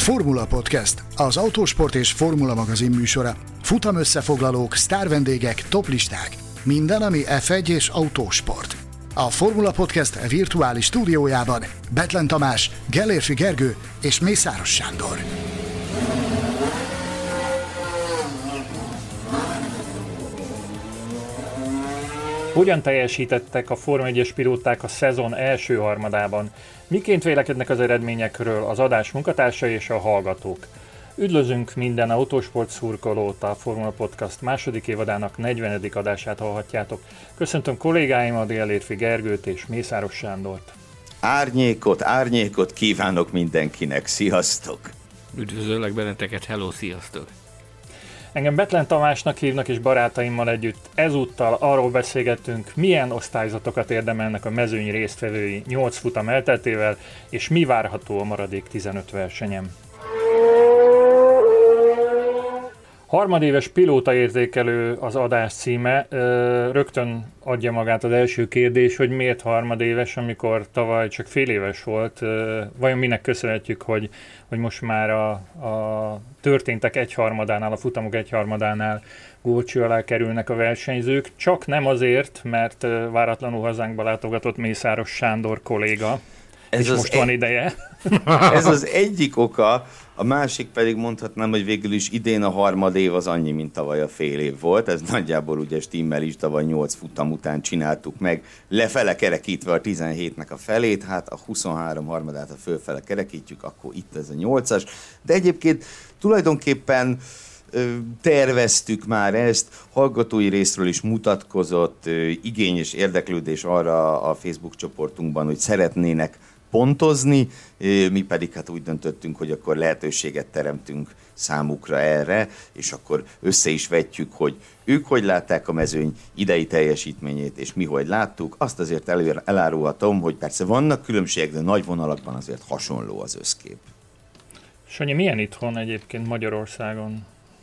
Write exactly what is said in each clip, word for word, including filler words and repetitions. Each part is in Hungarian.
Formula Podcast, az autósport és formula magazin műsora. Futam összefoglalók, sztárvendégek, toplisták. Minden, ami ef egy és autósport. A Formula Podcast virtuális stúdiójában Bethlen Tamás, Gellérfi Gergő és Mészáros Sándor. Hogyan teljesítettek a Forma egyes pilóták a szezon első harmadában? Miként vélekednek az eredményekről az adás munkatársai és a hallgatók? Üdvözlünk minden autósport szurkolót, a Formula Podcast második évadának negyvenedik adását hallhatjátok. Köszöntöm kollégáimat, Gellérfi Gergőt és Mészáros Sándort. Árnyékot, árnyékot kívánok mindenkinek, sziasztok! Üdvözöllek benneteket, hello, sziasztok! Engem Bethlen Tamásnak hívnak, és barátaimmal együtt ezúttal arról beszélgettünk, milyen osztályzatokat érdemelnek a mezőny résztvevői nyolc futam elteltével, és mi várható a maradék tizenöt versenyen. Harmadéves pilótaértékelő az adás címe. Rögtön adja magát az első kérdés, hogy miért harmadéves, amikor tavaly csak fél éves volt. Vajon minek köszönhetjük, hogy, hogy most már a, a történtek egyharmadánál, a futamok egyharmadánál górcső alá kerülnek a versenyzők. Csak nem azért, mert váratlanul hazánkba látogatott Mészáros Sándor kolléga, ez és most egy... van ideje. Ez az egyik oka, a másik pedig mondhatnám, hogy végül is idén a harmad év az annyi, mint tavaly a fél év volt. Ez nagyjából ugye stimmel is, tavaly nyolc futam után csináltuk meg, lefele kerekítve a tizenhétnek a felét, hát a huszonhárom harmadát a fölfele kerekítjük, akkor itt ez a nyolcas. De egyébként tulajdonképpen terveztük már ezt, hallgatói részről is mutatkozott igény és érdeklődés arra a Facebook csoportunkban, hogy szeretnének pontozni, mi pedig hát úgy döntöttünk, hogy akkor lehetőséget teremtünk számukra erre, és akkor össze is vetjük, hogy ők hogy látták a mezőny idei teljesítményét, és mi hogy láttuk. Azt azért elárulhatom, hogy persze vannak különbségek, de nagy vonalakban azért hasonló az összkép. Sanyi, milyen itthon egyébként Magyarországon?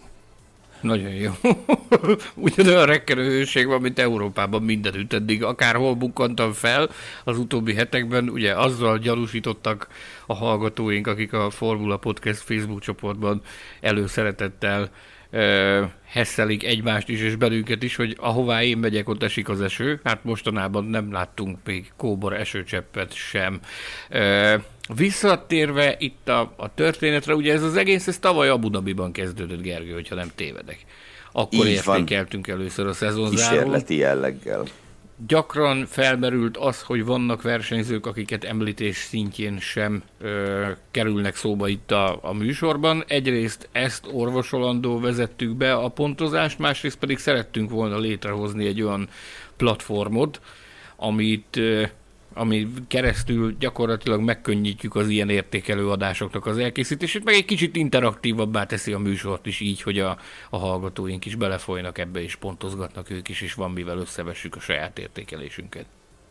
Nagyon jó. Ugyanolyan rekkenő hőség van, mint Európában mindenütt eddig. Akárhol bukkantam fel az utóbbi hetekben, ugye azzal gyanúsítottak a hallgatóink, akik a Formula Podcast Facebook csoportban előszeretettel uh, hesszelik egymást is, és belünket is, hogy ahová én megyek, ott esik az eső. Hát mostanában nem láttunk még kóbor esőcseppet sem. Uh, Visszatérve itt a, a történetre, ugye ez az egész, ez tavaly Abu Dhabiban kezdődött, Gergő, hogyha nem tévedek. Akkor értékeltünk először a szezonzáron. Kísérleti jelleggel. Gyakran felmerült az, hogy vannak versenyzők, akiket említés szintjén sem ö, kerülnek szóba itt a, a műsorban. Egyrészt ezt orvosolandó vezettük be a pontozást, másrészt pedig szerettünk volna létrehozni egy olyan platformot, amit... Ö, ami keresztül gyakorlatilag megkönnyítjük az ilyen értékelő adásoknak az elkészítését, meg egy kicsit interaktívabbá teszi a műsort is így, hogy a, a hallgatóink is belefolynak ebbe, és pontozgatnak ők is, és van mivel összevessük a saját értékelésünket.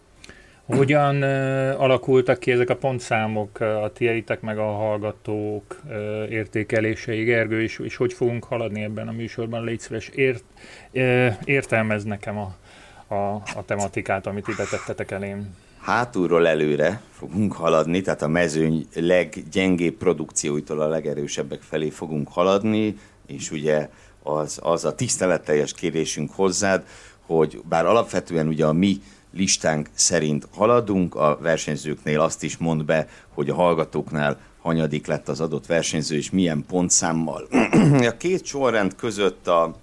Hogyan uh, alakultak ki ezek a pontszámok, a tieitek meg a hallgatók uh, értékelései, Gergő, és, és hogy fogunk haladni ebben a műsorban? Légy szíves, ért, uh, értelmez nekem a, a, a tematikát, amit ide tettetek elém. Hátulról előre fogunk haladni, tehát a mezőny leggyengébb produkcióitól a legerősebbek felé fogunk haladni, és ugye az, az a tiszteletteljes kérésünk hozzád, hogy bár alapvetően ugye a mi listánk szerint haladunk, a versenyzőknél azt is mond be, hogy a hallgatóknál hanyadik lett az adott versenyző, és milyen pontszámmal. A két sorrend között a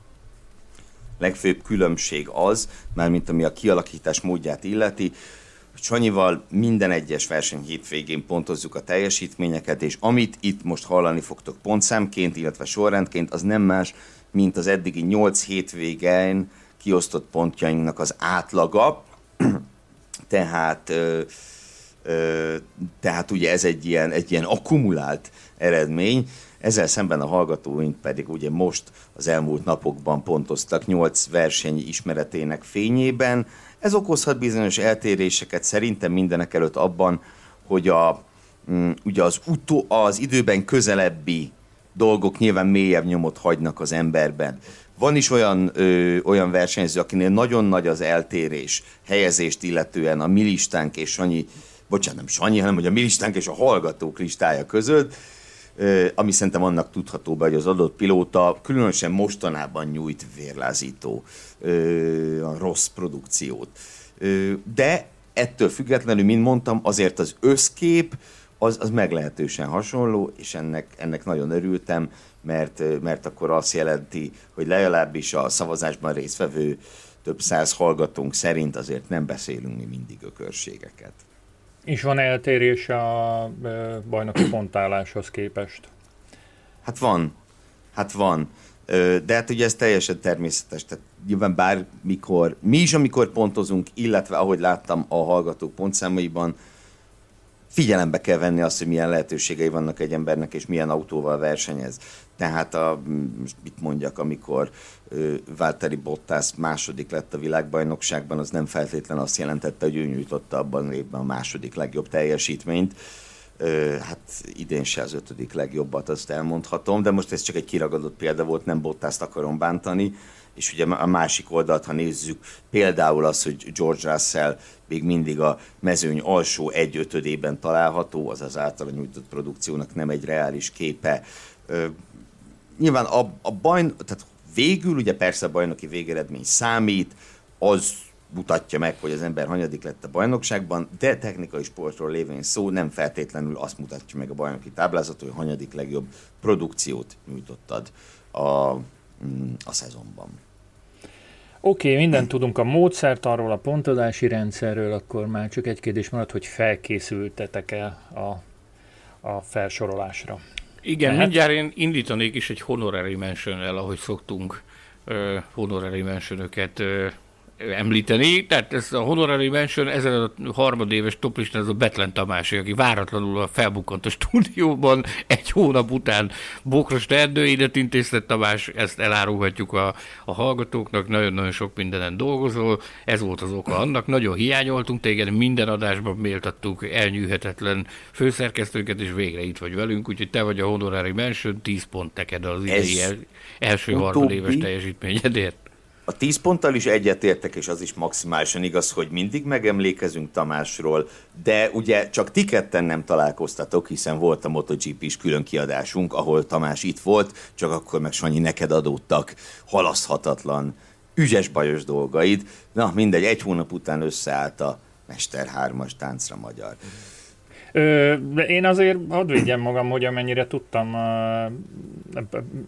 legfőbb különbség az, mármint ami a kialakítás módját illeti, Sanyival minden egyes verseny hétvégén pontozzuk a teljesítményeket, és amit itt most hallani fogtok pontszámként, illetve sorrendként, az nem más, mint az eddigi nyolc hétvégén kiosztott pontjainknak az átlaga. tehát, ö, ö, tehát ugye ez egy ilyen, egy ilyen akkumulált eredmény. Ezzel szemben a hallgatóink pedig ugye most az elmúlt napokban pontoztak nyolc verseny ismeretének fényében. Ez okozhat bizonyos eltéréseket szerintem mindenek előtt abban, hogy a, ugye az, utó, az időben közelebbi dolgok nyilván mélyebb nyomot hagynak az emberben. Van is olyan, ö, olyan versenyző, akinél nagyon nagy az eltérés helyezést illetően a mi listánk és Sanyi, bocsánat, nem Sanyi, hanem hogy a mi listánk és a hallgatók listája között. ami szerintem annak tudható be, hogy az adott pilóta különösen mostanában nyújt vérlázító a rossz produkciót. De ettől függetlenül, mint mondtam, azért az összkép az, az meglehetősen hasonló, és ennek, ennek nagyon örültem, mert, mert akkor azt jelenti, hogy legalábbis a szavazásban résztvevő több száz hallgatónk szerint azért nem beszélünk mi mindig ökörségeket. És van eltérés a bajnoki pontálláshoz képest? Hát van. Hát van. De hát ugye ez teljesen természetes. Tehát nyilván bármikor, mi is amikor pontozunk, illetve ahogy láttam a hallgatók pontszámaiban, figyelembe kell venni azt, hogy milyen lehetőségei vannak egy embernek, és milyen autóval versenyez. Tehát a, most mit mondjak, amikor uh, Valtteri Bottas második lett a világbajnokságban, az nem feltétlenül azt jelentette, hogy ő nyújtotta abban a évben a második legjobb teljesítményt. Uh, hát idén se az ötödik legjobbat, azt elmondhatom, de most ez csak egy kiragadott példa volt, nem Bottast akarom bántani. És ugye a másik oldalt, ha nézzük, például az, hogy George Russell még mindig a mezőny alsó egy ötödében található, az az általa nyújtott produkciónak nem egy reális képe. Ö, nyilván a, a bajn, tehát végül ugye persze a bajnoki végeredmény számít, az mutatja meg, hogy az ember hanyadik lett a bajnokságban, de technikai sportról lévén szó nem feltétlenül azt mutatja meg a bajnoki táblázat, hogy hanyadik legjobb produkciót nyújtottad a, a szezonban. Oké, okay, mindent tudunk a módszertanról, a pontozási rendszerről, akkor már csak egy kérdés maradt, hogy felkészültetek-e a, a felsorolásra. Igen, Lehet? Mindjárt én indítanék is egy honorary mention-el, ahogy szoktunk uh, honorary mention-öket uh, említeni. Tehát ez a honorary mention, ezen a harmadéves toplistán ez a Betlen Tamás, aki váratlanul felbukkant a stúdióban, egy hónap után bokros erdőidet intéztett. Tamás, ezt elárulhatjuk a, a hallgatóknak, nagyon-nagyon sok mindenen dolgozol, ez volt az oka annak, nagyon hiányoltunk téged, minden adásban méltattuk elnyűhetetlen főszerkesztőket, és végre itt vagy velünk, úgyhogy te vagy a honorary mention, tíz pont neked az idei el, első harmadéves teljesítményedért. A tíz ponttal is egyetértek, és az is maximálisan igaz, hogy mindig megemlékezünk Tamásról, de ugye csak ti ketten nem találkoztatok, hiszen volt a MotoGP-s külön kiadásunk, ahol Tamás itt volt, csak akkor meg Sanyi neked adódtak halaszthatatlan, ügyes-bajos dolgaid. Na mindegy, egy hónap után összeállt a Mester hármas táncra magyar. Ö, de én azért hadd védjem magam, hogy amennyire tudtam, uh,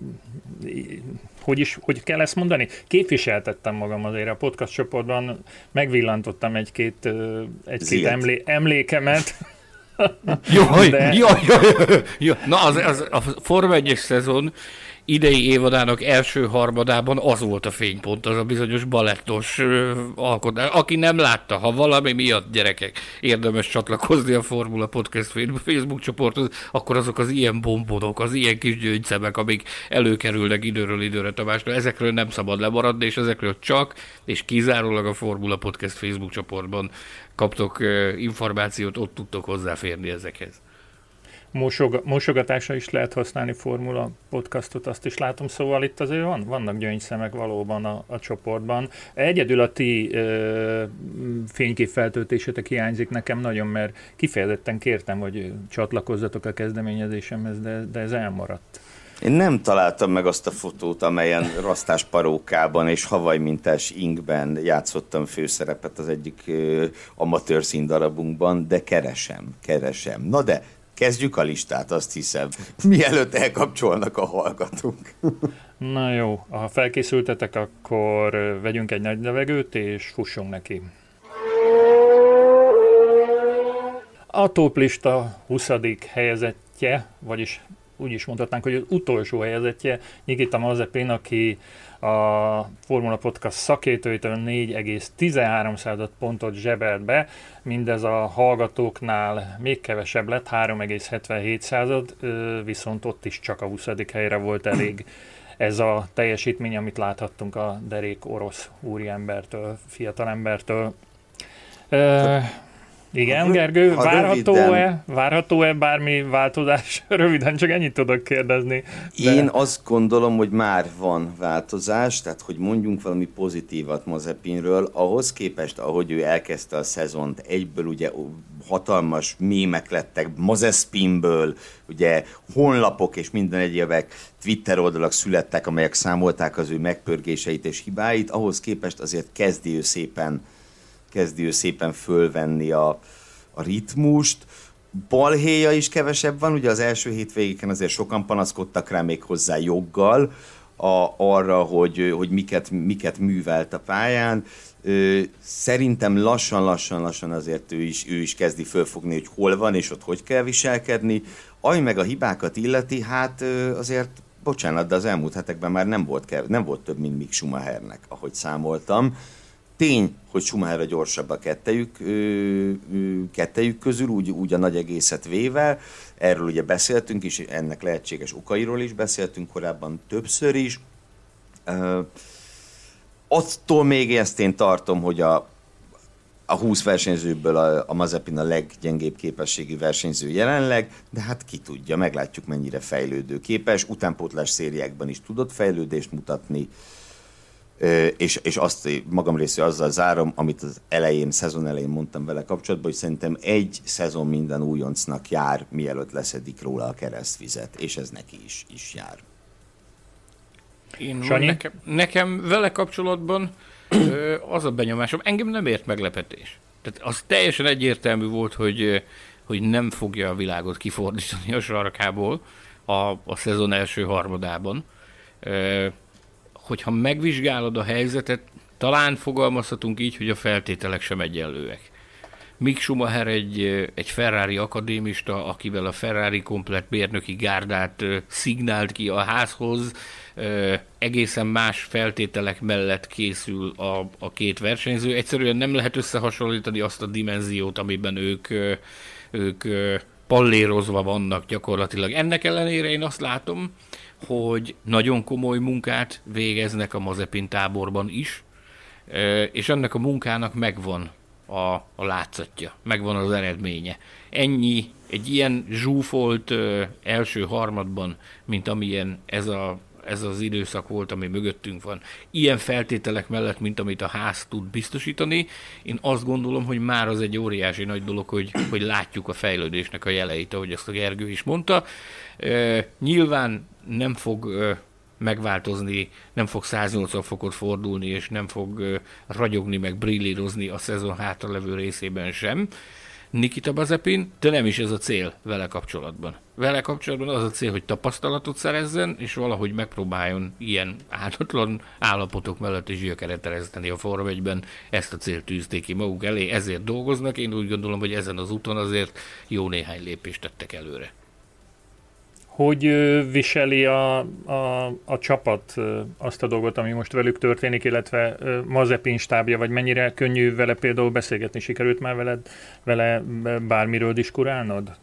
hogy is, hogy kell ezt mondani? Képviseltettem magam azért a podcast csoportban, megvillantottam egy-két, egy-két emlé, emlékemet. Jaj, de... jaj, jaj, jaj. Na, az, az, a Forma egyes szezon idei évadának első harmadában az volt a fénypont, az a bizonyos balettos alkotás. Aki nem látta, ha valami miatt, gyerekek, érdemes csatlakozni a Formula Podcast Facebook csoporthoz, akkor azok az ilyen bombonok, az ilyen kis gyöngyszemek, amik előkerülnek időről időre Tamásra, ezekről nem szabad lemaradni, és ezekről csak és kizárólag a Formula Podcast Facebook csoportban kaptok információt, ott tudtok hozzáférni ezekhez. Mosog, mosogatásra is lehet használni Formula Podcastot, azt is látom, szóval itt azért van, vannak gyöngyszemek valóban a, a csoportban. Egyedül a ti ö, fényképfeltöltésetek hiányzik nekem nagyon, mert kifejezetten kértem, hogy csatlakozzatok a kezdeményezésemhez, de, de ez elmaradt. Én nem találtam meg azt a fotót, amelyen rasztás parókában és havajmintás inkben játszottam főszerepet az egyik ö, amatőr színdarabunkban, de keresem, keresem. Na de kezdjük a listát, azt hiszem, mielőtt elkapcsolnak a hallgatók. Na jó, ha felkészültetek, akkor vegyünk egy nagy levegőt, és fussunk neki. A toplista huszadik helyezettje, vagyis úgy is mondhatnánk, hogy az utolsó helyezettje, Nikita Mazepin, aki a Formula Podcast szakértőitől négy egész tizenhárom pontot zsebelt be, mindez a hallgatóknál még kevesebb lett, három egész hetvenhét, viszont ott is csak a huszadik helyre volt elég ez a teljesítmény, amit láthattunk a derék orosz úriembertől, fiatalembertől. E- Igen, Gergő, várható-e, várható-e bármi változás? Röviden csak ennyit tudok kérdezni. De... Én azt gondolom, hogy már van változás, tehát hogy mondjunk valami pozitívat Mazepinről, ahhoz képest, ahogy ő elkezdte a szezont, egyből ugye hatalmas mémek lettek Mazepinből, ugye honlapok és minden egyébek Twitter oldalak születtek, amelyek számolták az ő megpörgéseit és hibáit, ahhoz képest azért kezdi ő szépen, kezdi ő szépen fölvenni a, a ritmust. Balhéja is kevesebb van, ugye az első hétvégéken azért sokan panaszkodtak rá még hozzá joggal a, arra, hogy, hogy miket, miket művelt a pályán. Szerintem lassan-lassan-lassan azért ő is, ő is kezdi fölfogni, hogy hol van és ott hogy kell viselkedni. Ami meg a hibákat illeti, hát azért, bocsánat, de az elmúlt hetekben már nem volt, kev- nem volt több, mint Mick Schumachernek, ahogy számoltam. Tény, hogy Schumacher a gyorsabb a kettejük, kettejük közül, úgy, úgy a nagy egészet véve. Erről ugye beszéltünk is, ennek lehetséges okairól is beszéltünk korábban többször is. Attól még ezt én tartom, hogy a, a húsz versenyzőből a, a Mazepin a leggyengébb képességű versenyző jelenleg, de hát ki tudja, meglátjuk mennyire fejlődő képes. Utánpótlás szériákban is tudott fejlődést mutatni, és, és azt magam részéről azzal zárom, amit az elején, szezon elején mondtam vele kapcsolatban, hogy szerintem egy szezon minden újoncnak jár, mielőtt leszedik róla a keresztvizet, és ez neki is, is jár. Én nekem, nekem vele kapcsolatban ö, az a benyomásom, engem nem ért meglepetés. Tehát az teljesen egyértelmű volt, hogy, hogy nem fogja a világot kifordítani a sarkából a, a szezon első harmadában. Ö, hogyha megvizsgálod a helyzetet, talán fogalmazhatunk így, hogy a feltételek sem egyenlőek. Mick Schumacher egy, egy Ferrari akadémista, akivel a Ferrari komplett mérnöki gárdát szignált ki a házhoz, egészen más feltételek mellett készül a, a két versenyző. Egyszerűen nem lehet összehasonlítani azt a dimenziót, amiben ők, ők pallérozva vannak gyakorlatilag. Ennek ellenére én azt látom, hogy nagyon komoly munkát végeznek a Mazepin táborban is, és ennek a munkának megvan a, a látszatja, megvan az eredménye. Ennyi, egy ilyen zsúfolt ö, első harmadban, mint amilyen ez, a, ez az időszak volt, ami mögöttünk van, ilyen feltételek mellett, mint amit a ház tud biztosítani, én azt gondolom, hogy már az egy óriási nagy dolog, hogy, hogy látjuk a fejlődésnek a jeleit, ahogy ezt a Gergő is mondta. Ö, nyilván nem fog ö, megváltozni, nem fog száznyolcvan fokot fordulni, és nem fog uh, ragyogni, meg brillírozni a szezon hátralevő részében sem Nikita Mazepin, de nem is ez a cél vele kapcsolatban. Vele kapcsolatban az a cél, hogy tapasztalatot szerezzen, és valahogy megpróbáljon ilyen áldatlan állapotok mellett is gyökeret ereszteni a Forma egyben. Ezt a célt tűzték ki maguk elé, ezért dolgoznak. Én úgy gondolom, hogy ezen az úton azért jó néhány lépést tettek előre. Hogy viseli a, a, a csapat azt a dolgot, ami most velük történik, illetve Mazepin stábja, vagy mennyire könnyű vele például beszélgetni? Sikerült már veled, vele bármiről diskurálnod?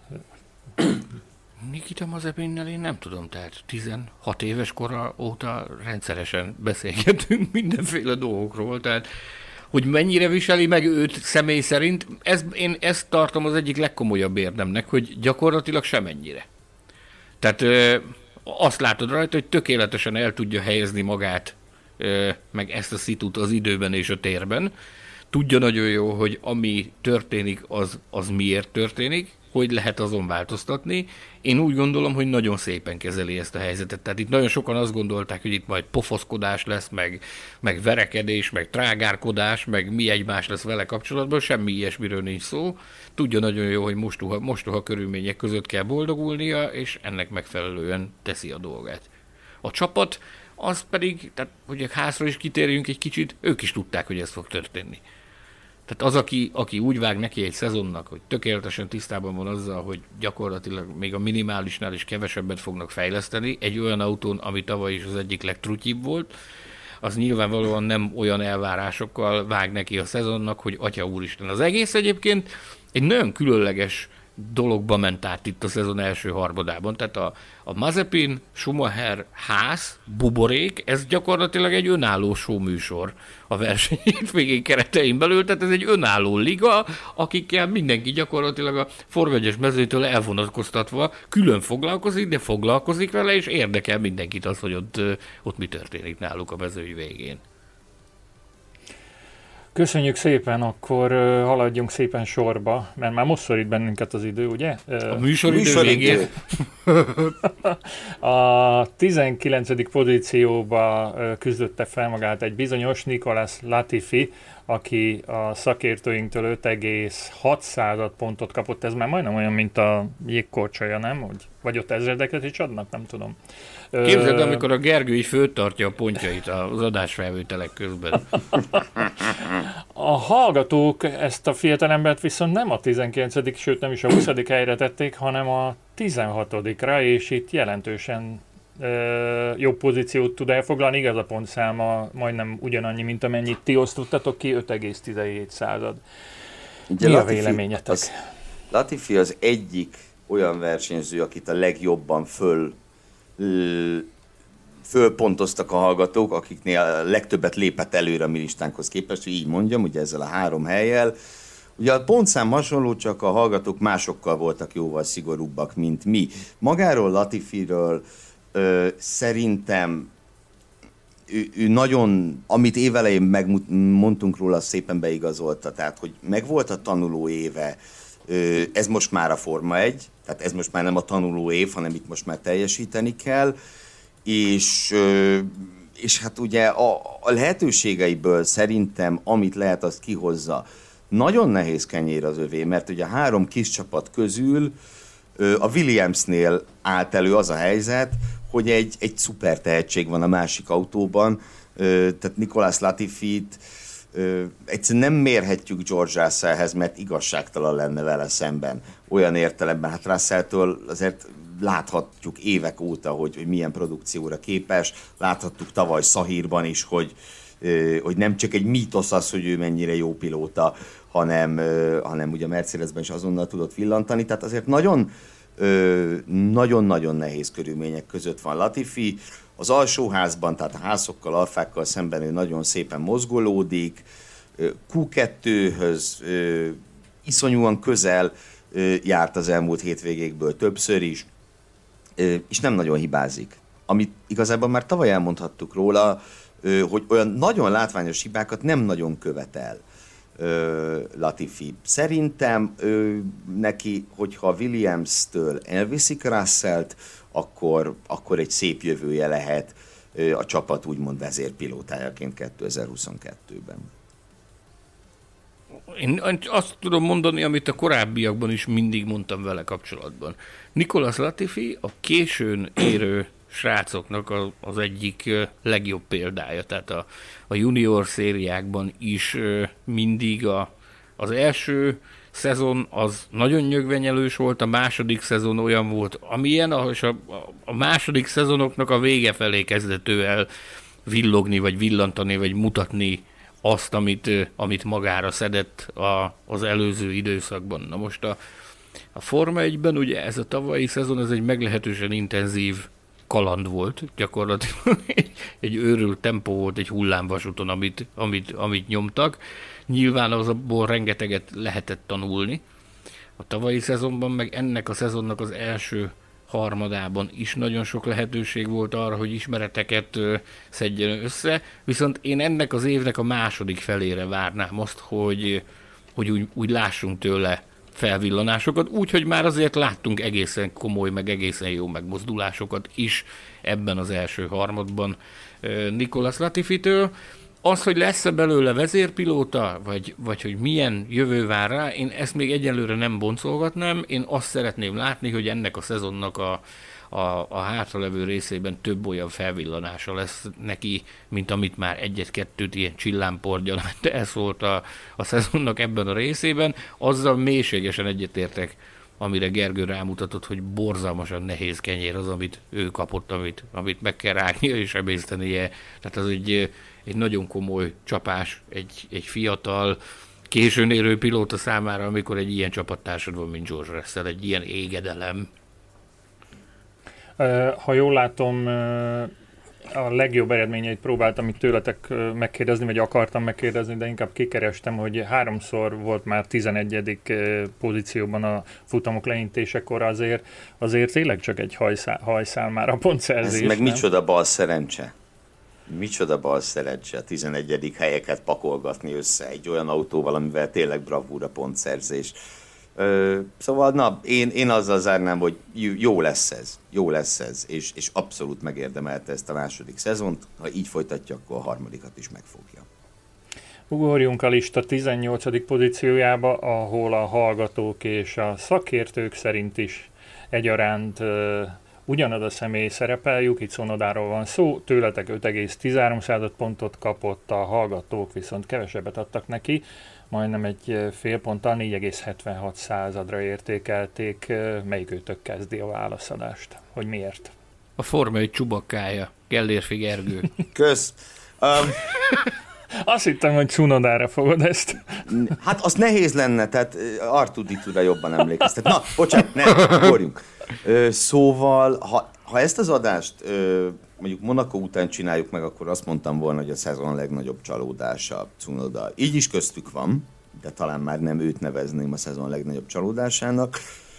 Nikita Mazepinnel én nem tudom, tehát tizenhat éves kora óta rendszeresen beszélgetünk mindenféle dolgokról, tehát hogy mennyire viseli meg őt személy szerint, ez, én ezt tartom az egyik legkomolyabb érdemnek, hogy gyakorlatilag semennyire. Tehát ö, azt látod rajta, hogy tökéletesen el tudja helyezni magát, ö, meg ezt a szitut az időben és a térben. Tudja nagyon jó, hogy ami történik, az, az miért történik, hogy lehet azon változtatni. Én úgy gondolom, hogy nagyon szépen kezeli ezt a helyzetet. Tehát itt nagyon sokan azt gondolták, hogy itt majd pofoszkodás lesz, meg, meg verekedés, meg trágárkodás, meg mi egymás lesz vele kapcsolatban, semmi ilyesmiről nincs szó. Tudja nagyon jó, hogy mostoha, mostoha körülmények között kell boldogulnia, és ennek megfelelően teszi a dolgát. A csapat, az pedig, tehát hogy házra is kitérjünk egy kicsit, ők is tudták, hogy ez fog történni. Tehát az, aki, aki úgy vág neki egy szezonnak, hogy tökéletesen tisztában van azzal, hogy gyakorlatilag még a minimálisnál is kevesebbet fognak fejleszteni, egy olyan autón, ami tavaly is az egyik legtrutyibb volt, az nyilvánvalóan nem olyan elvárásokkal vág neki a szezonnak, hogy atya úristen. Az egész egyébként egy nagyon különleges dologba ment át itt a szezon első harmadában. Tehát a, a Mazepin, Schumacher, ház, buborék, ez gyakorlatilag egy önálló show műsor a verseny hétvégén keretein belül, tehát ez egy önálló liga, akikkel mindenki gyakorlatilag a Forma egyes mezőnytől elvonatkoztatva külön foglalkozik, de foglalkozik vele, és érdekel mindenkit az, hogy ott, ott mi történik náluk a mezőny végén. Köszönjük szépen, akkor uh, haladjunk szépen sorba, mert már most szorít bennünket az idő, ugye? A műsoridő végén. A tizenkilencedik pozícióba uh, küzdötte fel magát egy bizonyos Nicolas Latifi, aki a szakértőinktől öt egész hat pontot kapott. Ez már majdnem olyan, mint a jégkorcsolya, nem? Hogy, vagy ott ezredeket is adnak? Nem tudom. Képzeld, Ö... amikor a Gergő így föltartja a pontjait az adásfelvételek közben. A hallgatók ezt a fiatalembert viszont nem a tizenkilencedik sőt nem is a huszadik helyre tették, hanem a tizenhatodikra és itt jelentősen ö, jobb pozíciót tud elfoglalni. Igaz, a pontszáma majdnem ugyanannyi, mint amennyit ti osztottatok ki, öt egész tizenhét század. Ugye Mi Latifi, a véleményetek? Az, Latifi az egyik olyan versenyző, akit a legjobban föl fölpontoztak a hallgatók, akiknél a legtöbbet lépett előre a mi listánkhoz képest, hogy így mondjam, ugye ezzel a három helyjel. Ugye a pontszám hasonló, csak a hallgatók másokkal voltak jóval szigorúbbak, mint mi. Magáról Latifiről ö, szerintem ő, ő nagyon, amit évelején megmondtunk róla, szépen beigazolta, tehát hogy megvolt a tanuló éve, ö, ez most már a Forma egy, tehát ez most már nem a tanuló év, hanem itt most már teljesíteni kell, és, és hát ugye a, a lehetőségeiből szerintem, amit lehet, azt kihozza. Nagyon nehéz kenyér az övé, mert ugye a három kis csapat közül a Williamsnél állt elő az a helyzet, hogy egy, egy szuper tehetség van a másik autóban, tehát Nicolas Latifit egyszerűen nem mérhetjük George Russellhez, mert igazságtalan lenne vele szemben. Olyan értelemben, hát Russelltől azért láthatjuk évek óta, hogy, hogy milyen produkcióra képes, láthattuk tavaly Szahírban is, hogy, hogy nem csak egy mítosz az, hogy ő mennyire jó pilóta, hanem, hanem ugye a Mercedesben is azonnal tudott villantani, tehát azért nagyon nagyon-nagyon nehéz körülmények között van Latifi. Az alsóházban, tehát a házokkal, alfákkal szemben ő nagyon szépen mozgolódik, kú kettőhöz iszonyúan közel járt az elmúlt hétvégékből többször is, és nem nagyon hibázik. Amit igazából már tavaly elmondhattuk róla, hogy olyan nagyon látványos hibákat nem nagyon követel Latifi. Szerintem neki, hogyha Williams-től elviszik Russellt, akkor, akkor egy szép jövője lehet a csapat úgymond vezérpilótájaként kétezer-huszonkettőben. Én azt tudom mondani, amit a korábbiakban is mindig mondtam vele kapcsolatban. Nicolas Latifi a későn érő srácoknak az egyik legjobb példája. Tehát a, a junior szériákban is mindig a, az első szezon az nagyon nyögvenyelős volt, a második szezon olyan volt, amilyen, és a, a második szezonoknak a vége felé kezdett ő el villogni, vagy villantani, vagy mutatni azt, amit, amit magára szedett a, az előző időszakban. Na most a, a Forma egyben ugye ez a tavalyi szezon, ez egy meglehetősen intenzív kaland volt, gyakorlatilag egy, egy őrült tempó volt egy hullámvasúton, amit, amit, amit nyomtak. Nyilván az abból rengeteget lehetett tanulni. A tavalyi szezonban, meg ennek a szezonnak az első harmadában is nagyon sok lehetőség volt arra, hogy ismereteket ö, szedjen össze, viszont én ennek az évnek a második felére várnám azt, hogy, hogy úgy, úgy lássunk tőle felvillanásokat, úgyhogy már azért láttunk egészen komoly, meg egészen jó megmozdulásokat is ebben az első harmadban ö, Nicolas Latifitől. Az, hogy lesz-e belőle vezérpilóta, vagy, vagy hogy milyen jövő vár rá, én ezt még egyelőre nem boncolgatnám. Én azt szeretném látni, hogy ennek a szezonnak a, a, a hátralevő részében több olyan felvillanása lesz neki, mint amit már egyet-kettőt ilyen csillámporgyalánt elszólt a, a szezonnak ebben a részében. Azzal mélységesen egyetértek, amire Gergő rámutatott, hogy borzalmasan nehéz kenyér az, amit ő kapott, amit, amit meg kell rágnia és emésztenie. Tehát az egy, egy nagyon komoly csapás, egy, egy fiatal, későn érő pilóta számára, amikor egy ilyen csapattársad van, mint George Russell, egy ilyen égedelem. Ha jól látom, a legjobb eredményeit próbáltam itt tőletek megkérdezni, vagy akartam megkérdezni, de inkább kikerestem, hogy háromszor volt már tizenegyedik pozícióban a futamok leintésekor, azért, azért tényleg csak egy hajszál, hajszál már a pontszerzés. Ez meg micsoda bal szerencse. Micsoda bal szerencse a tizenegyedik helyeket pakolgatni össze egy olyan autóval, amivel tényleg bravúra pontszerzés. Ö, szóval na, én, én azzal zárnám, hogy jó lesz ez, jó lesz ez, és, és abszolút megérdemelte ezt a második szezont, ha így folytatja, akkor a harmadikat is megfogja. Ugorjunk a lista tizennyolcadik pozíciójába, ahol a hallgatók és a szakértők szerint is egyaránt uh, ugyanaz a személy szerepel, Yuki Tsunodáról van szó, tőletek öt egész tizenhárom pontot kapott, a hallgatók viszont kevesebbet adtak neki, majdnem egy fél ponttal négy egész hetvenhat századra értékelték. Melyikőtök kezdi a válaszadást? Hogy miért? A Forma egy Csubakkája, Gellérfi Gergő. Kösz! Um, Azt hittem, hogy Tsunodára fogod ezt. Hát az nehéz lenne, tehát Artuditura jobban emlékeztet. Na, bocsánat, ne, gorjunk. Szóval, ha, ha ezt az adást mondjuk Monaco után csináljuk meg, akkor azt mondtam volna, hogy a szezon legnagyobb csalódása Tsunoda. Így is köztük van, de talán már nem őt nevezném a szezon legnagyobb csalódásának.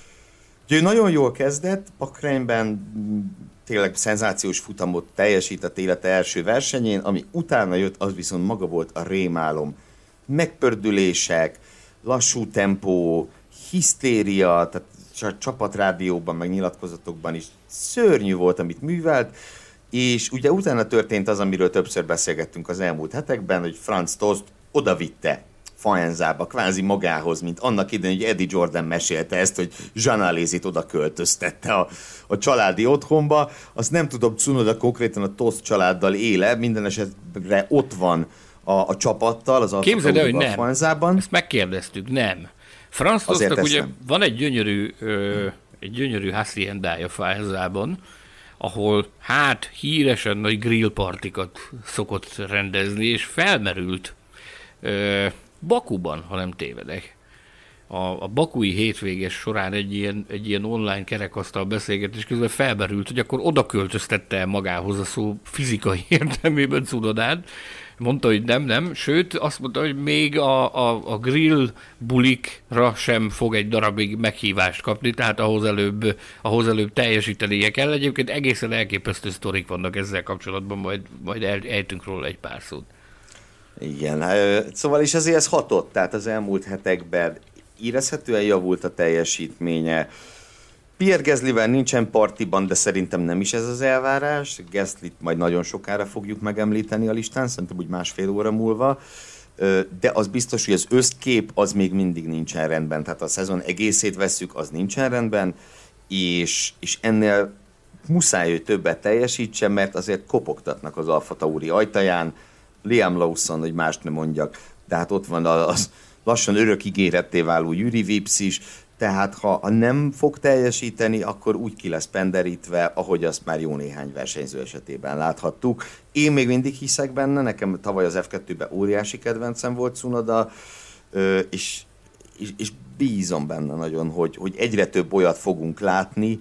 Ő nagyon jól kezdett, Bahreinben tényleg szenzációs futamot teljesített élete első versenyén, ami utána jött, az viszont maga volt a rémálom. Megpördülések, lassú tempó, hisztéria, tehát a csapatrádióban, meg nyilatkozatokban is szörnyű volt, amit művelt, és ugye utána történt az, amiről többször beszélgettünk az elmúlt hetekben, hogy Franz Tost odavitte Faenzába, kvázi magához, mint annak idején, hogy Eddie Jordan mesélte ezt, hogy Jean Alesi-t oda költöztette a, a családi otthonba. Azt nem tudom, Tsunoda konkrétan a Tost családdal éle, minden esetre ott van a, a csapattal, az Alfa Tauriban, a Faenzában. Ezt megkérdeztük, nem. Franz Tostnak ugye van egy gyönyörű, ö, egy gyönyörű haciendája Faenzában, ahol hát híresen nagy grillpartikat szokott rendezni, és felmerült ö, Bakuban, ha nem tévedek. A, a bakui hétvéges során egy ilyen, egy ilyen online kerekasztal beszélgetés közben felmerült, hogy akkor oda költöztette el magához a szó fizikai értelmében Cunodát. Mondta, hogy nem, nem, sőt azt mondta, hogy még a, a, a grill bulikra sem fog egy darabig meghívást kapni, tehát ahhoz előbb, ahhoz előbb teljesítenie kell. Egyébként egészen elképesztő sztorik vannak ezzel kapcsolatban, majd, majd el, ejtünk róla egy pár szót. Igen, szóval is azért ez hatott, tehát az elmúlt hetekben érezhetően javult a teljesítménye. Pierre Gaslyvel nincsen partiban, de szerintem nem is ez az elvárás. Gaslyt majd nagyon sokára fogjuk megemlíteni a listán, szerintem úgy másfél óra múlva. De az biztos, hogy az összkép az még mindig nincsen rendben. Tehát a szezon egészét vesszük, az nincsen rendben, és, és ennél muszáj, hogy többet teljesítsen, mert azért kopogtatnak az Alfa Tauri ajtaján. Liam Lawson, hogy mást nem mondjak, tehát ott van az lassan örök ígéretté váló Jüri Vips is, tehát ha nem fog teljesíteni, akkor úgy ki lesz penderítve, ahogy azt már jó néhány versenyző esetében láthattuk. Én még mindig hiszek benne, nekem tavaly az ef kettőben óriási kedvencem volt Tsunoda, és, és, és bízom benne nagyon, hogy, hogy egyre több olyat fogunk látni,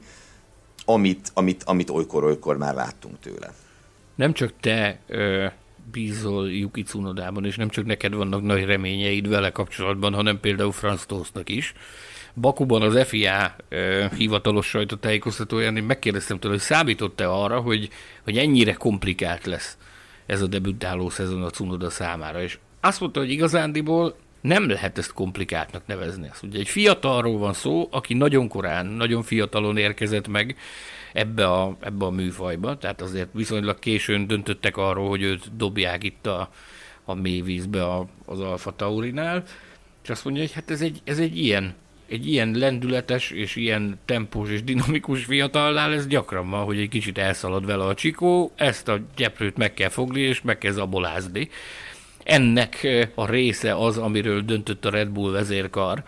amit, amit, amit olykor-olykor már láttunk tőle. Nem csak te ö, bízol Yuki Tsunodában, és nem csak neked vannak nagy reményeid vele kapcsolatban, hanem például Franz Tostnak is. Bakuban az ef i á ö, hivatalos sajtótájékoztatóján én megkérdeztem tőle, hogy számított-e arra, hogy, hogy ennyire komplikált lesz ez a debütáló szezon a Tsunoda számára, és azt mondta, hogy igazándiból nem lehet ezt komplikáltnak nevezni. Azt ugye egy fiatalról van szó, aki nagyon korán, nagyon fiatalon érkezett meg ebbe a, ebbe a műfajba, tehát azért viszonylag későn döntöttek arról, hogy őt dobják itt a, a mélyvízbe a, az Alfa Taurinál, és azt mondja, hogy hát ez egy, ez egy ilyen egy ilyen lendületes és ilyen tempós és dinamikus fiatalnál ez gyakran van, hogy egy kicsit elszalad vele a csikó, ezt a gyeprőt meg kell fogni és meg kell zabolázni. Ennek a része az, amiről döntött a Red Bull vezérkar,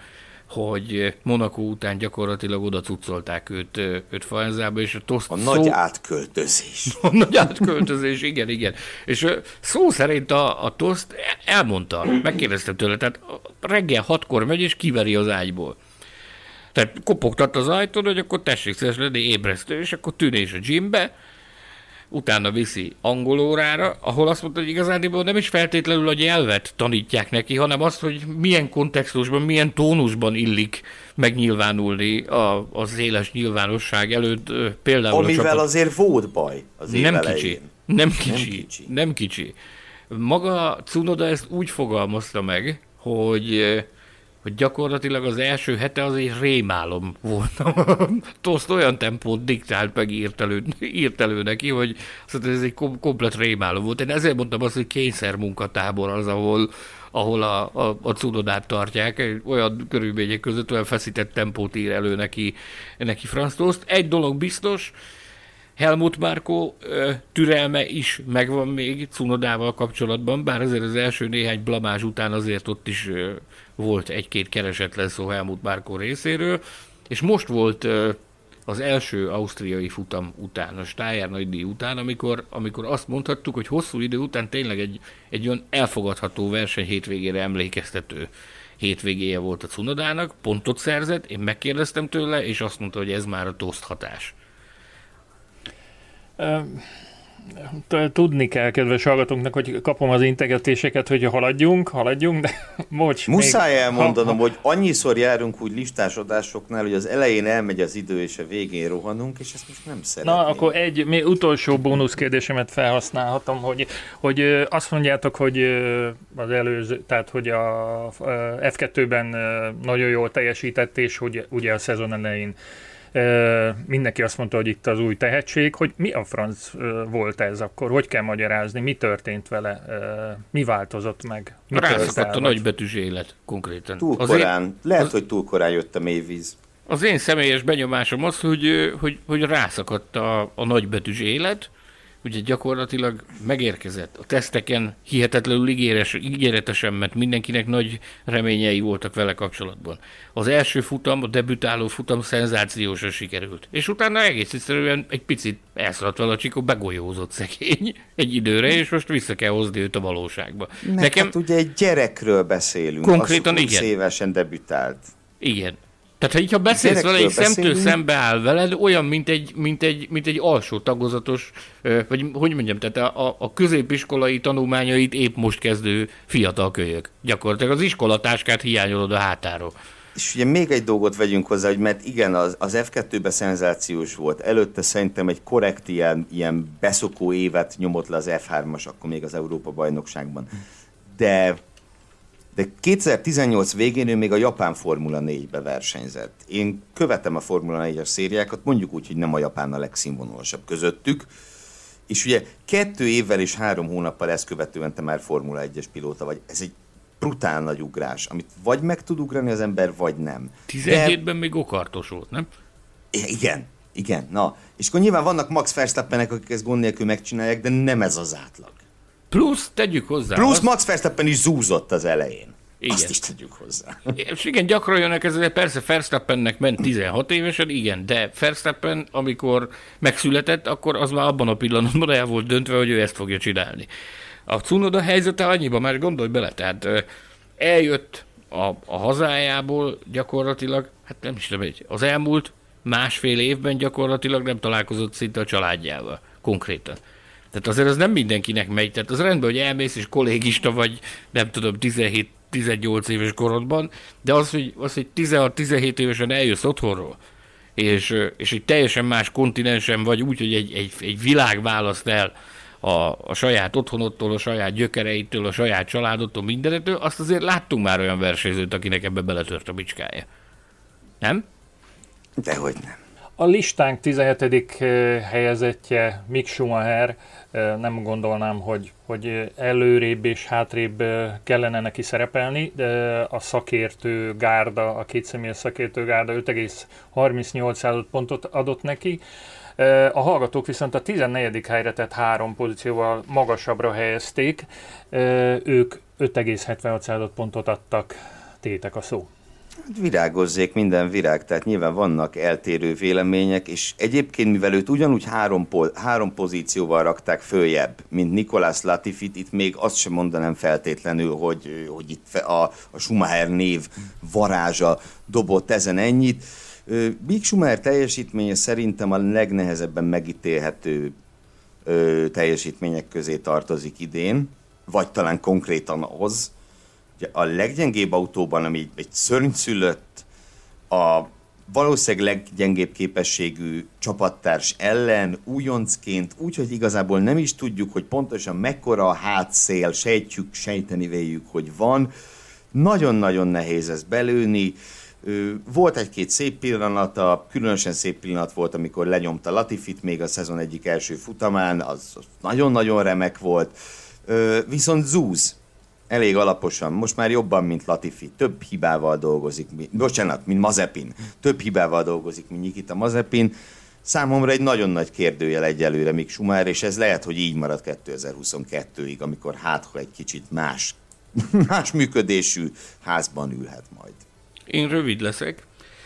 hogy Monaco után gyakorlatilag oda cuccolták őt, őt Faenzába, és a Tost A szó... nagy átköltözés. A nagy átköltözés, igen, igen. És szó szerint a, a Tost elmondta, megkérdeztem tőle, tehát reggel hatkor megy, és kiveri az ágyból. Tehát kopogtat az ajtón, hogy akkor tessék szíves lenni ébresztő, és akkor tűnés a gymbe, utána viszi angol órára, ahol azt mondta, hogy igazából nem is feltétlenül a nyelvet tanítják neki, hanem azt, hogy milyen kontextusban, milyen tónusban illik megnyilvánulni a, az éles nyilvánosság előtt. Például Amivel csapat... azért volt baj az év Nem elején. kicsi. Nem kicsi, nem kicsi. Nem kicsi. Maga Tsunoda ezt úgy fogalmazta meg, hogy, hogy gyakorlatilag az első hete az egy rémálom volt. Toszt olyan tempót diktált meg, írt elő, írt elő neki, hogy ez egy kom- komplet rémálom volt. Én ezért mondtam azt, hogy kényszermunkatábor az, ahol, ahol a, a, a Tsunodát tartják, olyan körülmények között olyan feszített tempót ír elő neki, neki Franz Tost. Egy dolog biztos, Helmut Marko türelme is megvan még Tsunodával kapcsolatban, bár azért az első néhány blamázs után azért ott is volt egy-két keresetlen szó Helmut Marko részéről, és most volt az első ausztriai futam után, a Steyer nagydíj után, amikor, amikor azt mondhattuk, hogy hosszú idő után tényleg egy, egy olyan elfogadható verseny hétvégére emlékeztető hétvégéje volt a Tsunodának, pontot szerzett, én megkérdeztem tőle, és azt mondta, hogy ez már a Tost hatás. Tudni kell, kedves hallgatónknak, hogy kapom az integetéseket, hogy haladjunk, haladjunk, de bocs. Muszáj még, elmondanom, ha, hogy annyiszor járunk úgy listásodásoknál, hogy az elején elmegy az idő, és a végén rohanunk, és ezt most nem szeretném. Na, akkor egy még utolsó bónusz kérdésemet felhasználhatom, hogy, hogy azt mondjátok, hogy az előző, tehát hogy a ef kettőben nagyon jól teljesített, és hogy ugye a szezon elején mindenki azt mondta, hogy itt az új tehetség, hogy mi a franc volt ez akkor, hogy kell magyarázni, mi történt vele, mi változott meg? Rászakadt a nagybetűs élet konkrétan. Túl az korán, én, lehet, az, hogy túl korán jött a mélyvíz. Az én személyes benyomásom az, hogy, hogy, hogy rászakadt a, a nagybetűs élet, ugye gyakorlatilag megérkezett. A teszteken hihetetlenül ígéres, ígéretesen, mert mindenkinek nagy reményei voltak vele kapcsolatban. Az első futam, a debütáló futam szenzációsan sikerült. És utána egész egyszerűen egy picit elszaladt vele a csikó, begolyózott szegény egy időre, és most vissza kell hozni őt a valóságba. Meg Nekem hát ugye egy gyerekről beszélünk. Konkrétan az igen. évesen debütált. Igen. Tehát, ha így, ha beszélsz vele, egy szemtől szembe áll veled, olyan, mint egy, mint egy, mint egy alsó tagozatos, vagy hogy mondjam, tehát a, a középiskolai tanulmányait épp most kezdő fiatal kölyök. Gyakorlatilag az iskolatáskát hiányolod a hátáról. És ugye még egy dolgot vegyünk hozzá, hogy mert igen, az, az ef kettőben szenzációs volt. Előtte szerintem egy korrekt ilyen, ilyen beszokó évet nyomott le az ef hármas, akkor még az Európa-bajnokságban. De... De kétezer-tizennyolc végén ő még a japán Formula négybe versenyzett. Én követem a Formula négyes szériákat, mondjuk úgy, hogy nem a japán a legszínvonalasabb közöttük. És ugye kettő évvel és három hónappal ezt követően te már Formula egyes pilóta vagy. Ez egy brutál nagy ugrás, amit vagy meg tud ugrani az ember, vagy nem. tizenhétben De... még gokartos volt, nem? Igen, igen. Na, és akkor nyilván vannak Max Verstappenek, akik ezt gond nélkül megcsinálják, de nem ez az átlag. Plusz tegyük hozzá. Plusz azt... Max Verstappen is zúzott az elején. Igen. Azt is tegyük hozzá. És igen, gyakran jönnek ezzel, persze Verstappennek ment tizenhat évesen, igen, de Verstappen, amikor megszületett, akkor az már abban a pillanatban el volt döntve, hogy ő ezt fogja csinálni. A Tsunoda helyzete annyiba, már gondolj bele, tehát eljött a, a hazájából gyakorlatilag, hát nem is tudom, az elmúlt másfél évben gyakorlatilag nem találkozott szinte a családjával, konkrétan. Tehát azért az nem mindenkinek megy, tehát az rendben, hogy elmész és kollégista vagy, nem tudom, tizenhét-tizennyolc éves korodban, de az, hogy, az, hogy tizenhat-tizenhét évesen eljössz otthonról, és, és egy teljesen más kontinensen vagy úgy, hogy egy, egy, egy világ választ el a, a saját otthonodtól, a saját gyökereitől, a saját családodtól, mindenetől, azt azért láttunk már olyan versenyzőt, akinek ebbe beletört a bicskája. Nem? Dehogy nem. A listánk tizenhetedik helyezettje Mick Schumacher, nem gondolnám, hogy, hogy előrébb és hátrébb kellene neki szerepelni, de a szakértő gárda, a kétszemélyes szakértő gárda öt egész harmincnyolc pontot adott neki. A hallgatók viszont a tizennegyedik helyre, tehát három pozícióval magasabbra helyezték, ők öt egész hetvenhat pontot adtak, tétek a szó. Virágozzék minden virág, tehát nyilván vannak eltérő vélemények, és egyébként, mivel őt ugyanúgy három, po- három pozícióval rakták följebb, mint Nicolas Latifit, itt még azt sem mondanám feltétlenül, hogy, hogy itt a, a Schumacher név varázsa dobott ezen ennyit. Mick Schumacher teljesítménye szerintem a legnehezebben megítélhető ö, teljesítmények közé tartozik idén, vagy talán konkrétan az. A leggyengébb autóban, ami egy szörnyszülött, a valószínűleg leggyengébb képességű csapattárs ellen, újoncként, úgyhogy igazából nem is tudjuk, hogy pontosan mekkora a hátszél, sejtjük, sejteni véljük, hogy van. Nagyon-nagyon nehéz ezt belőni. Volt egy-két szép pillanata, különösen szép pillanat volt, amikor lenyomta Latifit még a szezon egyik első futamán, az nagyon-nagyon remek volt. Viszont Zúz elég alaposan, most már jobban, mint Latifi, több hibával dolgozik, bocsánat, mint Mazepin, több hibával dolgozik, mint Nikita Mazepin. Számomra egy nagyon nagy kérdőjel egyelőre Mick Schumacher, és ez lehet, hogy így marad kétezer-huszonkettőig, amikor hát, ha egy kicsit más, más működésű házban ülhet majd. Én rövid leszek.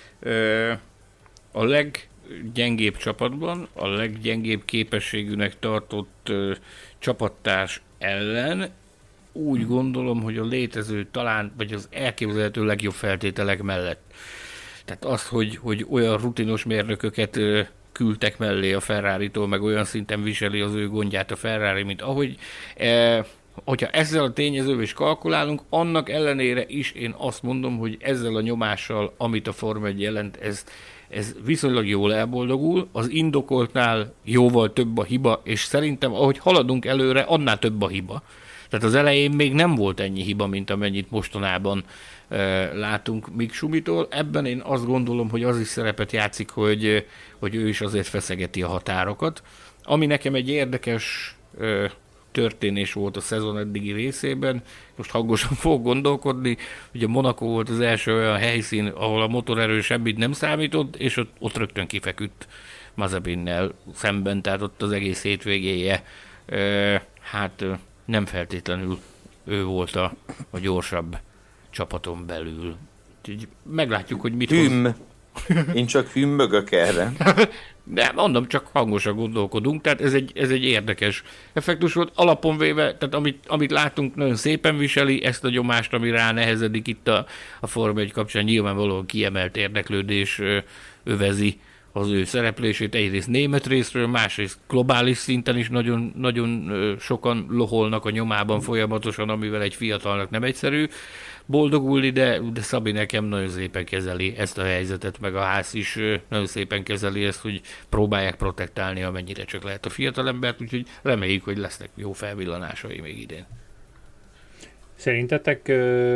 A leggyengébb csapatban, a leggyengébb képességűnek tartott csapattárs ellen úgy gondolom, hogy a létező talán, vagy az elképzelhető legjobb feltételek mellett. Tehát az, hogy, hogy olyan rutinos mérnököket küldtek mellé a Ferraritól, meg olyan szinten viseli az ő gondját a Ferrari, mint ahogy, eh, hogyha ezzel a tényezővel is kalkulálunk, annak ellenére is én azt mondom, hogy ezzel a nyomással, amit a Forma egy jelent, ez, ez viszonylag jól elboldogul, az indokoltnál jóval több a hiba, és szerintem, ahogy haladunk előre, annál több a hiba. Tehát az elején még nem volt ennyi hiba, mint amennyit mostanában e, látunk Mick Schumitól. Ebben én azt gondolom, hogy az is szerepet játszik, hogy, hogy ő is azért feszegeti a határokat. Ami nekem egy érdekes e, történés volt a szezon eddigi részében, most hangosan fog gondolkodni, ugye Monaco volt az első olyan helyszín, ahol a motorerő semmit nem számított, és ott, ott rögtön kifeküdt Mazepinnel szemben, tehát ott az egész hétvégéje, e, hát nem feltétlenül ő volt a, a gyorsabb csapaton belül. Úgyhogy meglátjuk, hogy mit Hüm. hoz. Én csak hümmögök erre. Nem, mondom, csak hangosan gondolkodunk, tehát ez egy, ez egy érdekes effektus volt. Alapon véve, tehát amit, amit látunk, nagyon szépen viseli ezt a nyomást, ami rá nehezedik itt a, a Forma egy kapcsán, nyilvánvalóan kiemelt érdeklődés övezi az ő szereplését, egyrészt német részről, másrészt globális szinten is nagyon, nagyon sokan loholnak a nyomában folyamatosan, amivel egy fiatalnak nem egyszerű boldogulni, de, de Szabi nekem nagyon szépen kezeli ezt a helyzetet, meg a ház is nagyon szépen kezeli ezt, hogy próbálják protektálni, amennyire csak lehet a fiatalembert, úgyhogy reméljük, hogy lesznek jó felvillanásai még idén. Szerintetek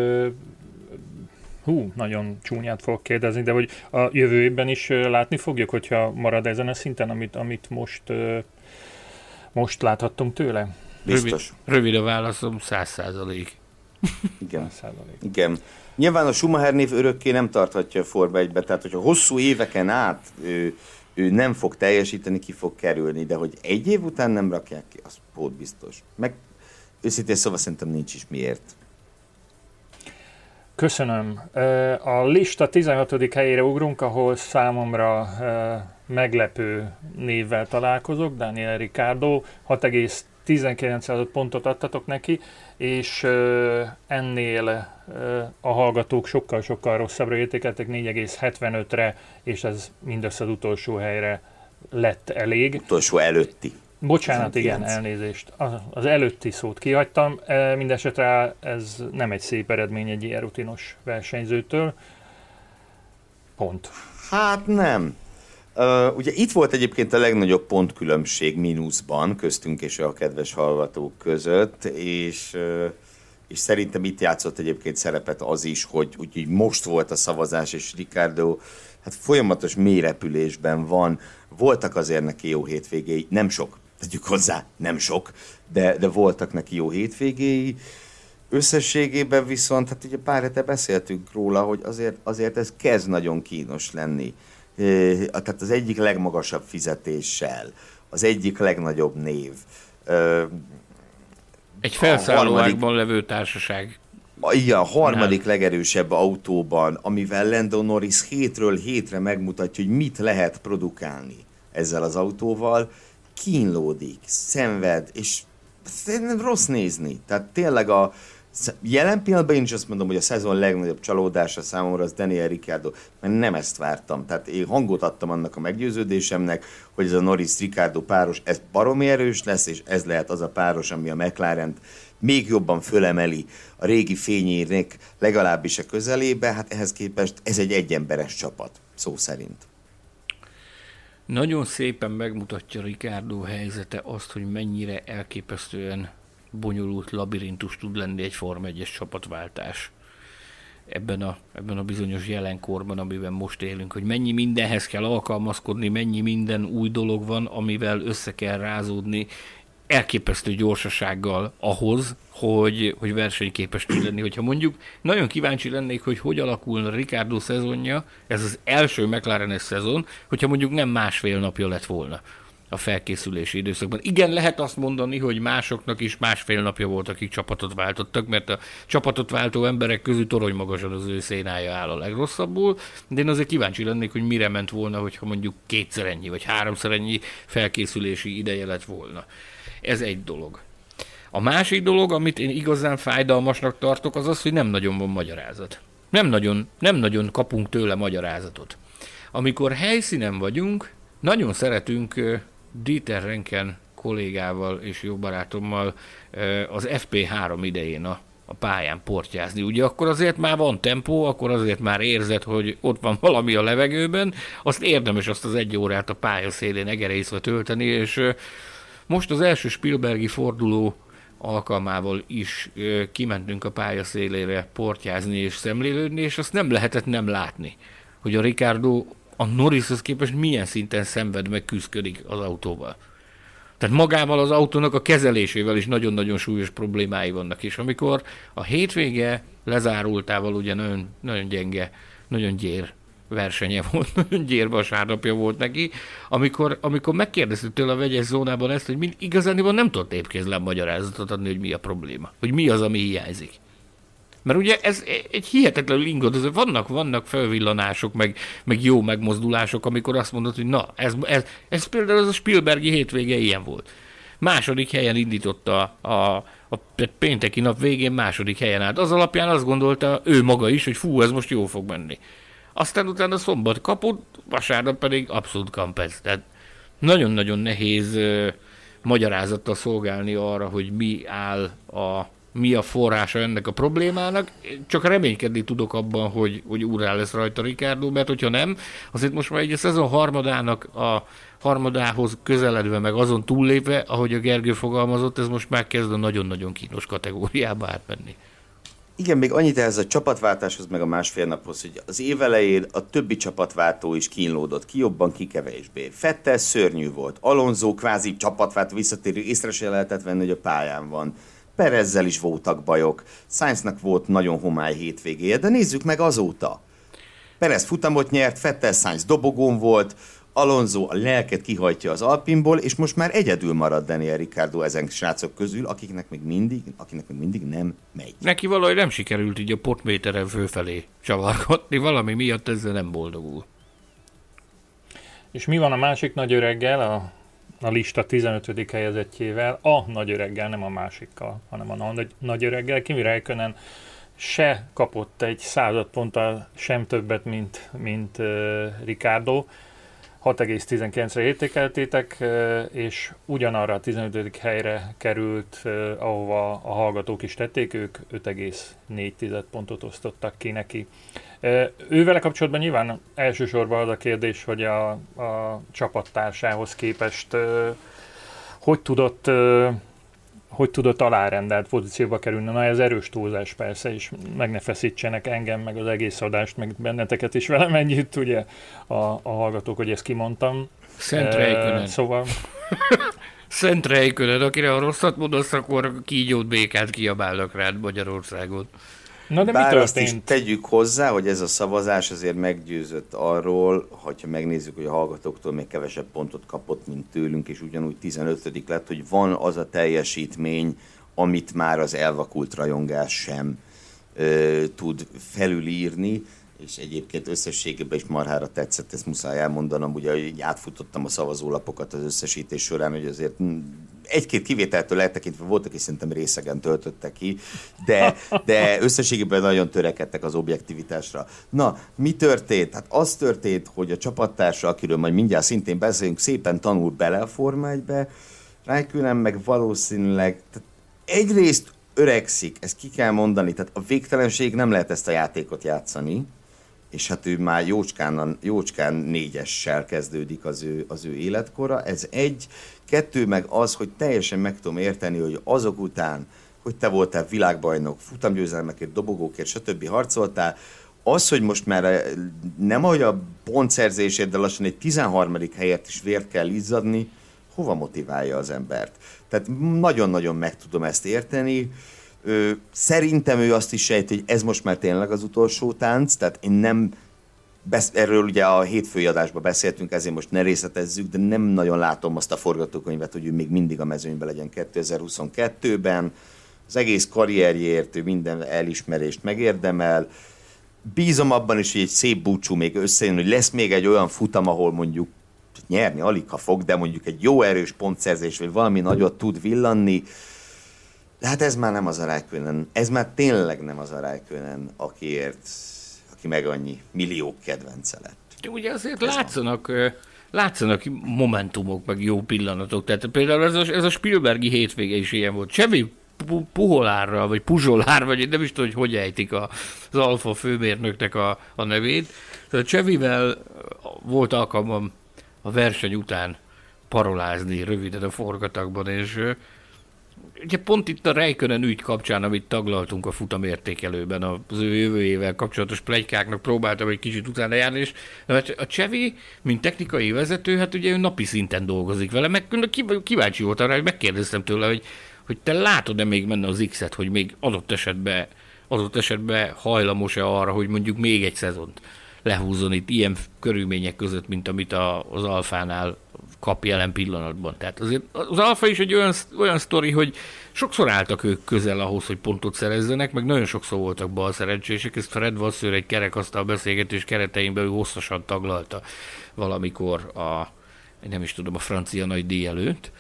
hú, nagyon csúnyát fogok kérdezni, de hogy a jövő évben is látni fogjuk, hogyha marad ezen a szinten, amit, amit most, most láthattunk tőle? Biztos. Rövid, rövid a válaszom, száz százalék. Igen. Igen. Nyilván a Schumacher név örökké nem tarthatja a Forma egybe, tehát hogyha hosszú éveken át ő, ő nem fog teljesíteni, ki fog kerülni, de hogy egy év után nem rakják ki, az pót biztos. Meg őszintén szóval szerintem nincs is miért. Köszönöm. A lista tizenhatodik helyére ugrunk, ahol számomra meglepő névvel találkozok, Daniel Ricciardo, hat egész tizenkilenc pontot adtatok neki, és ennél a hallgatók sokkal-sokkal rosszabbra értékeltek, négy egész hetvenötre, és ez mindössze az utolsó helyre lett elég. Utolsó előtti. Bocsánat, igen, elnézést. Az előtti szót kihagytam. Mindenesetre ez nem egy szép eredmény egy ilyen rutinos versenyzőtől. Pont. Hát nem. Uh, ugye itt volt egyébként a legnagyobb pontkülönbség mínuszban köztünk és a kedves hallgatók között, és, uh, és szerintem itt játszott egyébként szerepet az is, hogy úgy, most volt a szavazás, és Ricciardo hát folyamatos mélyrepülésben van. Voltak azért neki jó hétvégéi, nem sok, tegyük hozzá, nem sok, de, de voltak neki jó hétvégéi. Összességében viszont, hát ugye pár hete beszéltünk róla, hogy azért, azért ez kezd nagyon kínos lenni. Tehát az egyik legmagasabb fizetéssel, az egyik legnagyobb név. Egy felszállóágban levő társaság. Igen, a harmadik legerősebb autóban, amivel Lando Norris hétről hétre megmutatja, hogy mit lehet produkálni ezzel az autóval, kínlódik, szenved, és rossz nézni. Tehát tényleg a jelen pillanatban én is azt mondom, hogy a szezon legnagyobb csalódása számomra az Daniel Ricciardo, mert nem ezt vártam. Tehát én hangot adtam annak a meggyőződésemnek, hogy ez a Norris-Ricciardo páros, ez baromi erős lesz, és ez lehet az a páros, ami a McLarent még jobban fölemeli a régi fényének legalábbis a közelébe, hát ehhez képest ez egy egyemberes csapat, szó szerint. Nagyon szépen megmutatja Ricciardo helyzete azt, hogy mennyire elképesztően bonyolult labirintus tud lenni egy Forma egyes csapatváltás. Ebben a, ebben a bizonyos jelenkorban, amiben most élünk, hogy mennyi mindenhez kell alkalmazkodni, mennyi minden új dolog van, amivel össze kell rázódni elképesztő gyorsasággal ahhoz, hogy, hogy versenyképes tud lenni. Hogyha mondjuk nagyon kíváncsi lennék, hogy hogy alakul Ricciardo szezonja, ez az első McLaren-es szezon, hogyha mondjuk nem másfél napja lett volna a felkészülési időszakban. Igen, lehet azt mondani, hogy másoknak is másfél napja volt, akik csapatot váltottak, mert a csapatot váltó emberek közül torony magasan az ő szénája áll a legrosszabbul, de én azért kíváncsi lennék, hogy mire ment volna, hogyha mondjuk kétszer ennyi, vagy háromszor ennyi felkészülési ideje lett volna. Ez egy dolog. A másik dolog, amit én igazán fájdalmasnak tartok, az az, hogy nem nagyon van magyarázat. Nem nagyon, nem nagyon kapunk tőle magyarázatot. Amikor helyszínen vagyunk, nagyon szeretünk Dieter Renken kollégával és jó barátommal az ef pé három idején a, a pályán portyázni. Ugye akkor azért már van tempó, akkor azért már érzed, hogy ott van valami a levegőben, azt érdemes azt az egy órát a pálya szélén egerészve tölteni, és most az első Spielbergi forduló alkalmával is kimentünk a pálya szélére portyázni és szemlélődni, és azt nem lehetett nem látni, hogy a Ricciardo a Norrishoz képest milyen szinten szenved meg, küzdködik az autóval. Tehát magával az autónak a kezelésével is nagyon-nagyon súlyos problémái vannak, és amikor a hétvége lezárultával ugye nagyon, nagyon gyenge, nagyon gyér versenye volt, nagyon gyér vasárnapja volt neki, amikor, amikor megkérdeztük tőle a vegyes zónában ezt, hogy mind, igazániban nem tudott épkézlen magyarázatot adni, hogy mi a probléma, hogy mi az, ami hiányzik. Mert ugye ez egy hihetetlenül ingadozó, vannak, vannak felvillanások, meg, meg jó megmozdulások, amikor azt mondod, hogy na, ez, ez, ez például az a Spielbergi hétvége ilyen volt. Második helyen indította a, a pénteki nap végén, második helyen állt. Az alapján azt gondolta ő maga is, hogy fú, ez most jól fog menni. Aztán utána szombat kapott, vasárnap pedig abszolút kampez. Tehát nagyon-nagyon nehéz uh, magyarázattal szolgálni arra, hogy mi áll a mi a forrása ennek a problémának, csak reménykedni tudok abban, hogy, hogy úrrá lesz rajta Ricciardo, mert hogyha nem, azért most már egy a szezon harmadának a harmadához közeledve, meg azon túllépve, ahogy a Gergő fogalmazott, ez most már kezd a nagyon-nagyon kínos kategóriába átmenni. Igen, még annyit ehhez a csapatváltáshoz, meg a másfél naphoz, hogy az év elején a többi csapatváltó is kínlódott, ki jobban, ki kevésbé. Vettel szörnyű volt, Alonso kvázi csapatváltó visszatérő, észre se lehetett venni, hogy a pályán van. Perezzel is voltak bajok, Sainznak volt nagyon homály hétvégéje, de nézzük meg azóta. Perez futamot nyert, Vettel Sainz dobogón volt, Alonso a lelket kihajtja az Alpinból, és most már egyedül marad Daniel Ricciardo ezen srácok közül, akiknek még mindig, akinek még mindig nem megy. Neki valahogy nem sikerült így a potméteren fölfelé csavargatni, valami miatt ezzel nem boldogul. És mi van a másik nagy öreggel, a, a lista tizenötödik helyezettjével, a nagy öreggel, nem a másikkal, hanem a nagy, nagy öreggel, Kimi Räikkönen se kapott egy század ponttal sem többet, mint, mint uh, Ricciardo. hat egész tizenkilencre értékeltétek, és ugyanarra a tizenötödik helyre került, ahova a hallgatók is tették, ők öt egész négy pontot osztottak ki neki. Ővele kapcsolatban nyilván elsősorban az a kérdés, hogy a, a csapattársához képest hogy tudott, hogy tudott alárendelt pozícióba kerülni. Na, ez erős túlzás persze, és meg ne feszítsenek engem, meg az egész adást, meg benneteket is velem együtt, ugye a, a hallgatók, hogy ezt kimondtam. Szent Räikkönen. E, szóval... Szent Räikkönen, akire a rosszat mondasz, akkor kígyót, békát kiabálnak rád Magyarországon. Na de Bár mi azt is történt? tegyük hozzá, hogy ez a szavazás azért meggyőzött arról, hogyha megnézzük, hogy a hallgatóktól még kevesebb pontot kapott, mint tőlünk, és ugyanúgy tizenötödik lett, hogy van az a teljesítmény, amit már az elvakult rajongás sem ö, tud felülírni, és egyébként összességében is marhára tetszett, ezt muszáj elmondanom, ugye így átfutottam a szavazólapokat az összesítés során, hogy azért egy-két kivételtől eltekintve volt, aki szerintem részegen töltötte ki, de, de összességében nagyon törekedtek az objektivitásra. Na, mi történt? Hát az történt, hogy a csapattársa, akiről majd mindjárt szintén beszélünk, szépen tanul bele a Forma egybe, Räikkönen meg valószínűleg egyrészt öregszik, ezt ki kell mondani, tehát a végtelenség nem lehet ezt a játékot játszani, és hát ő már jócskán, jócskán négyessel kezdődik az ő, az ő életkora. Ez egy. Kettő meg az, hogy teljesen meg tudom érteni, hogy azok után, hogy te voltál világbajnok, futamgyőzelmekért, dobogókért, stb. Harcoltál, az, hogy most már nem ahogy a pontszerzésért, de lassan egy tizenharmadik helyet is vért kell izzadni, hova motiválja az embert? Tehát nagyon-nagyon meg tudom ezt érteni. Szerintem ő azt is sejti, hogy ez most már tényleg az utolsó tánc, tehát én nem, besz- erről ugye a hétfői adásban beszéltünk, ezért most ne részletezzük, de nem nagyon látom azt a forgatókönyvet, hogy ő még mindig a mezőnyben legyen kétezer-huszonkettőben. Az egész karrierjért ő minden elismerést megérdemel. Bízom abban is, hogy egy szép búcsú még összejön, hogy lesz még egy olyan futam, ahol mondjuk nyerni alig ha fog, de mondjuk egy jó erős pontszerzés, vagy valami nagyot tud villanni. De hát ez már nem az a Räikkönen, ez már tényleg nem az a Räikkönen, akiért, aki meg annyi milliók kedvence lett. Ugye azért látszanak, látszanak momentumok, meg jó pillanatok. Tehát például ez a, ez a Spielbergi hétvége is ilyen volt. Semmi Puholárral, vagy Puzsolár, vagy nem is tudom, hogy hogy ejtik a, az Alfa főmérnöknek a, a nevét. Tehát Csevivel volt alkalmam a verseny után parolázni röviden a forgatagban, és ugye pont itt a Räikkönen ügy kapcsán, amit taglaltunk a futamértékelőben, az ő jövőjével kapcsolatos pletykáknak próbáltam egy kicsit utána járni, és a Csevi, mint technikai vezető, hát ugye ő napi szinten dolgozik vele, meg kíváncsi voltam rá, hogy megkérdeztem tőle, hogy, hogy te látod-e még menne az X-et, hogy még adott esetben, adott esetben hajlamos-e arra, hogy mondjuk még egy szezont lehúzzon itt ilyen körülmények között, mint amit a, az Alfánál kap jelen pillanatban. Tehát azért az Alfa is egy olyan, olyan sztori, hogy sokszor álltak ők közel ahhoz, hogy pontot szerezzenek, meg nagyon sokszor voltak balszerencsések, ezt Fred Vasseur egy kerekasztal beszélgetés keretein belül hosszasan taglalta valamikor a, nem is tudom, a francia nagy díj előtt.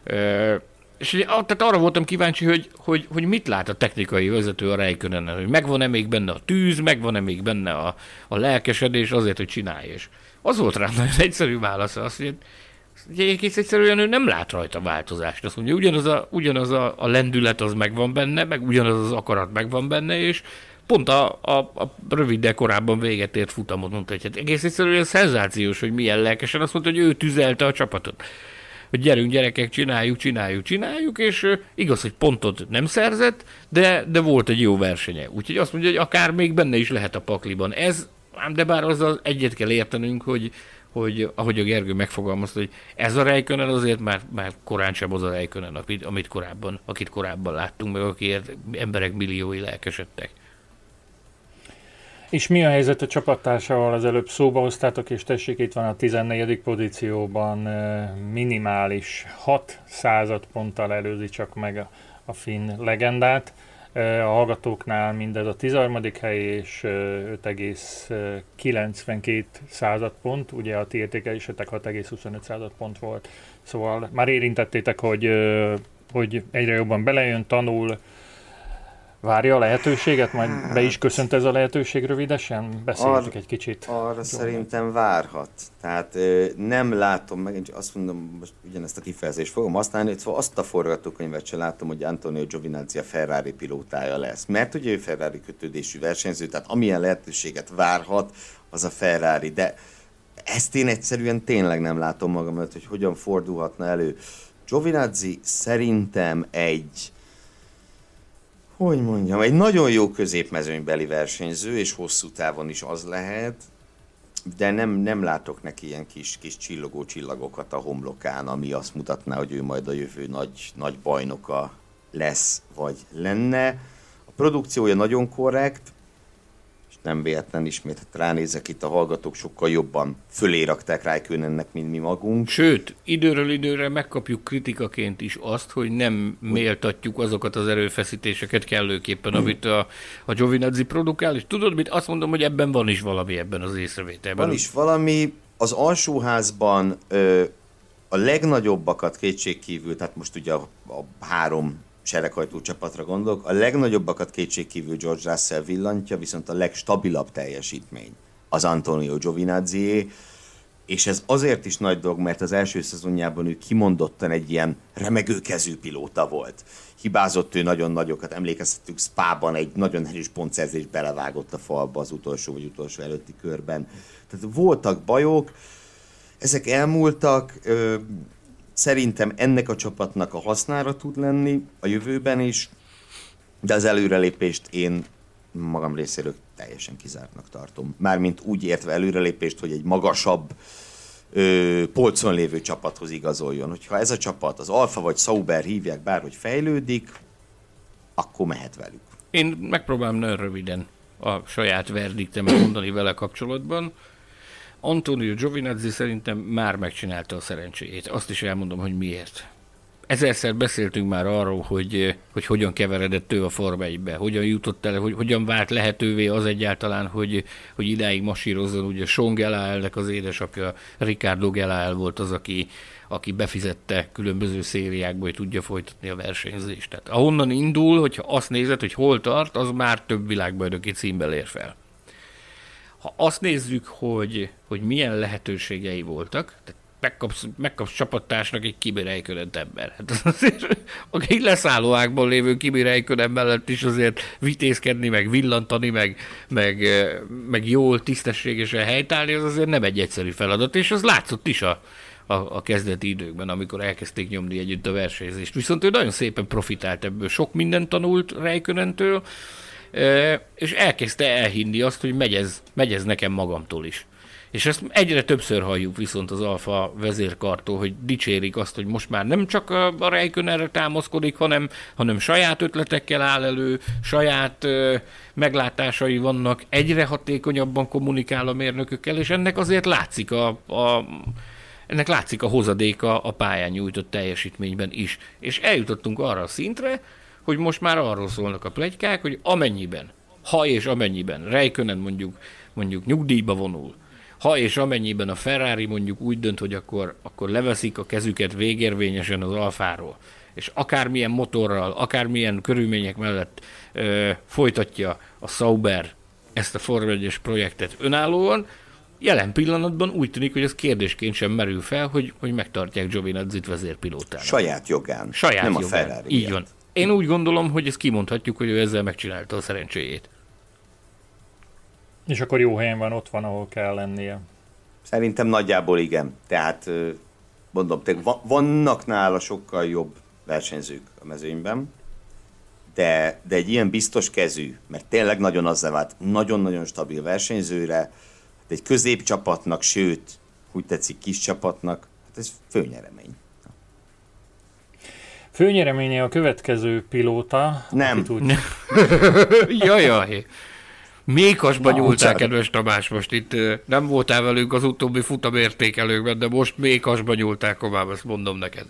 E, és tehát arra voltam kíváncsi, hogy, hogy, hogy mit lát a technikai vezető a Räikkönen, hogy megvan-e még benne a tűz, megvan-e még benne a, a lelkesedés azért, hogy csinálja. És az volt rám nagyon egyszerű válasz, azt mondja, egész egyszerűen ő nem lát rajta változást. Azt mondja, ugyanaz a, ugyanaz a, a lendület az megvan benne, meg ugyanaz az akarat megvan benne, és pont a, a, a rövid, de korábban véget ért futamot mondta, hogy hát egész egyszerűen szenzációs, hogy milyen lelkesen, azt mondta, hogy ő tüzelte a csapatot. Hogy gyerünk gyerekek, csináljuk, csináljuk, csináljuk, és uh, igaz, hogy pontot nem szerzett, de, de volt egy jó versenye. Úgyhogy azt mondja, hogy akár még benne is lehet a pakliban. Ez, de bár azzal egyet kell értenünk, hogy hogy ahogy a Gergő megfogalmazta, hogy ez a Räikkönen azért már, már korán sem az a Räikkönen, amit, amit korábban, akit korábban láttunk, meg akiért emberek milliói lelkesedtek. És mi a helyzet a csapattársával? Az előbb szóba hoztátok, és tessék, itt van a tizennegyedik pozícióban, minimális hat századponttal előzi csak meg a, a finn legendát. A hallgatóknál mindez a tizenharmadik hely és öt egész kilencvenkét századpont, ugye a ti értékelésetek hat egész huszonöt századpont volt. Szóval már érintettétek, hogy, hogy egyre jobban belejön, tanul, várja a lehetőséget, majd hát, be is köszönt ez a lehetőség rövidesen? Beszéljük egy kicsit. Arra Jó. Szerintem várhat. Tehát nem látom meg, én azt mondom, most ugyanezt a kifejezést fogom használni, hogy szóval azt a forgatókönyvet sem látom, hogy Antonio Giovinazzi a Ferrari pilótája lesz. Mert ugye ő Ferrari kötődésű versenyző, tehát amilyen lehetőséget várhat, az a Ferrari. De ezt én egyszerűen tényleg nem látom magam előtt, hogy hogyan fordulhatna elő. Giovinazzi szerintem egy hogy mondjam, egy nagyon jó középmezőnybeli versenyző, és hosszú távon is az lehet, de nem, nem látok neki ilyen kis, kis csillogó csillagokat a homlokán, ami azt mutatná, hogy ő majd a jövő nagy, nagy bajnoka lesz, vagy lenne. A produkciója nagyon korrekt, és nem véletlen ismét, hát ránézek itt a hallgatók, sokkal jobban fölé rakták Räikkönennek, mint mi magunk. Sőt, időről időre megkapjuk kritikaként is azt, hogy nem méltatjuk azokat az erőfeszítéseket kellőképpen, amit a, a Giovinazzi produkál, és tudod mit? Azt mondom, hogy ebben van is valami, ebben az észrevételben. Van is valami, az alsóházban ö, a legnagyobbakat kétségkívül, tehát most ugye a, a három sereghajtó csapatra gondolok, a legnagyobbakat kétségkívül George Russell villantja, viszont a legstabilabb teljesítmény az Antonio Giovinazzié. és ez azért is nagy dolog, mert az első szezonjában ő kimondottan egy ilyen remegő kezű pilóta volt. Hibázott ő nagyon nagyokat, emlékeztetünk, Spában egy nagyon erős pontszerzés belevágott a falba az utolsó vagy utolsó előtti körben. Tehát voltak bajok, ezek elmúltak, szerintem ennek a csapatnak a hasznára tud lenni a jövőben is, de az előrelépést én magam részéről teljesen kizártnak tartom. Mármint úgy értve előrelépést, hogy egy magasabb ö, polcon lévő csapathoz igazoljon. Hogyha ez a csapat, az Alfa vagy Sauber hívják, bárhogy fejlődik, akkor mehet velük. Én megpróbálom nagyon röviden a saját verdiktemet mondani vele kapcsolatban. Antonio Giovinazzi szerintem már megcsinálta a szerencséjét. Azt is elmondom, hogy miért. Ezerszer beszéltünk már arról, hogy, hogy hogyan keveredett ő a Forma egybe, hogyan jutott el, hogy hogyan vált lehetővé az egyáltalán, hogy, hogy idáig masírozzon. Ugye Sean Gelaelnek az édesapja, Ricardo Gelael volt az, aki, aki befizette különböző szériákba, hogy tudja folytatni a versenyzést. Tehát ahonnan indul, hogyha azt nézed, hogy hol tart, az már több világbajnoki címmel ér fel. Ha azt nézzük, hogy, hogy milyen lehetőségei voltak, tehát megkapsz, megkapsz csapattársnak egy Kimi Räikkönent ember. Hát azért, aki leszállóákban lévő Kimi Räikkönen mellett is azért vitézkedni, meg villantani, meg, meg, meg jól, tisztességesen helytállni, az azért nem egy egyszerű feladat, és az látszott is a, a, a kezdeti időkben, amikor elkezdték nyomni együtt a versenyzést. Viszont ő nagyon szépen profitált ebből, sok mindent tanult Räikkönentől, és elkezdte elhinni azt, hogy megy ez, megy ez nekem magamtól is. És ezt egyre többször halljuk viszont az Alfa vezérkartól, hogy dicsérik azt, hogy most már nem csak a Räikkönenre támaszkodik, hanem, hanem saját ötletekkel áll elő, saját ö, meglátásai vannak, egyre hatékonyabban kommunikál a mérnökökkel, és ennek azért látszik a, a, ennek látszik a hozadéka a pályán nyújtott teljesítményben is. És eljutottunk arra a szintre, hogy most már arról szólnak a pletykák, hogy amennyiben, ha és amennyiben Räikkönen mondjuk, mondjuk nyugdíjba vonul, ha és amennyiben a Ferrari mondjuk úgy dönt, hogy akkor, akkor leveszik a kezüket végérvényesen az Alfáról, és akármilyen motorral, akármilyen körülmények mellett ö, folytatja a Sauber ezt a Forma egyes projektet önállóan, jelen pillanatban úgy tűnik, hogy ez kérdésként sem merül fel, hogy, hogy megtartják Giovinazzit vezérpilótának. Saját jogán, Saját nem jogán. a Ferrari. Így van. Én úgy gondolom, hogy ezt kimondhatjuk, hogy ő ezzel megcsinálta a szerencséjét. És akkor jó helyen van, ott van, ahol kell lennie. Szerintem nagyjából igen. Tehát mondom, vannak nála sokkal jobb versenyzők a mezőnyben, de, de egy ilyen biztos kezű, mert tényleg nagyon azzá vált, nagyon-nagyon stabil versenyzőre, egy középcsapatnak, sőt, úgy tetszik, kis csapatnak, hát ez főnyeremény. Főnyereménye a következő pilóta. Nem. Úgy... Jajjaj. Mékasba nyúltál, kedves Tamás, most itt nem voltál velünk az utóbbi futamértékelőkben, de most mékasba nyúltál, komám, ezt mondom neked.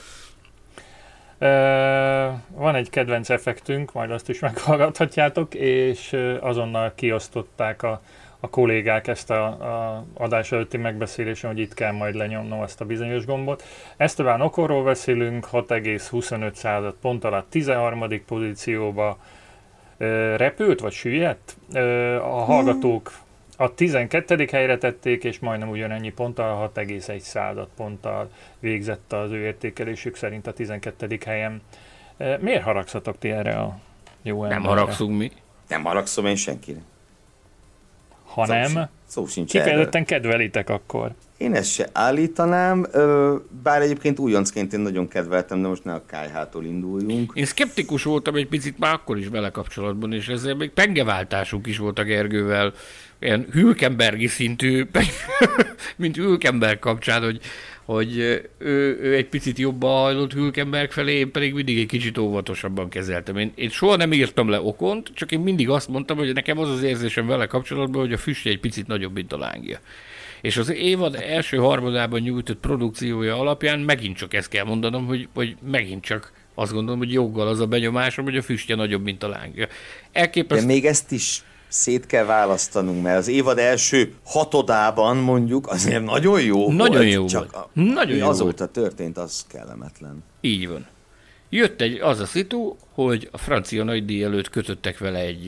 Van egy kedvenc effektünk, majd azt is meghallgathatjátok, és azonnal kiosztották a, a kollégák ezt a, a adás előtti megbeszélésen, hogy itt kell majd lenyomnom azt a bizonyos gombot. Esteban Oconról beszélünk, hat egész huszonöt század pont alatt tizenharmadik pozícióba repült, vagy süllyedt. A hallgatók a tizenkettedik helyre tették, és majdnem ugyanennyi ponttal, hat egész egy század ponttal végzett az ő értékelésük szerint a tizenkettedik helyen. Miért haragszatok ti erre a jó emberre? Nem haragszunk mi. Nem haragszom én senkire. Ha szó nem, sincs, szó sincs kifejezetten kedvelitek akkor. Én ezt se állítanám, bár egyébként újoncként én nagyon kedveltem, de most ne a ká há-tól induljunk. Én szkeptikus voltam egy picit már akkor is vele kapcsolatban, és ezzel még pengeváltásunk is volt a Gergővel, ilyen Hülkenbergi szintű, mint Hülkenberg kapcsán, hogy, hogy ő, ő egy picit jobban hajlott Hülkenberg felé, én pedig mindig egy kicsit óvatosabban kezeltem. Én, én soha nem írtam le Ocont, csak én mindig azt mondtam, hogy nekem az az érzésem vele kapcsolatban, hogy a füstje egy picit nagyobb, mint a lángja. És az évad első harmadában nyújtott produkciója alapján megint csak ezt kell mondanom, hogy, hogy megint csak azt gondolom, hogy joggal az a benyomásom, hogy a füstje nagyobb, mint a lángja. Elképeszt... De még ezt is szét kell választanunk, mert az évad első hatodában mondjuk azért nagyon jó nagyon volt. Jó csak volt. A, nagyon jó azóta volt. történt, az kellemetlen. Így van. Jött egy az a szitu, hogy a francia nagydíj előtt kötöttek vele egy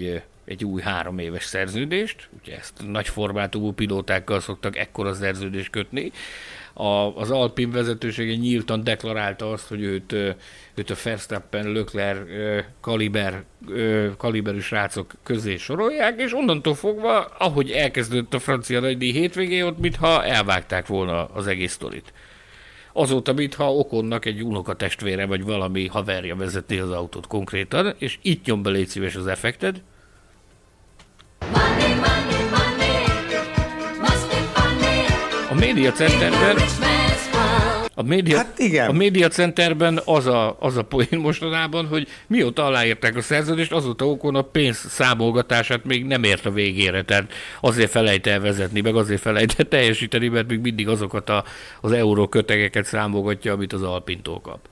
egy új három éves szerződést, ugye ezt nagy formátumú pilótákkal szoktak ekkora szerződést kötni. A, az Alpine vezetősége nyíltan deklarálta azt, hogy őt, őt a Verstappen, Leclerc kaliber, kaliberű srácok közé sorolják, és onnantól fogva, ahogy elkezdődött a francia nagydíj hétvégé, ott mintha elvágták volna az egész sztorit. Azóta, mintha Oconnak egy unokatestvére vagy valami haverja vezeti az autót konkrétan, és itt nyom be, légy szíves, az effekted. Money, money, money. Must be funny. A Media Centerben a Media, hát igen. A Media Centerben az a, az a poén mostanában, hogy mióta aláírták a szerződést, azóta Ocon a pénz számolgatását még nem ért a végére, tehát azért felejt el vezetni, meg azért felejt el teljesíteni, mert még mindig azokat a, az euró kötegeket számolgatja, amit az Alpintól kap.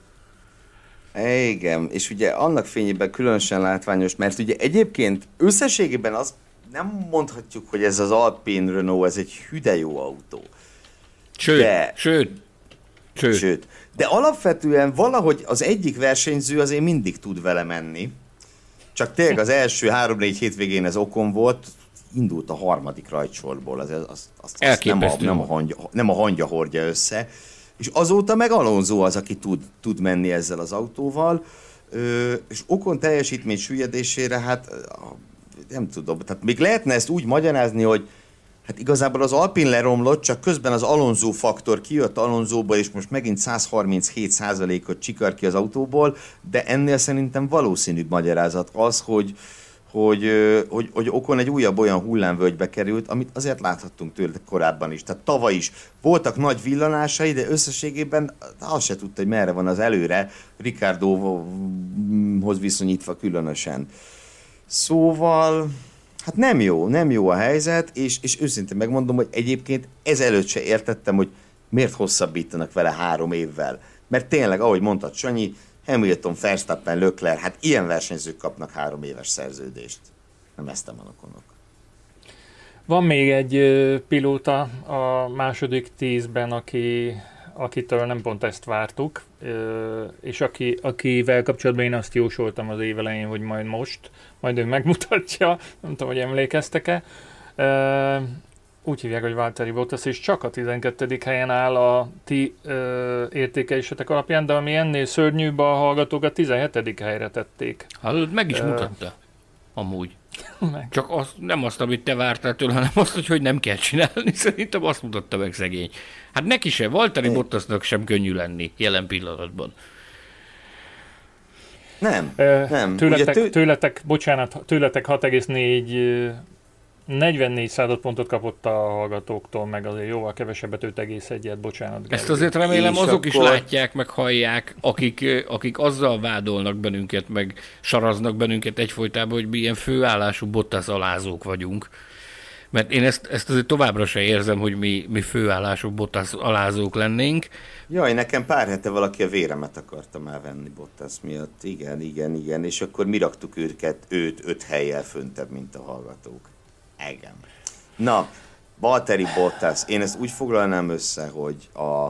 Igen, és ugye annak fényében különösen látványos, mert ugye egyébként összességében azt nem mondhatjuk, hogy ez az Alpine Renault, ez egy hüde jó autó. Sőt, de, sőt, sőt. sőt. De alapvetően valahogy az egyik versenyző azért mindig tud vele menni. Csak tényleg az első három-négy hétvégén ez Ocon volt, indult a harmadik rajtsorból, az, az, az, az nem, a, nem, a hangya, nem a hangya hordja össze. És azóta meg Alonso az, aki tud, tud menni ezzel az autóval, ö, és Ocon teljesítmény süllyedésére, hát nem tudom, tehát még lehetne ezt úgy magyarázni, hogy hát igazából az Alpine leromlott, csak közben az Alonso faktor kijött Alonsóba, és most megint száz harminchét százalékot csikar ki az autóból, de ennél szerintem valószínűbb magyarázat az, hogy Hogy, hogy, hogy Ocon egy újabb olyan hullámvölgybe került, amit azért láthattunk tőle korábban is. Tehát tavaly is voltak nagy villanásai, de összességében azt se tudta, hogy merre van az előre, Ricciardohoz viszonyítva különösen. Szóval, hát nem jó, nem jó a helyzet, és, és őszintén megmondom, hogy egyébként ezelőtt se értettem, hogy miért hosszabbítanak vele három évvel. Mert tényleg, ahogy mondtad, Sanyi, Hamilton, Verstappen, Leclerc, hát ilyen versenyzők kapnak három éves szerződést. Nem ezt a Oconok. Van még egy pilóta a második tízben, aki, akitől nem pont ezt vártuk, és aki, akivel kapcsolatban én azt jósoltam az év elején, hogy majd most, majd ő megmutatja, nem tudom, hogy emlékeztek-e. Úgy hívják, hogy Valtteri Bottas, és csak a tizenkettedik helyen áll a ti ö, értékelésetek alapján, de ami ennél szörnyűbb, a hallgatók a tizenhetedik helyre tették. Hát meg is uh, mutatta, amúgy. Meg. Csak az, nem azt, amit te vártál tőle, hanem azt, hogy, hogy nem kell csinálni. Szerintem azt mutatta meg szegény. Hát neki sem, Valtteri Bottasnak sem könnyű lenni jelen pillanatban. Nem, uh, nem. Tőletek, tő... tőletek, bocsánat, tőletek hat egész négy negyvennégy század pontot kapott a hallgatóktól, meg azért jóval kevesebbet, öt egész egyet, bocsánat. Gergő. Ezt azért remélem és azok akkor... is látják, meg hallják, akik, akik azzal vádolnak bennünket, meg saraznak bennünket egyfolytában, hogy mi ilyen főállású Bottas alázók vagyunk. Mert én ezt, ezt azért továbbra se érzem, hogy mi, mi főállású Bottas alázók lennénk. Jaj, nekem pár hete valaki a véremet akarta már venni Bottas miatt. Igen, igen, igen. És akkor mi raktuk őket, őt öt hellyel föntebb, mint a hallgatók. Igen. Na, Valtteri Bottas, én ezt úgy foglalnám össze, hogy a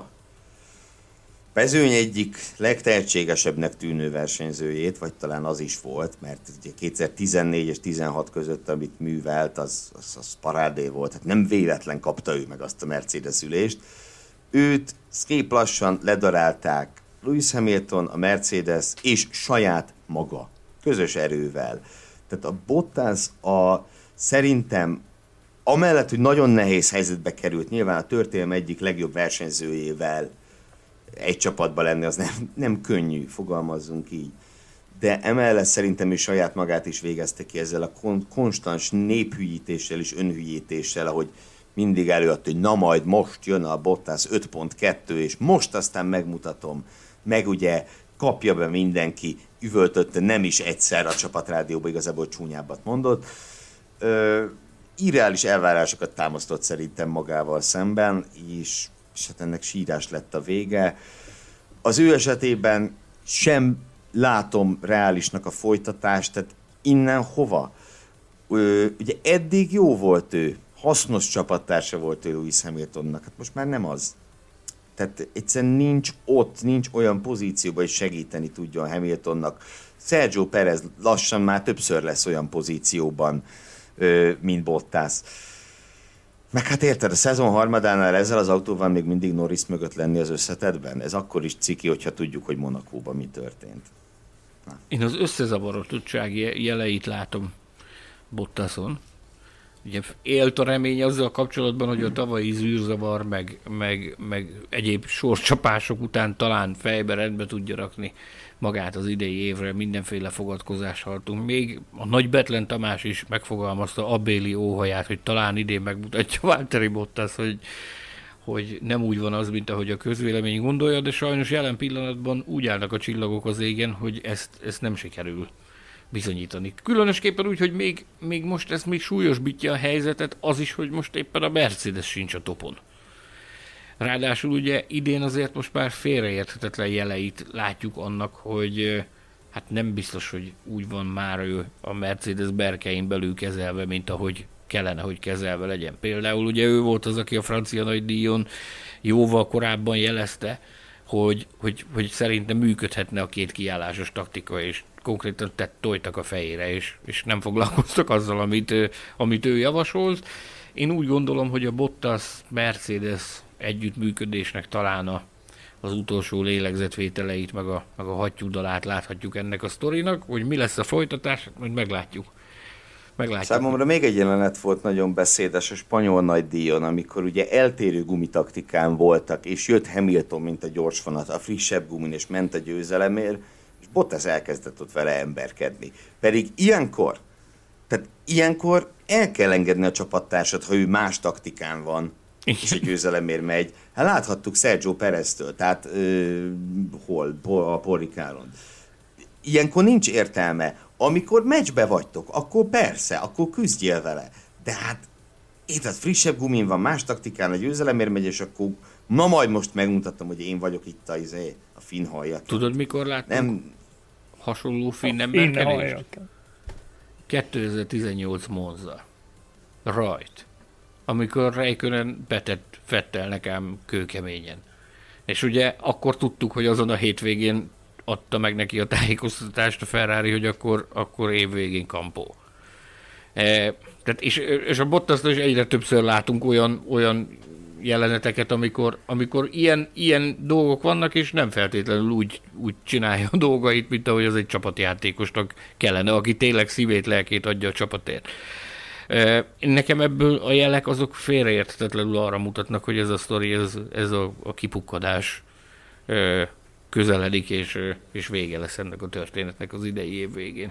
mezőny egyik legtehetségesebbnek tűnő versenyzőjét, vagy talán az is volt, mert ugye kétezer-tizennégy és tizenhat között, amit művelt, az, az, az parádé volt. Hát nem véletlen kapta ő meg azt a Mercedes ülést. Őt szép lassan ledarálták Lewis Hamilton, a Mercedes és saját maga, közös erővel. Tehát a Bottas a szerintem, amellett, hogy nagyon nehéz helyzetbe került, nyilván a történelem egyik legjobb versenyzőjével egy csapatban lenni, az nem, nem könnyű, fogalmazzunk így. De emellett szerintem ő saját magát is végezte ki ezzel a kon- konstans néphülyítéssel és önhülyítéssel, ahogy mindig előadta, hogy na majd most jön a Bottas öt pont kettő, és most aztán megmutatom, meg ugye kapja be mindenki, üvöltötte nem is egyszer a csapatrádióban, igazából csúnyábbat mondott. Ö, irreális elvárásokat támasztott szerintem magával szemben, és, és hát ennek sírás lett a vége. Az ő esetében sem látom reálisnak a folytatást, tehát innen hova? Ö, ugye eddig jó volt ő, hasznos csapattársa volt ő Lewis Hamiltonnak, hát most már nem az. Tehát egyszerűen nincs ott, nincs olyan pozícióban, hogy segíteni tudjon Hamiltonnak. Sergio Perez lassan már többször lesz olyan pozícióban, mint Bottas. Meg hát érted, a szezon harmadánál ezzel az autóval még mindig Norris mögött lenni az összetettben? Ez akkor is ciki, hogyha tudjuk, hogy Monacóban mi történt. Na. Én az összezavarodottság jeleit látom Bottason. Ugye élt a remény azzal kapcsolatban, hogy a tavalyi zűrzavar, meg, meg, meg egyéb sorscsapások után talán fejbe rendbe tudja rakni magát az idei évre, mindenféle fogadkozást hallottunk. Még a nagy Betlen Tamás is megfogalmazta abbéli óhaját, hogy talán idén megmutatja Valtteri Bottas, hogy, hogy nem úgy van az, mint ahogy a közvélemény gondolja, de sajnos jelen pillanatban úgy állnak a csillagok az égen, hogy ezt, ezt nem sikerül bizonyítani. Különösképpen úgy, hogy még, még most ez még súlyosbítja a helyzetet, az is, hogy most éppen a Mercedes sincs a topon. Ráadásul ugye idén azért most már félreérthetetlen jeleit látjuk annak, hogy hát nem biztos, hogy úgy van már ő a Mercedes berkein belül kezelve, mint ahogy kellene, hogy kezelve legyen. Például ugye ő volt az, aki a francia nagydíjon jóval korábban jelezte, hogy, hogy, hogy szerintem működhetne a két kiállásos taktika, és konkrétan tett tojtak a fejére, és, és nem foglalkoztak azzal, amit, amit ő javasolt. Én úgy gondolom, hogy a Bottas-Mercedes együttműködésnek talán a, az utolsó lélegzetvételeit, meg a, meg a hattyúdalát láthatjuk ennek a sztorinak, hogy mi lesz a folytatás, majd meglátjuk. meglátjuk. Számomra még egy jelenet volt nagyon beszédes a spanyol nagydíjon, amikor ugye eltérő gumitaktikán voltak, és jött Hamilton, mint a gyorsvonat, a frissebb gumin, és ment a győzelemért, és Bottas elkezdett ott vele emberkedni. Pedig ilyenkor, tehát ilyenkor el kell engedni a csapattársat, ha ő más taktikán van, és a győzelemért megy. Hát láthattuk Sergio Pereztől, tehát ö, hol, a Porrikáron. Ilyenkor nincs értelme. Amikor meccsbe vagytok, akkor persze, akkor küzdjél vele. De hát, érted, frissebb gumin van, más taktikán a győzelemért megy, és akkor na majd most megmutattam, hogy én vagyok itt a, izé, a finn hajjak. Tudod, mikor láttunk Nem... hasonló finn emberkedést? kétezer-tizennyolc Monza. Rajt. Amikor Räikkönen betett Vettelnek ám kőkeményen. És ugye akkor tudtuk, hogy azon a hétvégén adta meg neki a tájékoztatást a Ferrari, hogy akkor, akkor évvégén kampó. E, tehát és, és a Bottasnál is egyre többször látunk olyan, olyan jeleneteket, amikor, amikor ilyen, ilyen dolgok vannak, és nem feltétlenül úgy, úgy csinálja a dolgait, mint ahogy az egy csapatjátékosnak kellene, aki tényleg szívét, lelkét adja a csapatért. Nekem ebből a jelek azok félreérthetetlenül arra mutatnak, hogy ez a sztori, ez, ez a, a kipukkadás közeledik, és, és vége lesz ennek a történetnek az idei év végén.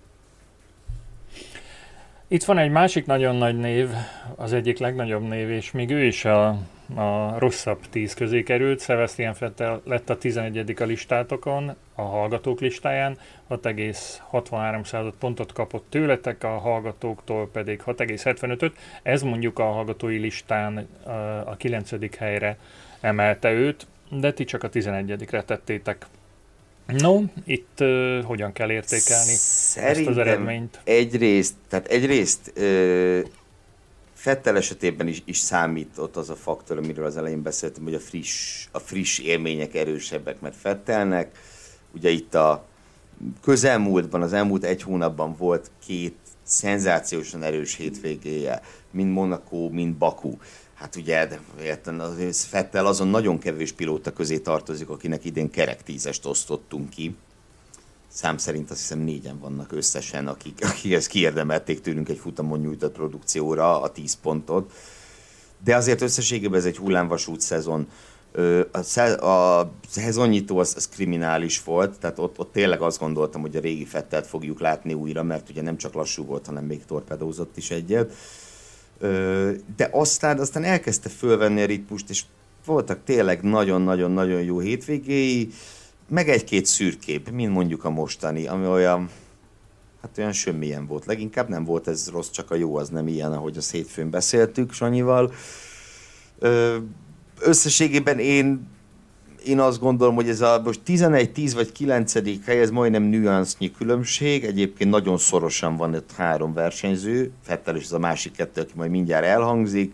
Itt van egy másik nagyon nagy név, az egyik legnagyobb név, és még ő is a, a rosszabb tíz közé került. Sebastian Vettel lett a tizenegyedik a listátokon, a hallgatók listáján, hat egész hatvanhárom pontot kapott tőletek, a hallgatóktól pedig hat egész hetvenötöt. Ez mondjuk a hallgatói listán a kilencedik helyre emelte őt, de ti csak a tizenegyedikre tettétek. No, itt uh, hogyan kell értékelni Szerintem ezt az eredményt? Egyrészt, tehát egyrészt uh, Vettel esetében is, is számított az a faktor, amiről az elején beszéltem, hogy a friss, a friss élmények erősebbek, mert Vettelnek ugye itt a közelmúltban, az elmúlt egy hónapban volt két szenzációsan erős hétvégéje, mind Monaco, mind Baku. Hát ugye, érten, az Vettel azon nagyon kevés pilóta közé tartozik, akinek idén kerek tízest osztottunk ki. Szám szerint azt hiszem négyen vannak összesen, akik, akik ezt kiérdemelték tőlünk egy futamon nyújtott produkcióra, a tíz pontot. De azért összességében ez egy hullámvasút szezon. A, a szezonnyitó az, az kriminális volt, tehát ott, ott tényleg azt gondoltam, hogy a régi Vettelt fogjuk látni újra, mert ugye nem csak lassú volt, hanem még torpedózott is egyet. De aztán, aztán elkezdte fölvenni a ritmust, és voltak tényleg nagyon-nagyon-nagyon jó hétvégéi, meg egy-két szürkébb, mint mondjuk a mostani, ami olyan, hát olyan semmilyen volt. Leginkább nem volt ez rossz, csak a jó az nem ilyen, ahogy azt hétfőn beszéltük Sanyival. Összességében én, én azt gondolom, hogy ez a most tizenegy, tíz vagy kilencedik hely, ez majdnem nüansznyi különbség. Egyébként nagyon szorosan van itt három versenyző, Vettel és az a másik kettő, aki majd mindjárt elhangzik.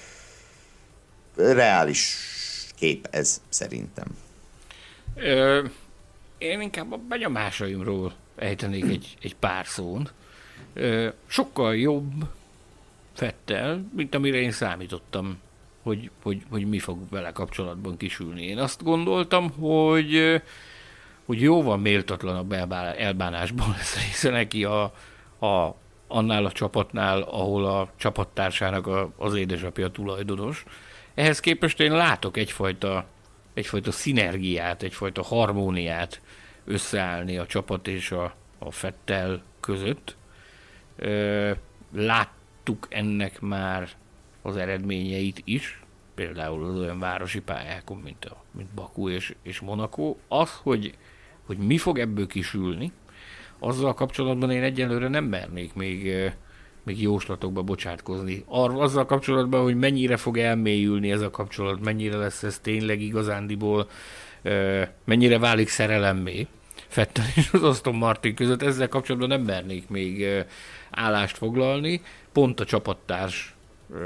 Reális kép ez szerintem. Ö, én inkább a benyomásaimról ejtenék egy, egy pár szón. Sokkal jobb Vettel, mint amire én számítottam, hogy, hogy, hogy mi fog vele kapcsolatban kisülni. Én azt gondoltam, hogy, hogy jóval méltatlanabb elbánásból lesz része neki a, a, annál a csapatnál, ahol a csapattársának a, az édesapja tulajdonos. Ehhez képest én látok egyfajta, egyfajta szinergiát, egyfajta harmóniát összeállni a csapat és a, a Vettel között. Láttuk ennek már az eredményeit is, például az olyan városi pályákon, mint, a, mint Baku és, és Monaco. Az, hogy, hogy mi fog ebből kisülni, azzal kapcsolatban én egyelőre nem mernék még, még jóslatokba bocsátkozni. Ar, azzal kapcsolatban, hogy mennyire fog elmélyülni ez a kapcsolat, mennyire lesz ez tényleg igazándiból, mennyire válik szerelemmé Vettel és az Aston Martin között, ezzel kapcsolatban nem mernék még állást foglalni, pont a csapattárs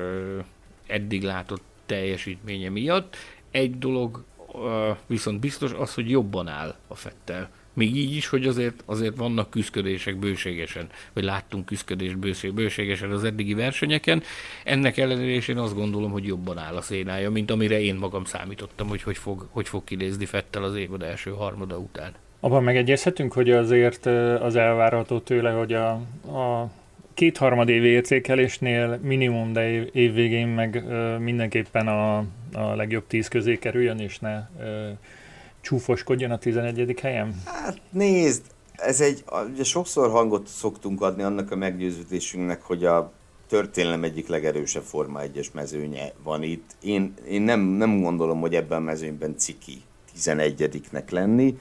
eddig látott teljesítménye miatt. Egy dolog viszont biztos az, hogy jobban áll a Vettel. Még így is, hogy azért, azért vannak küszködések bőségesen, vagy láttunk küszködést bőségesen az eddigi versenyeken. Ennek ellenére is én azt gondolom, hogy jobban áll a szénája, mint amire én magam számítottam, hogy hogy fog, hogy fog kinézni Vettel az évad első harmada után. Abban megegyezhetünk, hogy azért az elvárható tőle, hogy a, a kétharmadévi értékelésnél minimum, de év, év végén meg mindenképpen a, a legjobb tíz közé kerüljön, és ne csúfoskodjon a tizenegyedik helyen? Hát nézd, ez egy, ugye sokszor hangot szoktunk adni annak a meggyőződésünknek, hogy a történelem egyik legerősebb Forma egyes mezőnye van itt. Én, én nem, nem gondolom, hogy ebben a mezőnyben ciki tizenegyediknek lenni,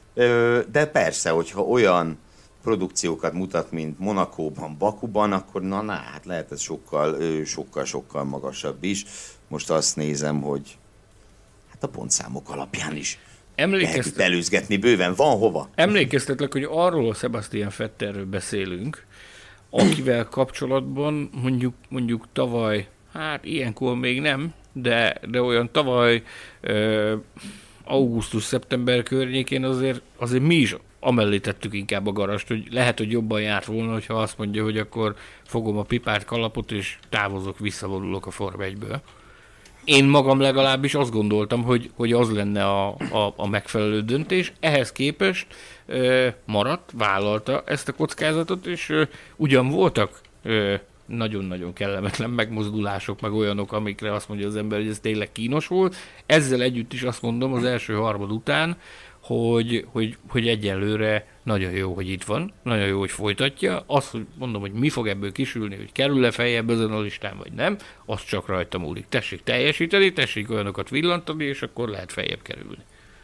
de persze, hogyha olyan produkciókat mutat, mint Monacóban, Bakuban, akkor na, na hát lehet ez sokkal, sokkal, sokkal magasabb is. Most azt nézem, hogy hát a pontszámok alapján is lehet itt előzgetni bőven, van hova. Emlékeztetlek, hogy arról a Sebastian Vettelről beszélünk, akivel kapcsolatban mondjuk, mondjuk tavaly, hát ilyenkor még nem, de, de olyan tavaly uh, augusztus-szeptember környékén azért, azért mi is amellé tettük inkább a garast, hogy lehet, hogy jobban járt volna, hogyha azt mondja, hogy akkor fogom a pipárt kalapot, és távozok, visszavonulok a Forma egyből. Én magam legalábbis azt gondoltam, hogy, hogy az lenne a, a, a megfelelő döntés. Ehhez képest ö, maradt, vállalta ezt a kockázatot, és ö, ugyan voltak ö, nagyon-nagyon kellemetlen megmozdulások, meg olyanok, amikre azt mondja az ember, hogy ez tényleg kínos volt. Ezzel együtt is azt mondom az első harmad után, hogy, hogy, hogy egyelőre nagyon jó, hogy itt van, nagyon jó, hogy folytatja. Azt, hogy mondom, hogy mi fog ebből kisülni, hogy kerül-e feljebb ezen a listán, vagy nem, az csak rajta múlik. Tessék teljesíteni, tessék olyanokat villantani, és akkor lehet feljebb kerülni.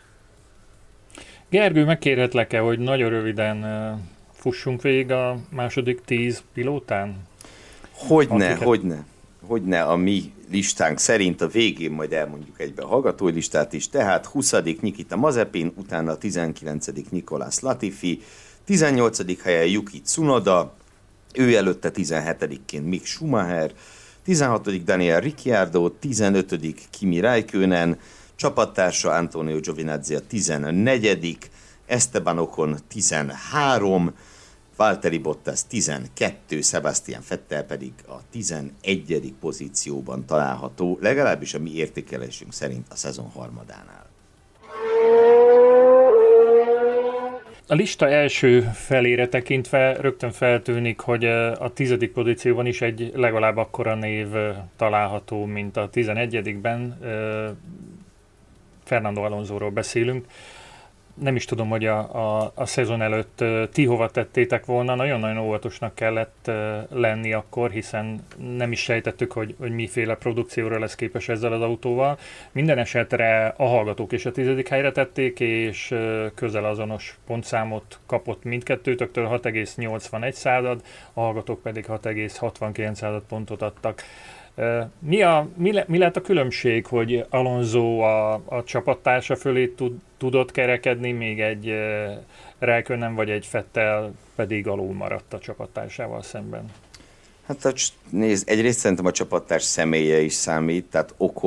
Gergő, megkérhetlek-e, hogy nagyon röviden fussunk végig a második tíz pilótán? Hogyne, Akiket... hogyne. Hogyne a mi listánk szerint, a végén majd elmondjuk egybe a hallgatói listát is, tehát huszadik Nikita Mazepin, utána tizenkilencedik Nicolas Latifi, tizennyolcadik helyen Yuki Tsunoda, ő előtte tizenhetedikként Mick Schumacher, tizenhatodik Daniel Ricciardo, tizenötödik Kimi Räikkönen, csapattársa Antonio Giovinazzi a tizennegyedik, Esteban Ocon tizenhárom, Valtteri Bottas tizenkettő, Sebastian Vettel pedig a tizenegyedik pozícióban található, legalábbis a mi értékelésünk szerint a szezon harmadánál. A lista első felére tekintve rögtön feltűnik, hogy a tizedik pozícióban is egy legalább akkora név található, mint a tizenegyedikben. Fernando Alonsóról beszélünk. Nem is tudom, hogy a, a, a szezon előtt ti hova tettétek volna, nagyon-nagyon óvatosnak kellett lenni akkor, hiszen nem is sejtettük, hogy, hogy miféle produkcióra lesz képes ezzel az autóval. Minden esetre a hallgatók is a tizedik helyre tették, és közel azonos pontszámot kapott mindkettőtöktől, hat egész nyolcvanegy század, a hallgatók pedig hat egész hatvankilenc század pontot adtak. Mi, a, mi, le, mi lett a különbség, hogy Alonso a, a csapattársa fölé tud, tudott kerekedni, még egy e, Räikkönen vagy egy Vettel pedig alul maradt a csapattársával szemben? Hát nézd, egyrészt szerintem a csapattárs személye is számít, tehát Ocon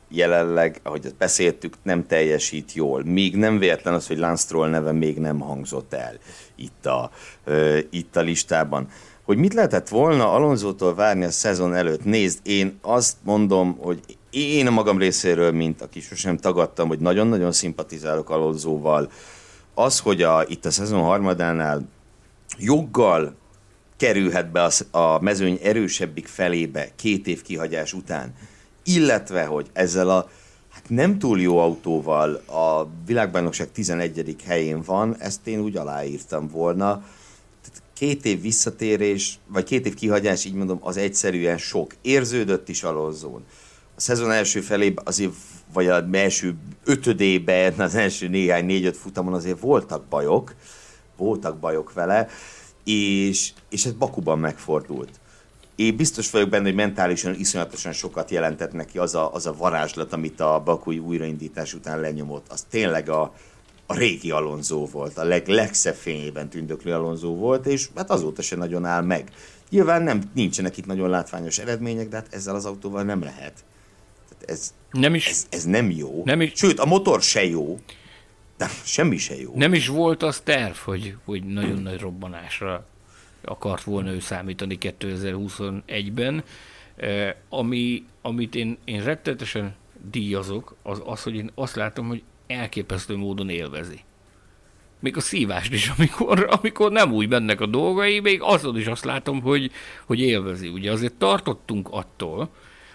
jelenleg, ahogy ezt beszéltük, nem teljesít jól. Még nem véletlen az, hogy Lance Stroll neve még nem hangzott el itt a, uh, itt a listában. Hogy mit lehetett volna Alonsótól várni a szezon előtt? Nézd, én azt mondom, hogy én a magam részéről, mint aki sosem tagadtam, hogy nagyon-nagyon szimpatizálok Alonsóval, az, hogy a, itt a szezon harmadánál joggal kerülhet be a, a mezőny erősebbik felébe két év kihagyás után, illetve, hogy ezzel a hát nem túl jó autóval a világbajnokság tizenegyedik helyén van, ezt én úgy aláírtam volna. Két év visszatérés, vagy két év kihagyás, így mondom, az egyszerűen sok. Érződött is Alonsón. A szezon első felében azért, vagy az első ötödében, az első néhány négy-öt futamon azért voltak bajok, voltak bajok vele, és, és ez Bakuban megfordult. Én biztos vagyok benne, hogy mentálisan iszonyatosan sokat jelentett neki az a, az a varázslat, amit a bakui újraindítás után lenyomott. Az tényleg a, a régi Alonso volt, a leg, legszebb fényében tündöklő Alonso volt, és hát azóta se nagyon áll meg. Nyilván nem, nincsenek itt nagyon látványos eredmények, de hát ezzel az autóval nem lehet. Tehát ez, nem is, ez, ez nem jó. Nem is, Sőt, a motor se jó, de semmi se jó. Nem is volt az terv, hogy, hogy nagyon nagy robbanásra akart volna ő számítani kétezer-huszonegyben. Eh, ami, amit én, én rettenetesen díjazok, az az, hogy én azt látom, hogy elképesztő módon élvezi. Még a szívást is, amikor, amikor nem úgy mennek a dolgai, még azon is azt látom, hogy, hogy élvezi. Ugye azért tartottunk attól,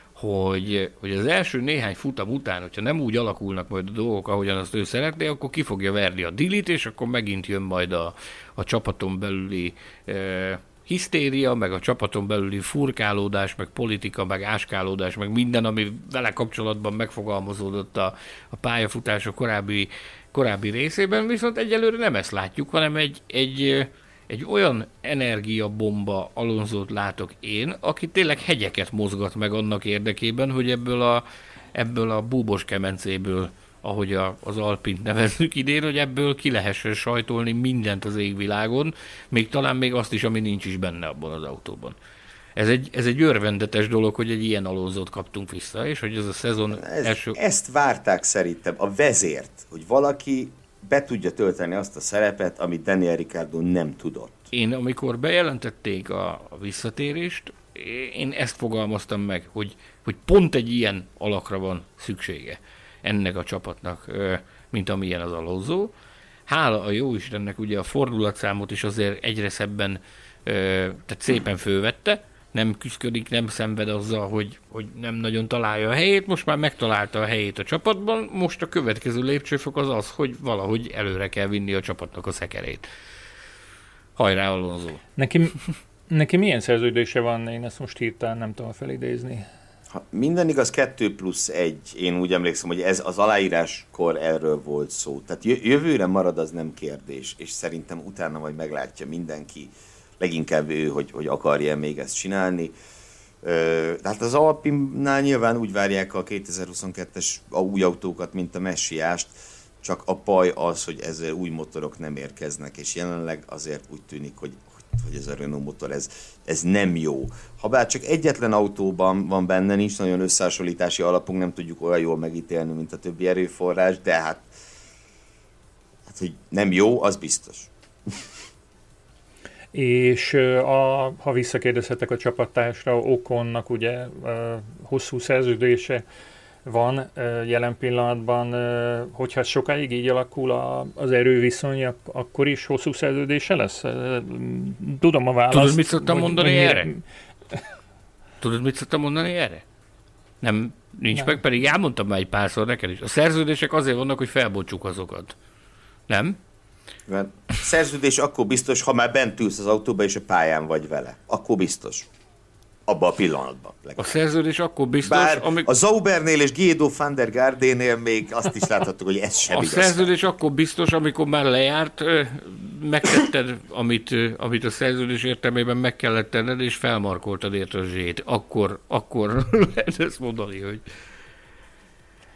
hogy, hogy az első néhány futam után, hogyha nem úgy alakulnak majd a dolgok, ahogyan azt ő szeretné, akkor ki fogja verni a dilit, és akkor megint jön majd a, a csapaton belüli e, hisztéria, meg a csapaton belüli furkálódás, meg politika, meg áskálódás, meg minden, ami vele kapcsolatban megfogalmazódott a, a pályafutása korábbi, korábbi részében, viszont egyelőre nem ezt látjuk, hanem egy, egy Egy olyan energiabomba Alonsót látok én, aki tényleg hegyeket mozgat meg annak érdekében, hogy ebből a, ebből a búbos kemencéből, ahogy a, az Alpint nevezzük idén, hogy ebből ki lehessen sajtolni mindent az égvilágon, még talán még azt is, ami nincs is benne abban az autóban. Ez egy, ez egy örvendetes dolog, hogy egy ilyen Alonsót kaptunk vissza, és hogy ez a szezon ez, első... Ezt várták szerintem a vezért, hogy valaki be tudja tölteni azt a szerepet, amit Daniel Ricciardo nem tudott. Én, amikor bejelentették a, a visszatérést, én ezt fogalmaztam meg, hogy, hogy pont egy ilyen alakra van szüksége ennek a csapatnak, mint amilyen az Alonso. Hála a jó Istennek, ugye a fordulatszámot is azért egyre szebben, tehát szépen fölvette, nem küszködik, nem szenved azzal, hogy, hogy nem nagyon találja a helyét, most már megtalálta a helyét a csapatban, most a következő lépcsőfok az az, hogy valahogy előre kell vinni a csapatnak a szekerét. Hajrá, Alonso! Neki, neki milyen szerződése van? Én ezt most hirtelen nem tudom felidézni. Ha minden igaz, kettő plusz egy. Én úgy emlékszem, hogy ez az aláíráskor erről volt szó. Tehát jövőre marad, az nem kérdés, és szerintem utána majd meglátja mindenki, leginkább ő, hogy, hogy akarja még ezt csinálni. Tehát az Alpinnál nyilván úgy várják a kétezer-huszonkettes a új autókat, mint a messiást, csak a baj az, hogy ezzel új motorok nem érkeznek, és jelenleg azért úgy tűnik, hogy, hogy ez a Renault motor, ez, ez nem jó. Habár csak egyetlen autóban van benne, nincs nagyon összehasonlítási alapunk, nem tudjuk olyan jól megítélni, mint a többi erőforrás, de hát, hát hogy nem jó, az biztos. És a, ha visszakérdezhetek a csapattársra, Oconnak ugye hosszú szerződése van jelen pillanatban, hogyha ez sokáig így alakul az erőviszony, akkor is hosszú szerződése lesz? Tudom a választ. Tudod, mit szoktam hogy, mondani hogy erre? Tudod, mit szoktam mondani erre? Nem, nincs nem. Meg, pedig elmondtam már egy párszor neked is. A szerződések azért vannak, hogy felbocsuk azokat. Nem? Mert szerződés akkor biztos, ha már bent ülsz az autóba és a pályán vagy vele. Akkor biztos. Abban a pillanatban. A szerződés akkor biztos... Bár amik... a Zaubernél és Guido van der Gardénél még azt is láthattuk, hogy ez sem A igaz. szerződés akkor biztos, amikor már lejárt, megtetted, amit, amit a szerződés értelmében meg kellett tenned, és felmarkoltad érte a zsét. Akkor, akkor lehet ezt mondani, hogy...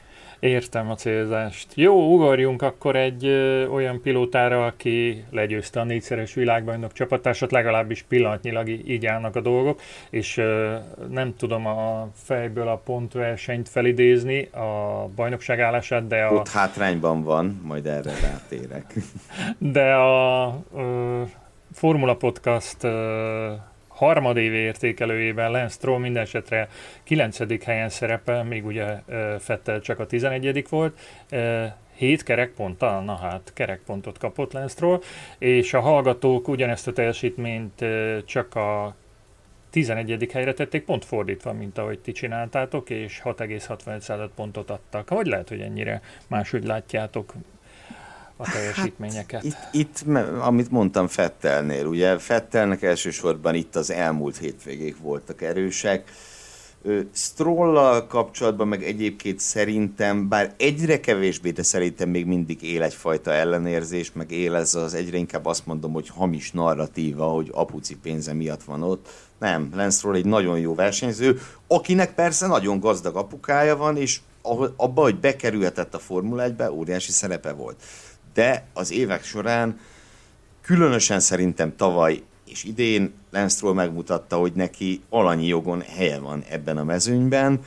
Értem a célzást. Jó, ugorjunk akkor egy ö, olyan pilótára, aki legyőzte a négyszeres világbajnok csapattársat, legalábbis pillanatnyilag így állnak a dolgok, és ö, nem tudom a fejből a pontversenyt felidézni, a bajnokság állását, de a... Ott hátrányban van, majd erre rátérek. De a ö, Formula Podcast ö, harmadévi értékelőjében Lance Stroll minden esetre kilencedik helyen szerepel, még ugye Vettel csak a tizenegyedik volt, hét kerekponttal, na hát kerekpontot kapott Lance Stroll, és a hallgatók ugyanezt a teljesítményt csak a tizenegyedik helyre tették, pont fordítva, mint ahogy ti csináltátok, és hat egész hatvanöt pontot adtak. Hogy lehet, hogy ennyire máshogy látjátok a teljesítményeket? Hát, itt, itt, amit mondtam Vettelnél, ugye Vettelnek elsősorban itt az elmúlt hétvégék voltak erősek. Stroll-lal kapcsolatban meg egyébként szerintem, bár egyre kevésbé, de szerintem még mindig él egyfajta ellenérzés, meg él ez az egyre inkább azt mondom, hogy hamis narratíva, hogy apuci pénze miatt van ott. Nem, Lance Stroll egy nagyon jó versenyző, akinek persze nagyon gazdag apukája van, és abban, hogy bekerülhetett a Formula egybe, óriási szerepe volt. De az évek során, különösen szerintem tavaly és idén Lance Stroll megmutatta, hogy neki alanyi jogon helye van ebben a mezőnyben.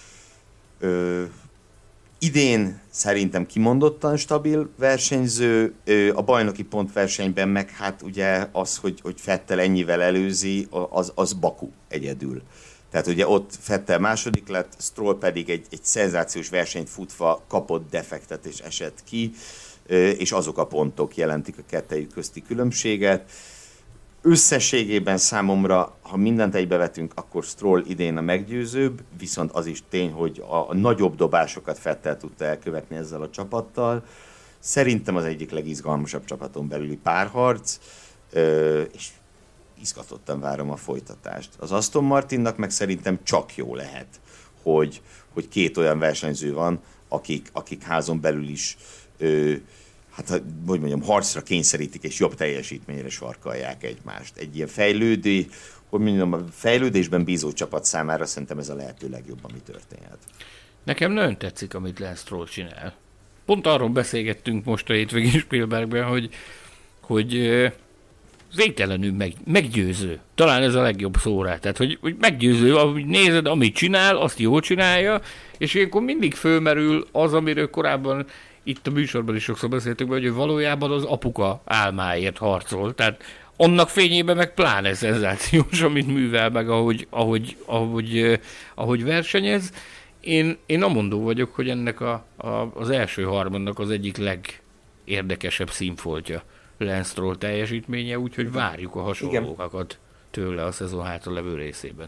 Ö, idén szerintem kimondottan stabil versenyző, ö, a bajnoki pontversenyben meg hát ugye az, hogy, hogy Vettel ennyivel előzi, az, az Baku egyedül. Tehát ugye ott Vettel második lett, Stroll pedig egy, egy szenzációs versenyt futva kapott defektet és esett ki, és azok a pontok jelentik a kettejük közti különbséget. Összességében számomra, ha mindent egybevetünk, akkor Stroll idén a meggyőzőbb, viszont az is tény, hogy a nagyobb dobásokat Vettel tudta elkövetni ezzel a csapattal. Szerintem az egyik legizgalmasabb csapaton belüli párharc, és izgatottan várom a folytatást. Az Aston Martinnak meg szerintem csak jó lehet, hogy, hogy két olyan versenyző van, akik, akik házon belül is Ö, hát, hogy mondjam, harcra kényszerítik és jobb teljesítményre sarkalják egymást. Egy ilyen fejlődő, hogy mondjam, a fejlődésben bízó csapat számára szerintem ez a lehető legjobb, ami történhet. Nekem nagyon tetszik, amit Lance Stroll csinál. Pont arról beszélgettünk most a hétvégén Spielbergben, hogy, hogy végtelenül meg, meggyőző. Talán ez a legjobb szó rá. Tehát, hogy, hogy meggyőző, ahogy nézed, amit csinál, azt jól csinálja, és ilyenkor mindig fölmerül az, amiről korábban itt a műsorban is sokszor beszéltünk, hogy valójában az apuka álmáért harcol, tehát annak fényében meg pláne szenzációs, amit művel meg, ahogy, ahogy, ahogy, ahogy versenyez. Én, én amondó vagyok, hogy ennek a, a, az első harmadnak az egyik legérdekesebb színfoltja Lance Stroll teljesítménye, úgyhogy várjuk a hasonlókat tőle a szezon hátra levő részében.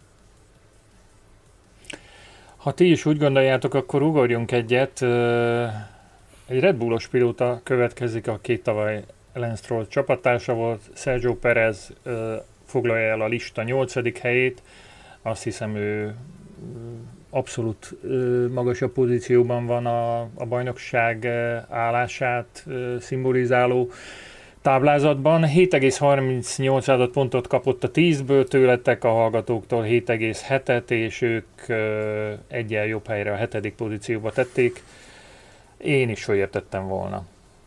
Ha ti is úgy gondoljátok, akkor ugorjunk egyet. Egy Red Bullos pilóta következik, aki tavaly Lance Stroll csapattársa volt. Sergio Perez foglalja el a lista nyolcadik helyét. Azt hiszem, ő abszolút magasabb pozícióban van a, a bajnokság állását szimbolizáló táblázatban. hét egész harmincnyolc pontot kapott a tízből, tőletek a hallgatóktól hét egész hetet, és ők egyen jobb helyre a hetedik pozícióba tették. Én is följebb tettem volna.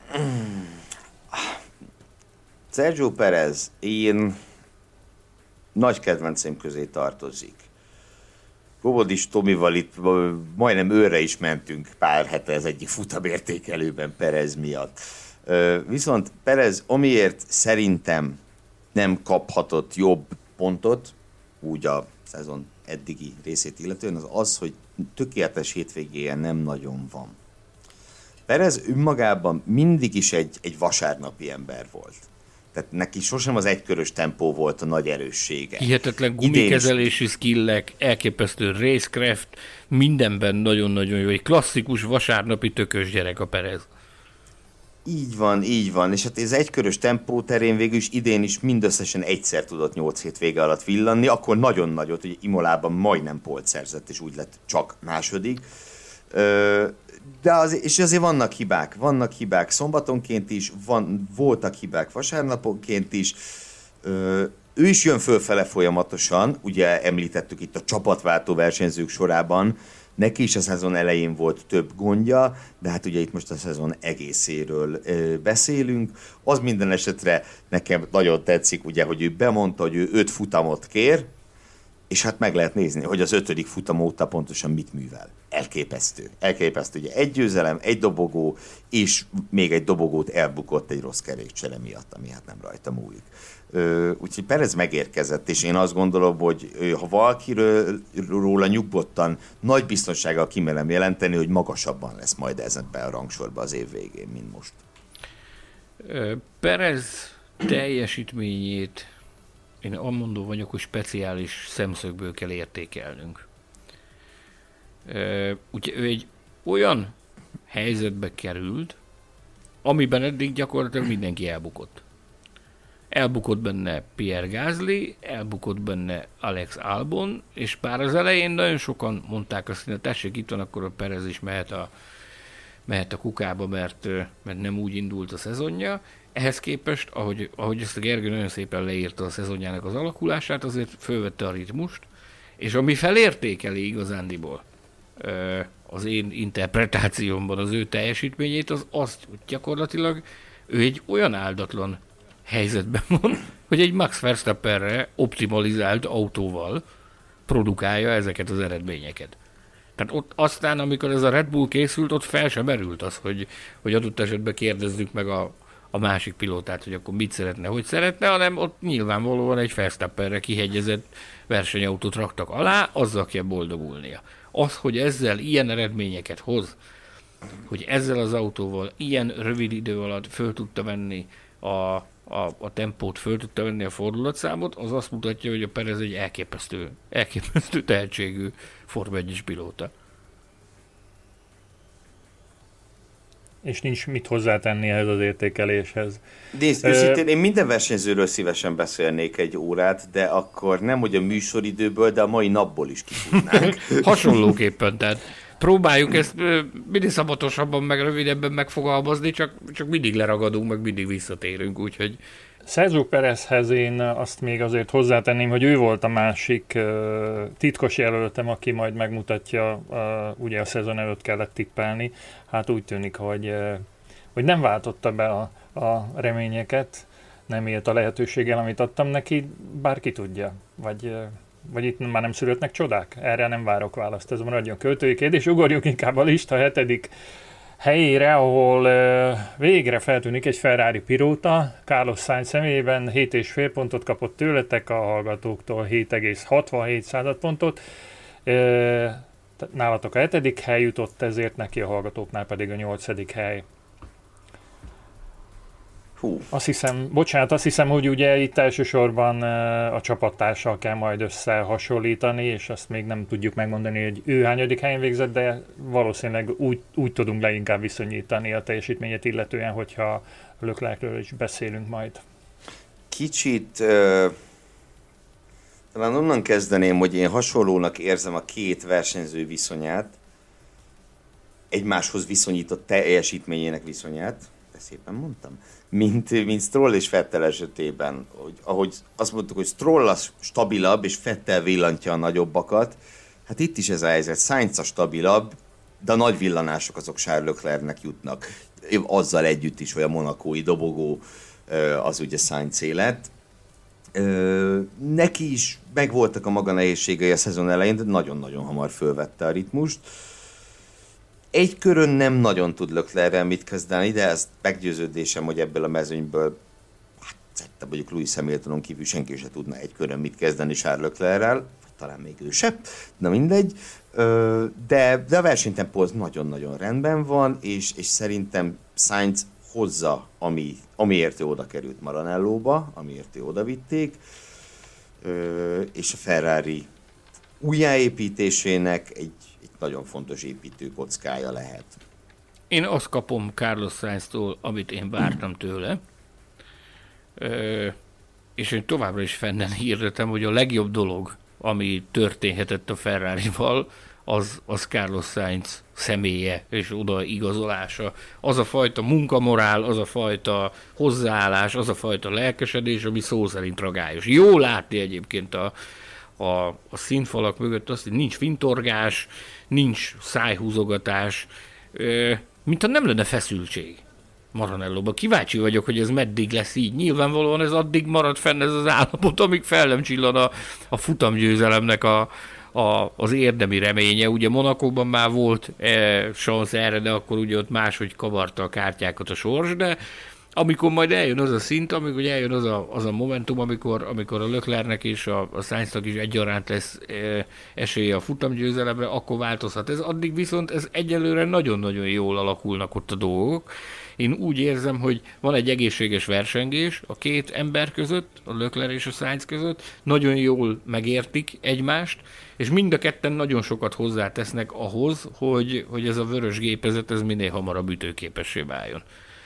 Sergio Perez, én nagy kedvencem közé tartozik. Gobodis Tomival itt majdnem őrre is mentünk pár hete az egyik futamértékelőben Perez miatt. Viszont Perez, amiért szerintem nem kaphatott jobb pontot, úgy a szezon eddigi részét illetően, az az, hogy tökéletes hétvégéje nem nagyon van. Perez önmagában mindig is egy, egy vasárnapi ember volt. Tehát neki sosem az egykörös tempó volt a nagy erőssége. Hihetetlen gumikezelési skillek, elképesztő racecraft, mindenben nagyon-nagyon jó. Egy klasszikus vasárnapi tökös gyerek a Perez. Így van, így van. És hát ez egykörös tempó terén végül is idén is mindösszesen egyszer tudott nyolc hét vége alatt villanni, akkor nagyon nagyot, ugye Imolában majdnem pólt szerzett, és úgy lett csak második. De az, és azért vannak hibák, vannak hibák szombatonként is, van, voltak hibák vasárnaponként is. ő is jön fölfele folyamatosan, ugye említettük itt a csapatváltó versenyzők sorában, neki is a szezon elején volt több gondja, de hát ugye itt most a szezon egészéről ö, beszélünk. Az minden esetre nekem nagyon tetszik, ugye, hogy ő bemondta, hogy ő öt futamot kér, és hát meg lehet nézni, hogy az ötödik futam óta pontosan mit művel. Elképesztő. Elképesztő. Ugye egy győzelem, egy dobogó, és még egy dobogót elbukott egy rossz kerékcsere miatt, ami hát nem rajta múlik. Úgyhogy Perez megérkezett, és én azt gondolom, hogy ha valakiről róla nyugodtan nagy biztonsággal kimerem jelenteni, hogy magasabban lesz majd ezenben a rangsorban az év végén, mint most. Perez teljesítményét én amondó vagyok, hogy speciális szemszögből kell értékelnünk. Ugye ő egy olyan helyzetbe került, amiben eddig gyakorlatilag mindenki elbukott. Elbukott benne Pierre Gasly, elbukott benne Alex Albon, és bár az elején nagyon sokan mondták azt, hogy tessék, itt van, akkor a Perez is mehet a, mehet a kukába, mert, mert nem úgy indult a szezonja. Ehhez képest, ahogy, ahogy ezt a Gergő nagyon szépen leírta a szezonjának az alakulását, azért fölvette a ritmust, és ami felértékeli igazándiból az én interpretációmban az ő teljesítményét, az az, hogy gyakorlatilag ő egy olyan áldatlan helyzetben van, hogy egy Max Verstappenre optimalizált autóval produkálja ezeket az eredményeket. Tehát ott aztán, amikor ez a Red Bull készült, ott fel sem merült az, hogy, hogy adott esetben kérdezzük meg a, a másik pilótát, hogy akkor mit szeretne, hogy szeretne, hanem ott nyilvánvalóan egy Verstappenre kihegyezett versenyautót raktak alá, azzal kell boldogulnia. Az, hogy ezzel ilyen eredményeket hoz, hogy ezzel az autóval ilyen rövid idő alatt föl tudta venni a, a, a tempót, föl tudta venni a fordulatszámot, az azt mutatja, hogy a Perez egy elképesztő, elképesztő tehetségű Forma egyes pilóta. És nincs mit hozzátenni ehhez az értékeléshez. Nézd, őszintén én minden versenyzőről szívesen beszélnék egy órát, de akkor nem, hogy a műsoridőből, de a mai napból is kifutnánk. Hasonlóképpen, tehát próbáljuk ezt mindig szabatosabban, meg rövidebben megfogalmazni, csak, csak mindig leragadunk, meg mindig visszatérünk, úgyhogy... Sergio Perezhez én azt még azért hozzátenném, hogy ő volt a másik uh, titkos jelöltem, aki majd megmutatja, uh, ugye a szezon előtt kellett tippelni. Hát úgy tűnik, hogy, uh, hogy nem váltotta be a, a reményeket, nem élt a lehetőséggel, amit adtam neki, bárki tudja. Vagy, uh, vagy itt már nem születnek csodák? Erre nem várok választ, ez maradjon költői kérdés. Ugorjuk inkább a lista hetedik helyére, ahol uh, végre feltűnik egy Ferrari pilóta, Carlos Sainz személyében hét egész öt pontot kapott tőletek, a hallgatóktól hét egész hatvanhét pontot. Uh, nálatok a hetedik hely jutott, ezért neki, a hallgatóknál pedig a nyolcadik hely. Hú. Azt hiszem, bocsánat, azt hiszem, hogy ugye itt elsősorban a csapattársal kell majd összehasonlítani, és azt még nem tudjuk megmondani, hogy ő hányadik helyen végzett, de valószínűleg úgy, úgy tudunk leginkább viszonyítani a teljesítményét illetően, hogyha Leclercről is beszélünk majd. Kicsit uh, talán onnan kezdeném, hogy én hasonlónak érzem a két versenyző viszonyát, egymáshoz viszonyított teljesítményének viszonyát, szépen mondtam, mint, mint Stroll és Vettel esetében. Hogy, ahogy azt mondtuk, hogy Stroll az stabilabb, és Vettel villantja a nagyobbakat, hát itt is ez a helyzet. Sainz a stabilabb, de a nagy villanások azok Charles Leclercnek jutnak. Azzal együtt is, hogy a monakói dobogó az ugye Sainz élet. Neki is megvoltak a maga nehézségei a szezon elején, de nagyon-nagyon hamar fölvette a ritmust. Egy körön nem nagyon tud Leclercrel mit kezdeni, de ez meggyőződésem, hogy ebből a mezőnyből, hát szerintem mondjuk Lewis Hamiltonon kívül senki se tudna egy körön mit kezdeni Charles Leclercrel, vagy talán még ő se, na mindegy. De, de a versenytempó az nagyon-nagyon rendben van, és, és szerintem Sainz hozza, ami, amiért ő oda került Maranellóba, amiért ő oda vitték, és a Ferrari újjáépítésének egy nagyon fontos építőkockája lehet. Én azt kapom Carlos Sainztól, amit én vártam tőle, Ö, és én továbbra is fennen hirdetem, hogy a legjobb dolog, ami történhetett a Ferrarival, az, az Carlos Sainz személye és oda igazolása. Az a fajta munkamorál, az a fajta hozzáállás, az a fajta lelkesedés, ami szó szerint ragályos. Jó látni egyébként a, a, a színfalak mögött azt, hogy nincs fintorgás, nincs szájhúzogatás, mintha nem lenne feszültség Maranellóban. Kíváncsi vagyok, hogy ez meddig lesz így. Nyilvánvalóan ez addig marad fenn ez az állapot, amíg fel nem csillan a, a futamgyőzelemnek a, a, az érdemi reménye. Ugye Monakóban már volt e, szansz erre, de akkor ugye ott máshogy kavarta a kártyákat a sors, de amikor majd eljön az a szint, amikor eljön az a, az a momentum, amikor, amikor a Leclercnek és a, a Sainznak is egyaránt lesz e, esélye a futamgyőzelemre, akkor változhat ez. Addig viszont ez egyelőre nagyon-nagyon jól alakulnak ott a dolgok. Én úgy érzem, hogy van egy egészséges versengés a két ember között, a Leclerc és a Sainz között, nagyon jól megértik egymást, és mind a ketten nagyon sokat hozzátesznek ahhoz, hogy, hogy ez a vörös gépezet ez minél hamarabb ütőképessé váljon.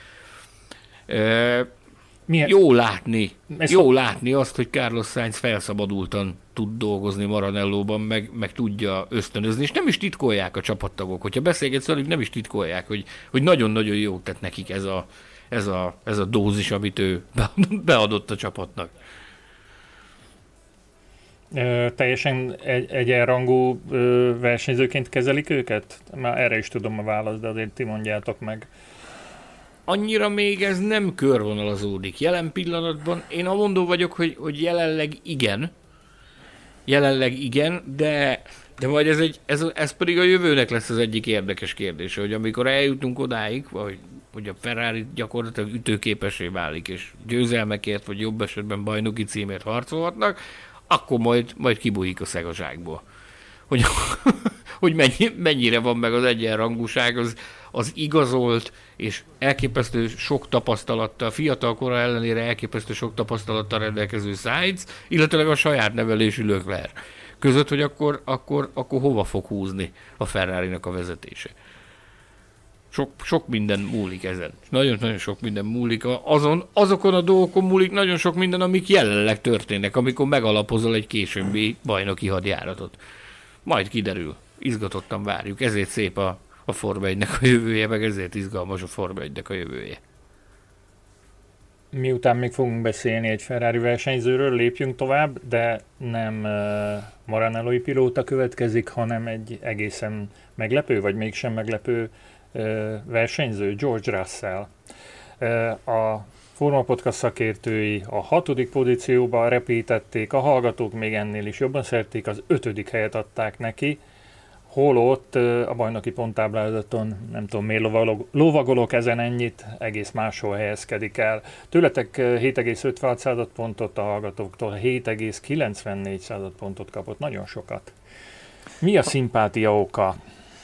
E, Milyen? Jó látni, Ez jó ha... látni azt, hogy Carlos Sainz felszabadultan tud dolgozni Maranellóban, meg, meg tudja ösztönözni, és nem is titkolják a csapattagok. Hogyha beszélgetsz velük, nem is titkolják, hogy, hogy nagyon-nagyon jó tett nekik ez a, ez, a, ez a dózis, amit ő beadott a csapatnak. Ö, teljesen egy, egyenrangú ö, versenyzőként kezelik őket? Már erre is tudom a választ, de azért ti mondjátok meg. Annyira még ez nem körvonalazódik. Jelen pillanatban én amondó vagyok, hogy, hogy jelenleg igen, jelenleg igen, de, de majd ez, egy, ez, ez pedig a jövőnek lesz az egyik érdekes kérdése, hogy amikor eljutunk odáig, vagy, hogy a Ferrari gyakorlatilag ütőképessé válik, és győzelmekért, vagy jobb esetben bajnoki címért harcolhatnak, akkor majd, majd kibújik a szeg a zsákból. Hogy, hogy mennyi, mennyire van meg az egyenrangúság, az, az igazolt, és elképesztő sok tapasztalattal, fiatal kora ellenére elképesztő sok tapasztalattal rendelkező Sainz, illetve a saját nevelésű Leclerc között, hogy akkor, akkor, akkor hova fog húzni a Ferrarinak a vezetése. Sok, sok minden múlik ezen. Nagyon-nagyon sok minden múlik. Azon, azokon a dolgokon múlik nagyon sok minden, amik jelenleg történnek, amikor megalapozol egy későbbi bajnoki hadjáratot. Majd kiderül. Izgatottan várjuk. Ezért szép a, a Forma egynek a jövője, meg ezért izgalmas a Forma egynek a jövője. Miután még fogunk beszélni egy Ferrari versenyzőről, lépjünk tovább, de nem uh, Maranellói pilóta következik, hanem egy egészen meglepő, vagy mégsem meglepő uh, versenyző, George Russell. Uh, a Forma Podcast szakértői a hatodik pozícióba repítették, a hallgatók még ennél is jobban szerették, az ötödik helyet adták neki, holott a bajnoki ponttáblázaton, nem tudom miért lovagolok ezen ennyit, egész máshol helyezkedik el. Tőletek hét egész ötvenhat pontot, a hallgatóktól hét egész kilencvennégy pontot kapott, nagyon sokat. Mi a szimpátia oka?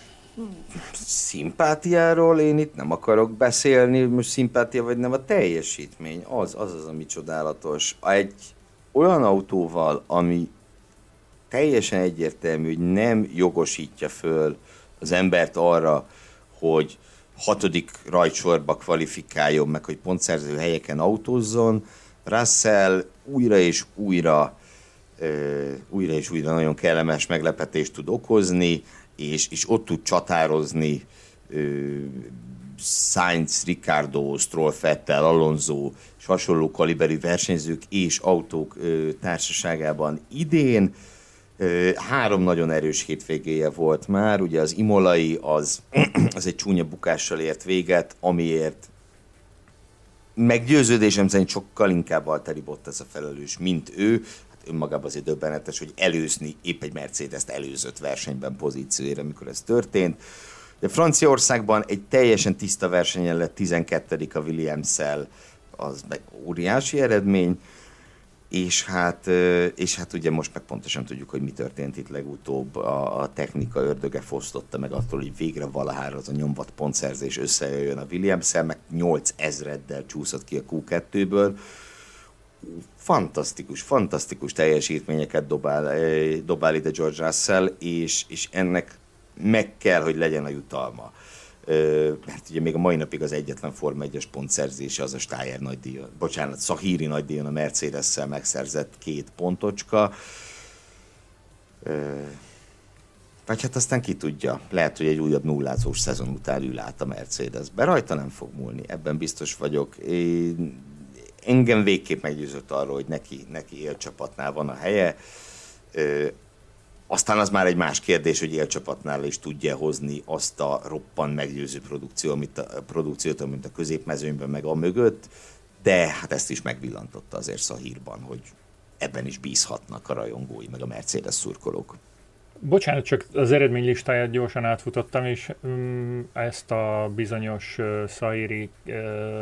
Szimpátiáról én itt nem akarok beszélni, most szimpátia vagy nem, a teljesítmény, az az, az ami csodálatos. Egy olyan autóval, ami teljesen egyértelmű, hogy nem jogosítja föl az embert arra, hogy hatodik rajtsorba kvalifikáljon meg, hogy pontszerző helyeken autózzon. Russell újra és újra, uh, újra és újra nagyon kellemes meglepetést tud okozni, és, és ott tud csatározni uh, Sainz, Ricciardo, Stroll, Vettel, Alonso és hasonló kaliberű versenyzők és autók uh, társaságában idén. Három nagyon erős hétvégéje volt már, ugye az imolai az, az egy csúnya bukással ért véget, amiért meggyőződésem szerint sokkal inkább Valtteri Bottas a felelős, mint ő. Hát önmagában azért döbbenetes, hogy előzni épp egy Mercedes-t előzött versenyben pozícióért, amikor ez történt. De Franciaországban egy teljesen tiszta versenyen lett tizenkettedik a Williams-szel, az meg óriási eredmény. És hát, és hát ugye most meg pontosan tudjuk, hogy mi történt itt legutóbb. A, a technika ördöge fosztotta meg attól, hogy végre valahára az a nyomvat pontszerzés összejöjjön a Williams-szel, meg nyolc ezreddel csúszott ki a kú kettőből. Fantasztikus, fantasztikus teljesítményeket dobál, dobál ide George Russell, és, és ennek meg kell, hogy legyen a jutalma. Mert ugye még a mai napig az egyetlen Forma egyes pontszerzése az a Steyer nagydíjon, bocsánat, Szahíri nagydíjon a Mercedes-szel megszerzett két pontocska. Vagy hát aztán ki tudja, lehet, hogy egy újabb nullázós szezon után ül át a Mercedesbe. Rajta nem fog múlni, ebben biztos vagyok. Én, engem végképp meggyőzött arról, hogy neki, neki élcsapatnál van a helye. Ö, aztán az már egy más kérdés, hogy élcsapatnál is tudja hozni azt a roppan meggyőző produkció, amit a, produkciót, amit a középmezőnyben meg a mögött, de hát ezt is megvillantotta azért Szahírban, hogy ebben is bízhatnak a rajongói, meg a Mercedes szurkolók. Bocsánat, csak az eredménylistáját gyorsan átfutottam, és um, ezt a bizonyos uh, Szahíri uh,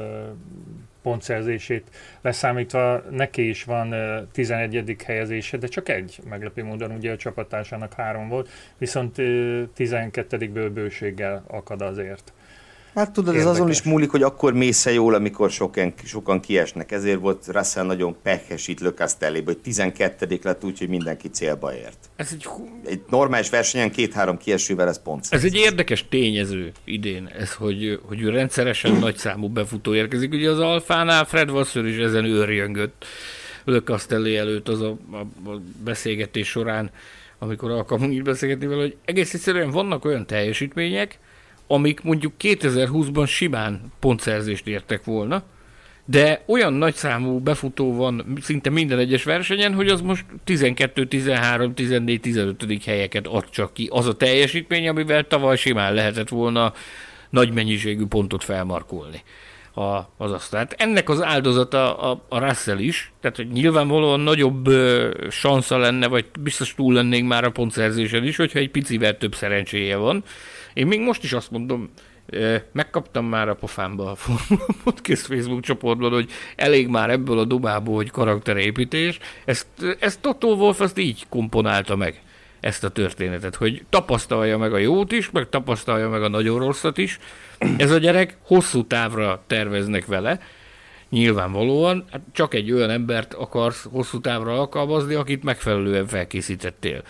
pontszerzését leszámítva neki is van uh, tizenegyedik helyezése, de csak egy meglepő módon, ugye a csapattársának három volt, viszont uh, tizenkettedikből bőséggel akad azért. Hát tudod, Érdekes. Ez azon is múlik, hogy akkor mész-e jól, amikor sokan, sokan kiesnek. Ezért volt Russell nagyon pekhes itt Le Castellébe, hogy tizenkettedik lett úgy, hogy mindenki célba ért. Ez egy, egy normális versenyen két-három kiesővel ez pont. Ez egy érdekes tényező idén, ez, hogy, hogy rendszeresen nagyszámú befutó érkezik. Ugye az Alfánál Fred Vasseur is ezen őrjöngött Le Castellé előtt az a, a, a beszélgetés során, amikor alkalmunk így beszélgetni vele, hogy egész egyszerűen vannak olyan teljesítmények, amik mondjuk kétezer-húszban simán pontszerzést értek volna, de olyan nagyszámú befutó van szinte minden egyes versenyen, hogy az most tizenkettő, tizenhárom, tizennégy, tizenötödik helyeket ad csak ki. Az a teljesítmény, amivel tavaly simán lehetett volna nagy mennyiségű pontot felmarkolni a, az asztalt. Ennek az áldozata a, a Russell is, tehát hogy nyilvánvalóan nagyobb ö, sansza lenne, vagy biztos túl lennénk már a pontszerzésen is, hogyha egy picivel több szerencséje van. Én még most is azt mondom, megkaptam már a pofámba a podcast Facebook csoportban, hogy elég már ebből a dobából, hogy karakterépítés. Ezt, ezt Toto Wolff azt így komponálta meg, ezt a történetet, hogy tapasztalja meg a jót is, meg tapasztalja meg a nagyon rosszat is. Ez a gyerek hosszú távra terveznek vele, nyilvánvalóan, hát csak egy olyan embert akarsz hosszú távra alkalmazni, akit megfelelően felkészítettél.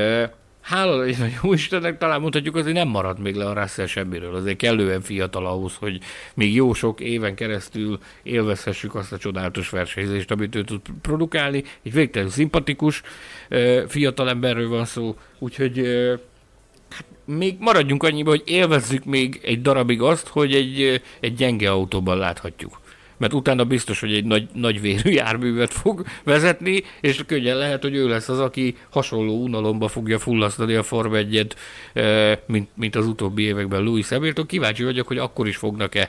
Hála legyen a jó Istennek, talán mondhatjuk, azért nem marad még le a Russell semmiről. Azért kellően fiatal ahhoz, hogy még jó sok éven keresztül élvezhessük azt a csodálatos versenyzést, amit ő tud produkálni. Egy végtelenül szimpatikus fiatal emberről van szó, úgyhogy hát még maradjunk annyiba, hogy élvezzük még egy darabig azt, hogy egy, egy gyenge autóban láthatjuk. Mert utána biztos, hogy egy nagy, nagyvérű járművet fog vezetni, és könnyen lehet, hogy ő lesz az, aki hasonló unalomba fogja fullasztani a Form egyet, mint, mint az utóbbi években Lewis Hamilton. Kíváncsi vagyok, hogy akkor is fognak-e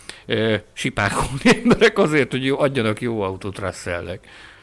sipákolni emberek azért, hogy adjanak jó autót Russellnek.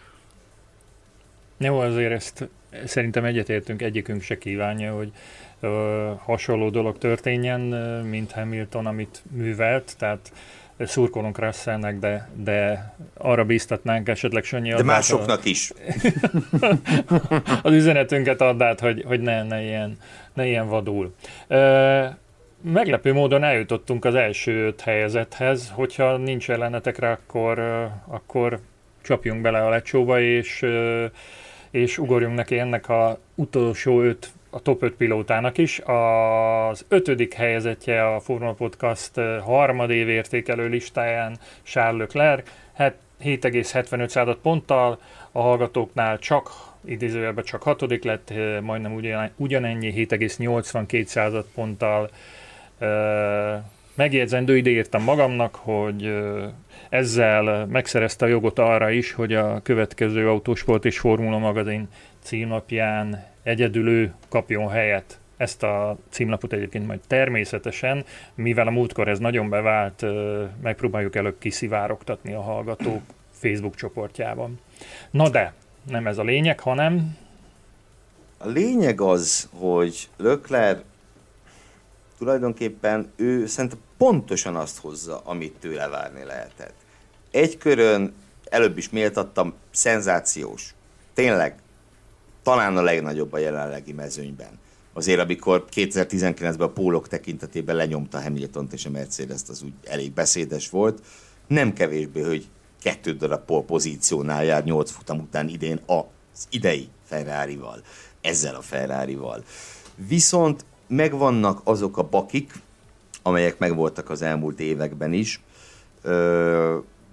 Jó, azért ezt szerintem egyetértünk, egyikünk se kívánja, hogy ö, hasonló dolog történjen, mint Hamilton, amit művelt, tehát szurkolunk Russellnek, de, de arra bíztatnánk esetleg Sanyi De másoknak a... is. az üzenetünket add át, hogy, hogy ne, ne, ilyen, ne ilyen vadul. Ö, meglepő módon eljutottunk az első öt helyezethez, hogyha nincs ellenetekre, akkor, akkor csapjunk bele a lecsóba, és, és ugorjunk neki ennek a utolsó öt, a top öt pilótának is. Az ötödik helyezetje a Formula Podcast harmadév értékelő listáján Charles Leclerc, hét egész hetvenöt ponttal, a hallgatóknál csak, idézőjelben csak hatodik lett, majdnem ugyan, ugyanennyi, hét egész nyolcvankét ponttal. Megjegyzendő, ide írtam magamnak, hogy ezzel megszerezte a jogot arra is, hogy a következő Autósport és Formula magazin címlapján egyedül ő kapjon helyet. Ezt a címlapot egyébként majd természetesen, mivel a múltkor ez nagyon bevált, megpróbáljuk előbb kiszivárogtatni a hallgatók Facebook csoportjában. Na de, nem ez a lényeg, hanem... A lényeg az, hogy Leclerc tulajdonképpen ő szerintem pontosan azt hozza, amit tőle várni lehetett. Egy körön, előbb is méltattam, szenzációs. Tényleg, talán a legnagyobb a jelenlegi mezőnyben. Azért, amikor kétezer-tizenkilencben a pólok tekintetében lenyomta Hamiltont és a Mercedes-t, az úgy elég beszédes volt. Nem kevésbé, hogy kettő darab pole pozíciónál jár nyolc futam után idén az idei Ferrarival. Ezzel a Ferrarival. Viszont megvannak azok a bakik, amelyek megvoltak az elmúlt években is. Ö,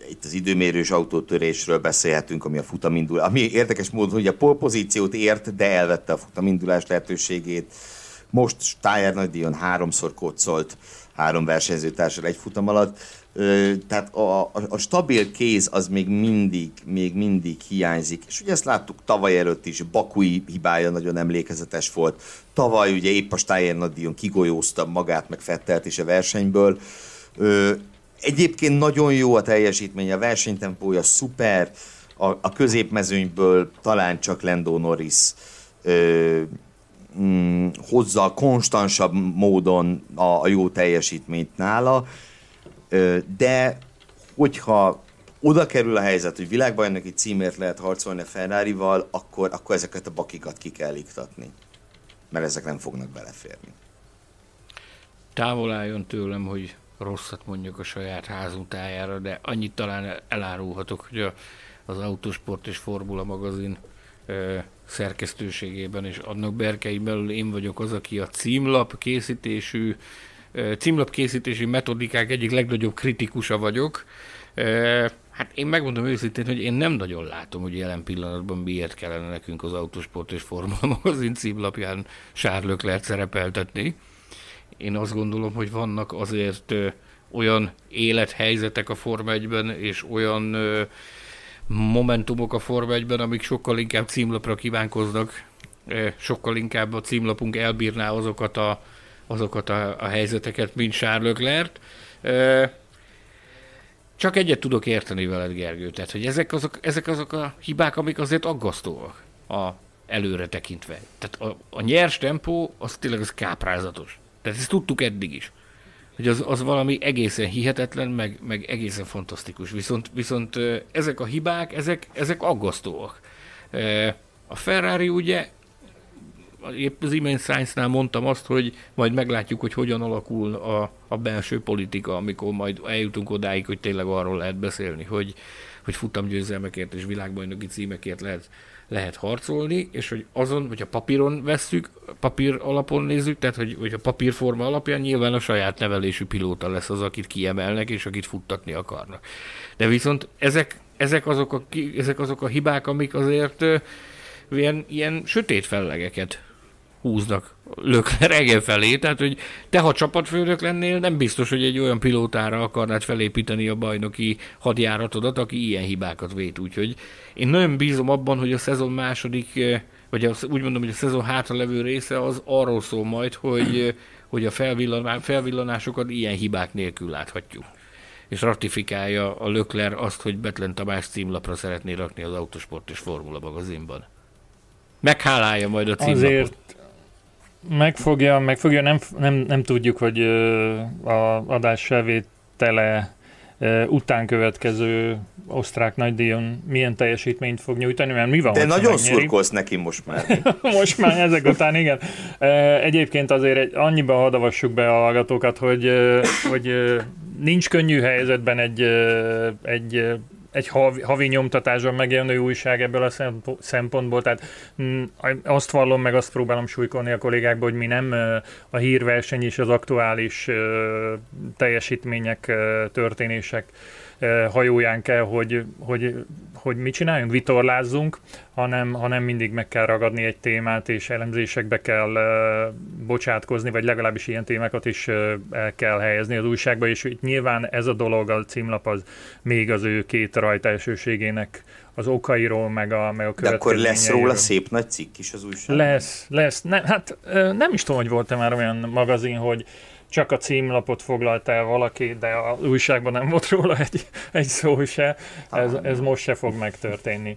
itt az időmérős autótörésről beszélhetünk, ami a futamindulás, ami érdekes módon, hogy a polpozíciót ért, de elvette a futamindulás lehetőségét. Most Steyer nagydíjon háromszor koccolt három versenyzőtársal egy futam alatt. Tehát a, a, a stabil kéz az még mindig, még mindig hiányzik. És ugye ezt láttuk tavaly előtt is, Bakui hibája nagyon emlékezetes volt. Tavaly ugye épp a Steyer nagydíjon kigolyózta magát, meg Vettelt is a versenyből. Egyébként nagyon jó a teljesítmény, a versenytempója szuper, a, a középmezőnyből talán csak Lando Norris ö, mm, hozza konstansabb módon a, a jó teljesítményt nála, ö, de hogyha oda kerül a helyzet, hogy világbajnoki címért lehet harcolni a Ferrarival, akkor, akkor ezeket a bakikat ki kell iktatni, mert ezek nem fognak beleférni. Távol álljon tőlem, hogy rosszat mondjak a saját házunk tájára, de annyit talán elárulhatok, hogy a, az Autosport és Formula magazin ö, szerkesztőségében és annak berkein belül én vagyok az, aki a címlap készítésű, ö, címlap készítési metodikák egyik legnagyobb kritikusa vagyok. Ö, hát én megmondom őszintén, hogy én nem nagyon látom, hogy jelen pillanatban miért kellene nekünk az Autosport és Formula magazin címlapján Charles Leclerc szerepeltetni. Én azt gondolom, hogy vannak azért ö, olyan élethelyzetek a Forma egyben, és olyan ö, momentumok a Forma egyben, amik sokkal inkább címlapra kívánkoznak, ö, sokkal inkább a címlapunk elbírná azokat a, azokat a, a helyzeteket, mint Charles Leclerc. Ö, csak egyet tudok érteni veled, Gergő, tehát, hogy ezek azok, ezek azok a hibák, amik azért aggasztóak a előre tekintve. Tehát a, a nyers tempó, az tényleg az káprázatos. Tehát ezt tudtuk eddig is, hogy az, az valami egészen hihetetlen, meg, meg egészen fantasztikus. Viszont, viszont ezek a hibák, ezek, ezek aggasztóak. A Ferrari ugye, épp az imént Sainznál mondtam azt, hogy majd meglátjuk, hogy hogyan alakul a, a belső politika, amikor majd eljutunk odáig, hogy tényleg arról lehet beszélni, hogy, hogy futamgyőzelmekért és világbajnoki címekért lehet lehet harcolni, és hogy azon, hogy a papíron vesszük, papír alapon nézzük, tehát hogy, hogy a papírforma alapján nyilván a saját nevelésű pilóta lesz az, akit kiemelnek, és akit futtatni akarnak. De viszont ezek, ezek, azok, a, ezek azok a hibák, amik azért ö, ilyen, ilyen sötét fellegeket húznak Leclerc felé, tehát hogy te, ha csapatfőnök lennél, nem biztos, hogy egy olyan pilótára akarnád felépíteni a bajnoki hadjáratodat, aki ilyen hibákat vét, úgyhogy én nagyon bízom abban, hogy a szezon második, vagy az, úgy mondom, hogy a szezon hátralevő része az arról szól majd, hogy, hogy a felvillan, felvillanásokat ilyen hibák nélkül láthatjuk. És ratifikálja a Leclerc azt, hogy Bethlen Tamás címlapra szeretné rakni az Autosport és Formula magazinban. Meghálálja majd a címlapot. Azért megfogja, megfogja, nem, nem, nem tudjuk, hogy az adás felvétele után következő osztrák nagydíjon milyen teljesítményt fog nyújtani, mert mi van, de nagyon szurkolsz neki most már. Most már ezek után, igen. Egyébként azért egy, annyiban hadavassuk be a hallgatókat, hogy, hogy nincs könnyű helyzetben egy, egy egy havi, havi nyomtatásban megjelenő újság ebből a szempontból, tehát azt vallom meg, azt próbálom súlykolni a kollégákba, hogy mi nem a hírverseny és az aktuális teljesítmények, történések hajóján kell, hogy, hogy, hogy mit csináljunk, vitorlázzunk, hanem, hanem mindig meg kell ragadni egy témát, és elemzésekbe kell bocsátkozni, vagy legalábbis ilyen témákat is el kell helyezni az újságba, és itt nyilván ez a dolog, a címlap az még az ő két rajtaelsőségének az okairól, meg a, meg a következményeiről. De akkor lesz róla szép nagy cikk is az újságban? Lesz, lesz. Ne, hát nem is tudom, hogy volt-e már olyan magazin, hogy csak a címlapot foglalta el valaki, de az újságban nem volt róla egy, egy szó se. Ez, ez most se fog megtörténni.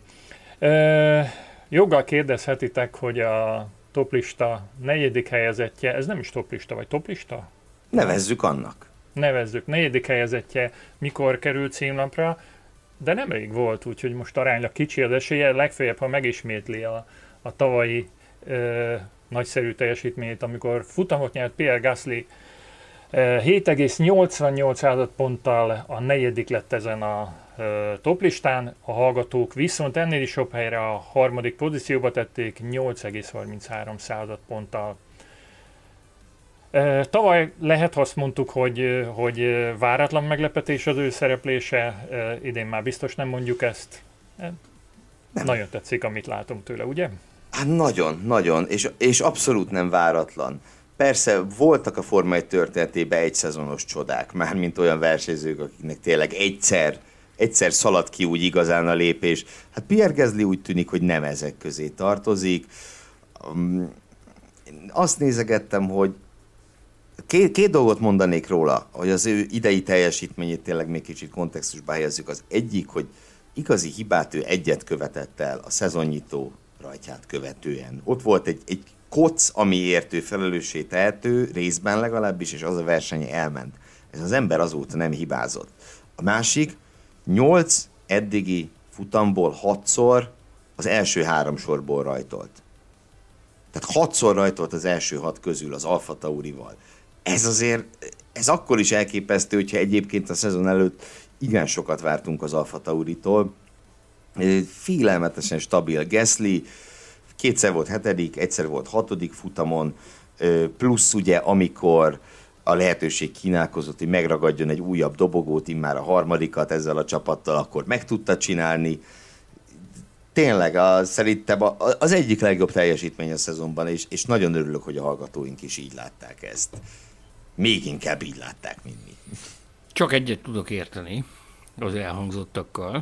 E, joggal kérdezhetitek, hogy a toplista negyedik helyezettje, ez nem is toplista, vagy toplista? Nevezzük annak. Nevezzük. Negyedik helyezettje mikor került címlapra, de nemrég volt, úgyhogy most aránylag kicsi az esélye, legfeljebb, ha megismétli a, a tavalyi e, nagyszerű teljesítményt, amikor futamot nyert Pierre Gasly, hét egész nyolcvannyolc ponttal a negyedik lett ezen a toplistán, a hallgatók viszont ennél is jobb helyre a harmadik pozícióba tették nyolc egész harminchárom ponttal. Tavaly lehet azt mondtuk, hogy, hogy váratlan meglepetés az ő szereplése, idén már biztos nem mondjuk ezt. Nem. Nagyon tetszik, amit látunk tőle, ugye? Hát nagyon, nagyon, és, és abszolút nem váratlan. Persze voltak a Forma egy történetében egy szezonos csodák, mármint olyan versenyzők, akiknek tényleg egyszer, egyszer szaladt ki úgy igazán a lépés. Hát Pierre Gasly úgy tűnik, hogy nem ezek közé tartozik. Um, azt nézegettem, hogy Két, két dolgot mondanék róla, hogy az ő idei teljesítményét tényleg még kicsit kontextusba helyezzük. Az egyik, hogy igazi hibát ő egyet követett el a szezonnyitó rajtját követően. Ott volt egy, egy koc, amiért ő felelőssé tehető, részben legalábbis, és az a verseny elment. Ez az ember azóta nem hibázott. A másik, nyolc eddigi futamból hatszor az első három sorból rajtolt. Tehát hatszor rajtolt az első hat közül az Alfa Taurival. Ez azért, ez akkor is elképesztő, hogyha egyébként a szezon előtt igen sokat vártunk az Alfa Tauritól. Félelmetesen stabil Gasly, kétszer volt hetedik, egyszer volt hatodik futamon, plusz ugye amikor a lehetőség kínálkozott, hogy megragadjon egy újabb dobogót, immár a harmadikat ezzel a csapattal, akkor meg tudta csinálni. Tényleg a, szerintem az egyik legjobb teljesítmény a szezonban, és, és nagyon örülök, hogy a hallgatóink is így látták ezt. Még inkább így látták, mint mi. Csak egyet tudok érteni az elhangzottakkal.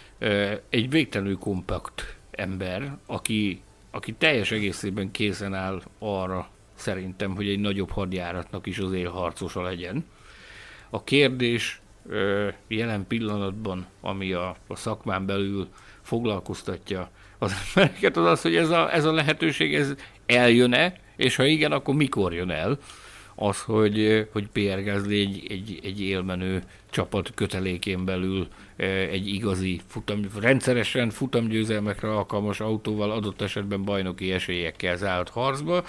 Egy végtelenül kompakt ember, aki, aki teljes egészében készen áll arra szerintem, hogy egy nagyobb hadjáratnak is az élharcosa legyen. A kérdés jelen pillanatban, ami a, a szakmán belül foglalkoztatja az embereket, az az, hogy ez a, ez a lehetőség ez eljön-e, és ha igen, akkor mikor jön el az, hogy, hogy Pierre Gasly egy, egy, egy élmenő csapat kötelékén belül egy igazi futam, rendszeresen futamgyőzelmekre alkalmas autóval, adott esetben bajnoki esélyekkel zárt harcba.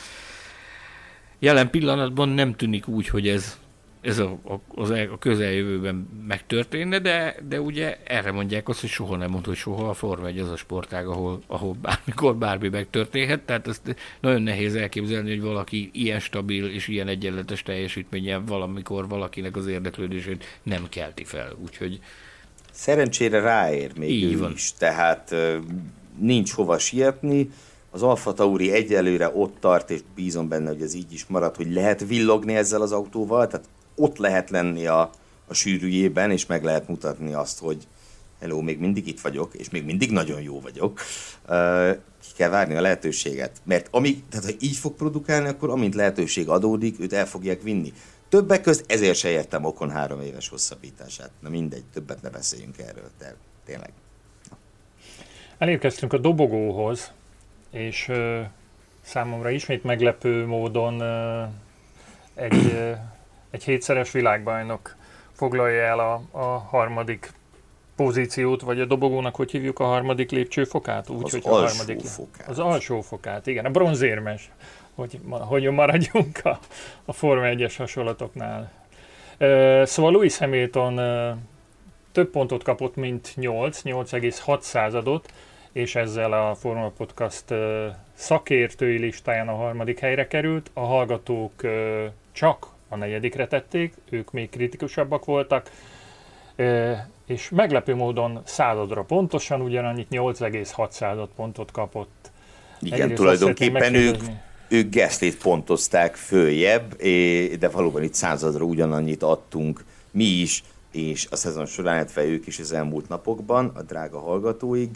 Jelen pillanatban nem tűnik úgy, hogy ez ez a, a, a közeljövőben megtörténne, de, de ugye erre mondják azt, hogy soha nem mond, hogy soha a Forma egy az a sportág, ahol, ahol bármikor bármi megtörténhet, tehát ezt nagyon nehéz elképzelni, hogy valaki ilyen stabil és ilyen egyenletes teljesítménnyel valamikor valakinek az érdeklődését nem kelti fel, úgyhogy szerencsére ráér még ő van. Is, tehát nincs hova sietni. Az Alfa Tauri egyelőre ott tart, és bízom benne, hogy ez így is marad, hogy lehet villogni ezzel az autóval, tehát ott lehet lenni a, a sűrűjében, és meg lehet mutatni azt, hogy hello, még mindig itt vagyok, és még mindig nagyon jó vagyok. Uh, ki kell várni a lehetőséget. Mert amíg, tehát ha így fog produkálni, akkor amint lehetőség adódik, őt el fogják vinni. Többek közt ezért se értem Ocon három éves hosszabbítását. Na mindegy, többet ne beszéljünk erről, de tényleg. Na. Elérkeztünk a dobogóhoz, és uh, számomra ismét meglepő módon uh, egy, uh, egy hétszeres világbajnok foglalja el a, a harmadik pozíciót, vagy a dobogónak, hogy hívjuk a harmadik lépcsőfokát? Úgy, az hogy alsó a harmadik, fokát. Az alsó fokát, igen, a bronzérmes, hogy, hogy maradjunk a, a Forma egyes hasonlatoknál. Uh, szóval Lewis Hamilton uh, több pontot kapott, mint nyolc, nyolc egész hat századot, és ezzel a Forma Podcast uh, szakértői listáján a harmadik helyre került. A hallgatók uh, csak a negyedikre tették, ők még kritikusabbak voltak, uh, és meglepő módon századra pontosan ugyanannyit, nyolc egész hat század pontot kapott. Igen, egyrészt tulajdonképpen ők, ők Gaslyt pontozták följebb, de valóban itt századra ugyanannyit adtunk mi is, és a szezon során, illetve ők is az elmúlt napokban, a drága hallgatóig.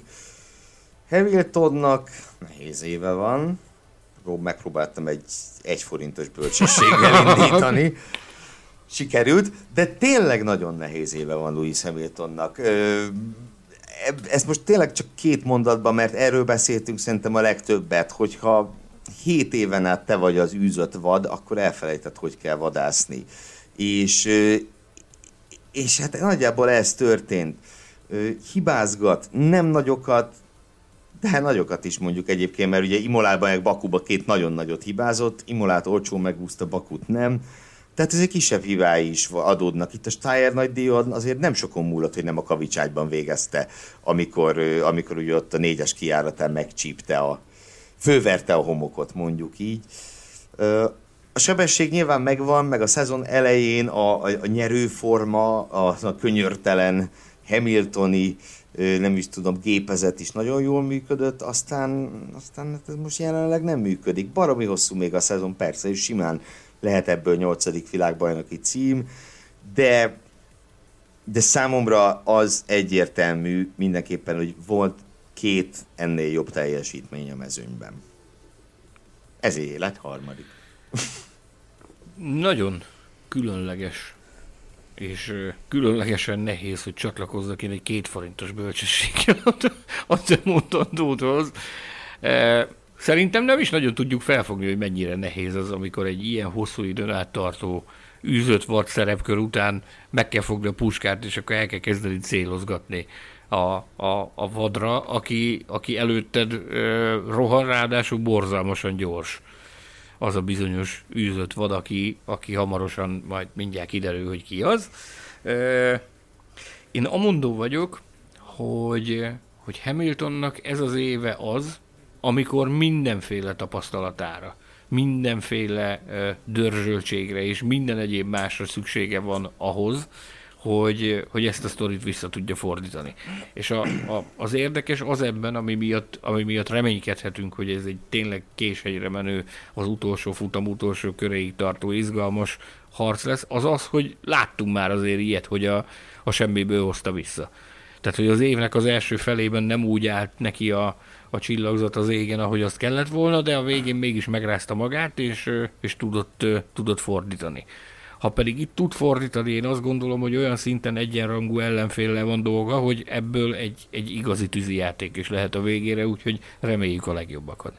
Hamiltonnak nehéz éve van, megpróbáltam egy egy forintos bölcsességgel indítani, sikerült, de tényleg nagyon nehéz éve van Lewis Hamiltonnak. Ezt most tényleg csak két mondatban, mert erről beszéltünk szerintem a legtöbbet, hogyha hét éven át te vagy az űzött vad, akkor elfelejtett, hogy kell vadászni. És, és hát nagyjából ez történt. Hibázgat, nem nagyokat, de nagyokat is mondjuk egyébként, mert ugye Imolában meg Bakuba két nagyon nagyot hibázott, Imolát olcsón megúszta, Bakut nem. Tehát ezek kisebb hibái is adódnak. Itt a Steyer nagydíjon azért nem sokon múlott, hogy nem a kavicságyban végezte, amikor, amikor ugye ott a négyes kijáratán megcsípte, a, főverte a homokot, mondjuk így. A sebesség nyilván megvan, meg a szezon elején a, a, a nyerőforma, a, a könyörtelen Hamiltoni, nem is tudom, gépezet is nagyon jól működött, aztán, aztán ez most jelenleg nem működik. Baromi hosszú még a szezon, persze, és simán lehet ebből nyolcadik világbajnoki cím, de, de számomra az egyértelmű mindenképpen, hogy volt két ennél jobb teljesítmény a mezőnyben. Ezért lett harmadik. Nagyon különleges, és különlegesen nehéz, hogy csatlakozzak én egy két forintos bölcsességgel a te mondandódhoz. Szerintem nem is nagyon tudjuk felfogni, hogy mennyire nehéz az, amikor egy ilyen hosszú időn át tartó űzött vad szerepkör után meg kell fogni a puskát, és akkor el kell kezdeni célozgatni a, a, a vadra, aki, aki előtted ö, rohan, ráadásul borzalmasan gyors. Az a bizonyos űzött vad, aki, aki hamarosan majd mindjárt kiderül, hogy ki az. Ö, én amondó vagyok, hogy, hogy Hamiltonnak ez az éve az, amikor mindenféle tapasztalatára, mindenféle ö, dörzsöltségre és minden egyéb másra szüksége van ahhoz, hogy, hogy ezt a sztorit vissza tudja fordítani. És a, a, az érdekes az ebben, ami miatt, ami miatt reménykedhetünk, hogy ez egy tényleg késhegyre menő, az utolsó futam, utolsó köréig tartó izgalmas harc lesz, az az, hogy láttunk már azért ilyet, hogy a, a semmiből hozta vissza. Tehát, hogy az évnek az első felében nem úgy állt neki a, a csillagzat az égen, ahogy azt kellett volna, de a végén mégis megrázta magát, és, és tudott, tudott fordítani. Ha pedig itt tud fordítani, én azt gondolom, hogy olyan szinten egyenrangú ellenféllel van dolga, hogy ebből egy, egy igazi tűzijáték is lehet a végére, úgyhogy reméljük a legjobbakat.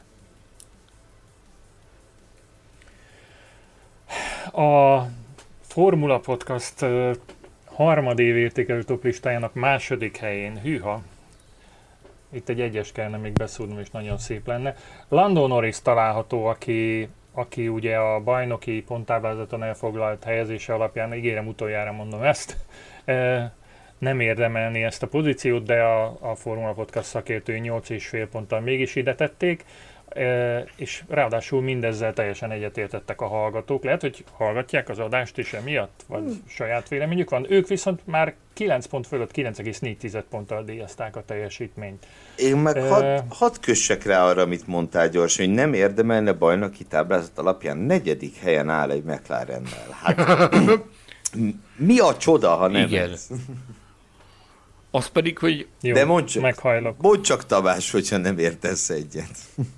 A Formula Podcast harmadév értékelő toplistájának második helyén, hűha, itt egy egyes kellene még beszúrnom, és nagyon szép lenne. Lando Norris található, aki, aki ugye a bajnoki ponttáblázaton elfoglalt helyezése alapján, ígérem, utoljára mondom ezt, nem érdemelni ezt a pozíciót, de a, a Formula Podcast szakértői nyolc és fél ponttal mégis ide tették, és ráadásul mindezzel teljesen egyetértettek a hallgatók. Lehet, hogy hallgatják az adást is emiatt, vagy hmm. saját véleményük van. Ők viszont már kilenc pont fölött kilenc egész négy ponttal díjazták a teljesítményt. Én meg uh, hadd had kössek rá arra, amit mondtál gyorsan, hogy nem érdemelne bajnoki táblázat alapján negyedik helyen áll egy McLarennel. Hát mi a csoda, ha nem Igen. ez? Az pedig, hogy... Jó, de mondd csak, meghajlok. Mondd csak, Tamás, hogyha nem értesz egyet.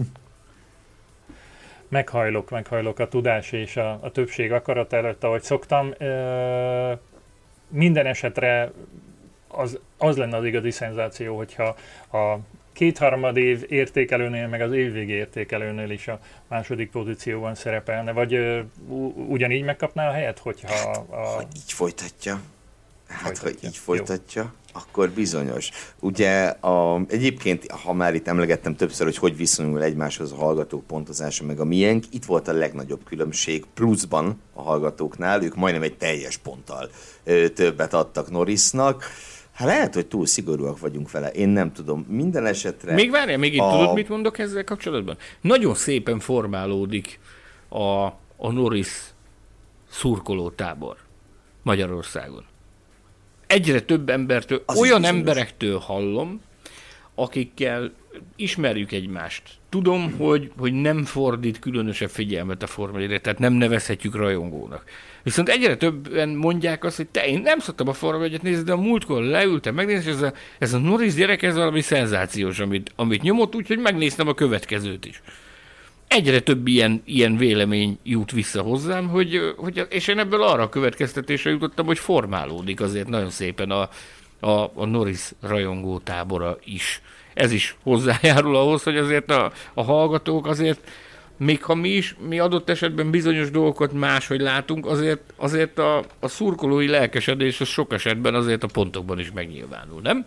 Meghajlok, meghajlok a tudás és a, a többség akarat előtt, ahogy szoktam. Ö, minden esetre az, az lenne az igazi szenzáció, hogyha a kétharmad év értékelőnél, meg az évvégi értékelőnél is a második pozícióban szerepelne, vagy ö, ugyanígy megkapná a helyet, hogyha... A... Ha így folytatja. Hát, folytatja. ha így folytatja, jó. Akkor bizonyos. Ugye a, egyébként, ha már itt emlegettem többször, hogy hogy viszonyul egymáshoz a hallgatók pontozása, meg a miénk, itt volt a legnagyobb különbség pluszban a hallgatóknál, ők majdnem egy teljes ponttal ö, többet adtak Norrisnak. Hát lehet, hogy túl szigorúak vagyunk vele, én nem tudom. Minden esetre... Még várjál, még itt a... tudod, mit mondok ezzel kapcsolatban? Nagyon szépen formálódik a, a Norris szurkoló tábor Magyarországon. Egyre több embertől, az olyan emberektől hallom, akikkel ismerjük egymást. Tudom, hogy, hogy nem fordít különösebb figyelmet a Forma egyre, tehát nem nevezhetjük rajongónak. Viszont egyre többen mondják azt, hogy te, én nem szoktam a Forma egyet nézni, de a múltkor leültem megnézni, és ez a, ez a Norris gyerek, ez valami szenzációs, amit, amit nyomott, úgyhogy megnéztem a következőt is. Egyre több ilyen, ilyen vélemény jut vissza hozzám, hogy, hogy, és én ebből arra a következtetésre jutottam, hogy formálódik azért nagyon szépen a, a, a Norris rajongó tábora is. Ez is hozzájárul ahhoz, hogy azért a, a hallgatók azért, még ha mi is, mi adott esetben bizonyos dolgokat máshogy látunk, azért, azért a, a szurkolói lelkesedés az sok esetben azért a pontokban is megnyilvánul, nem?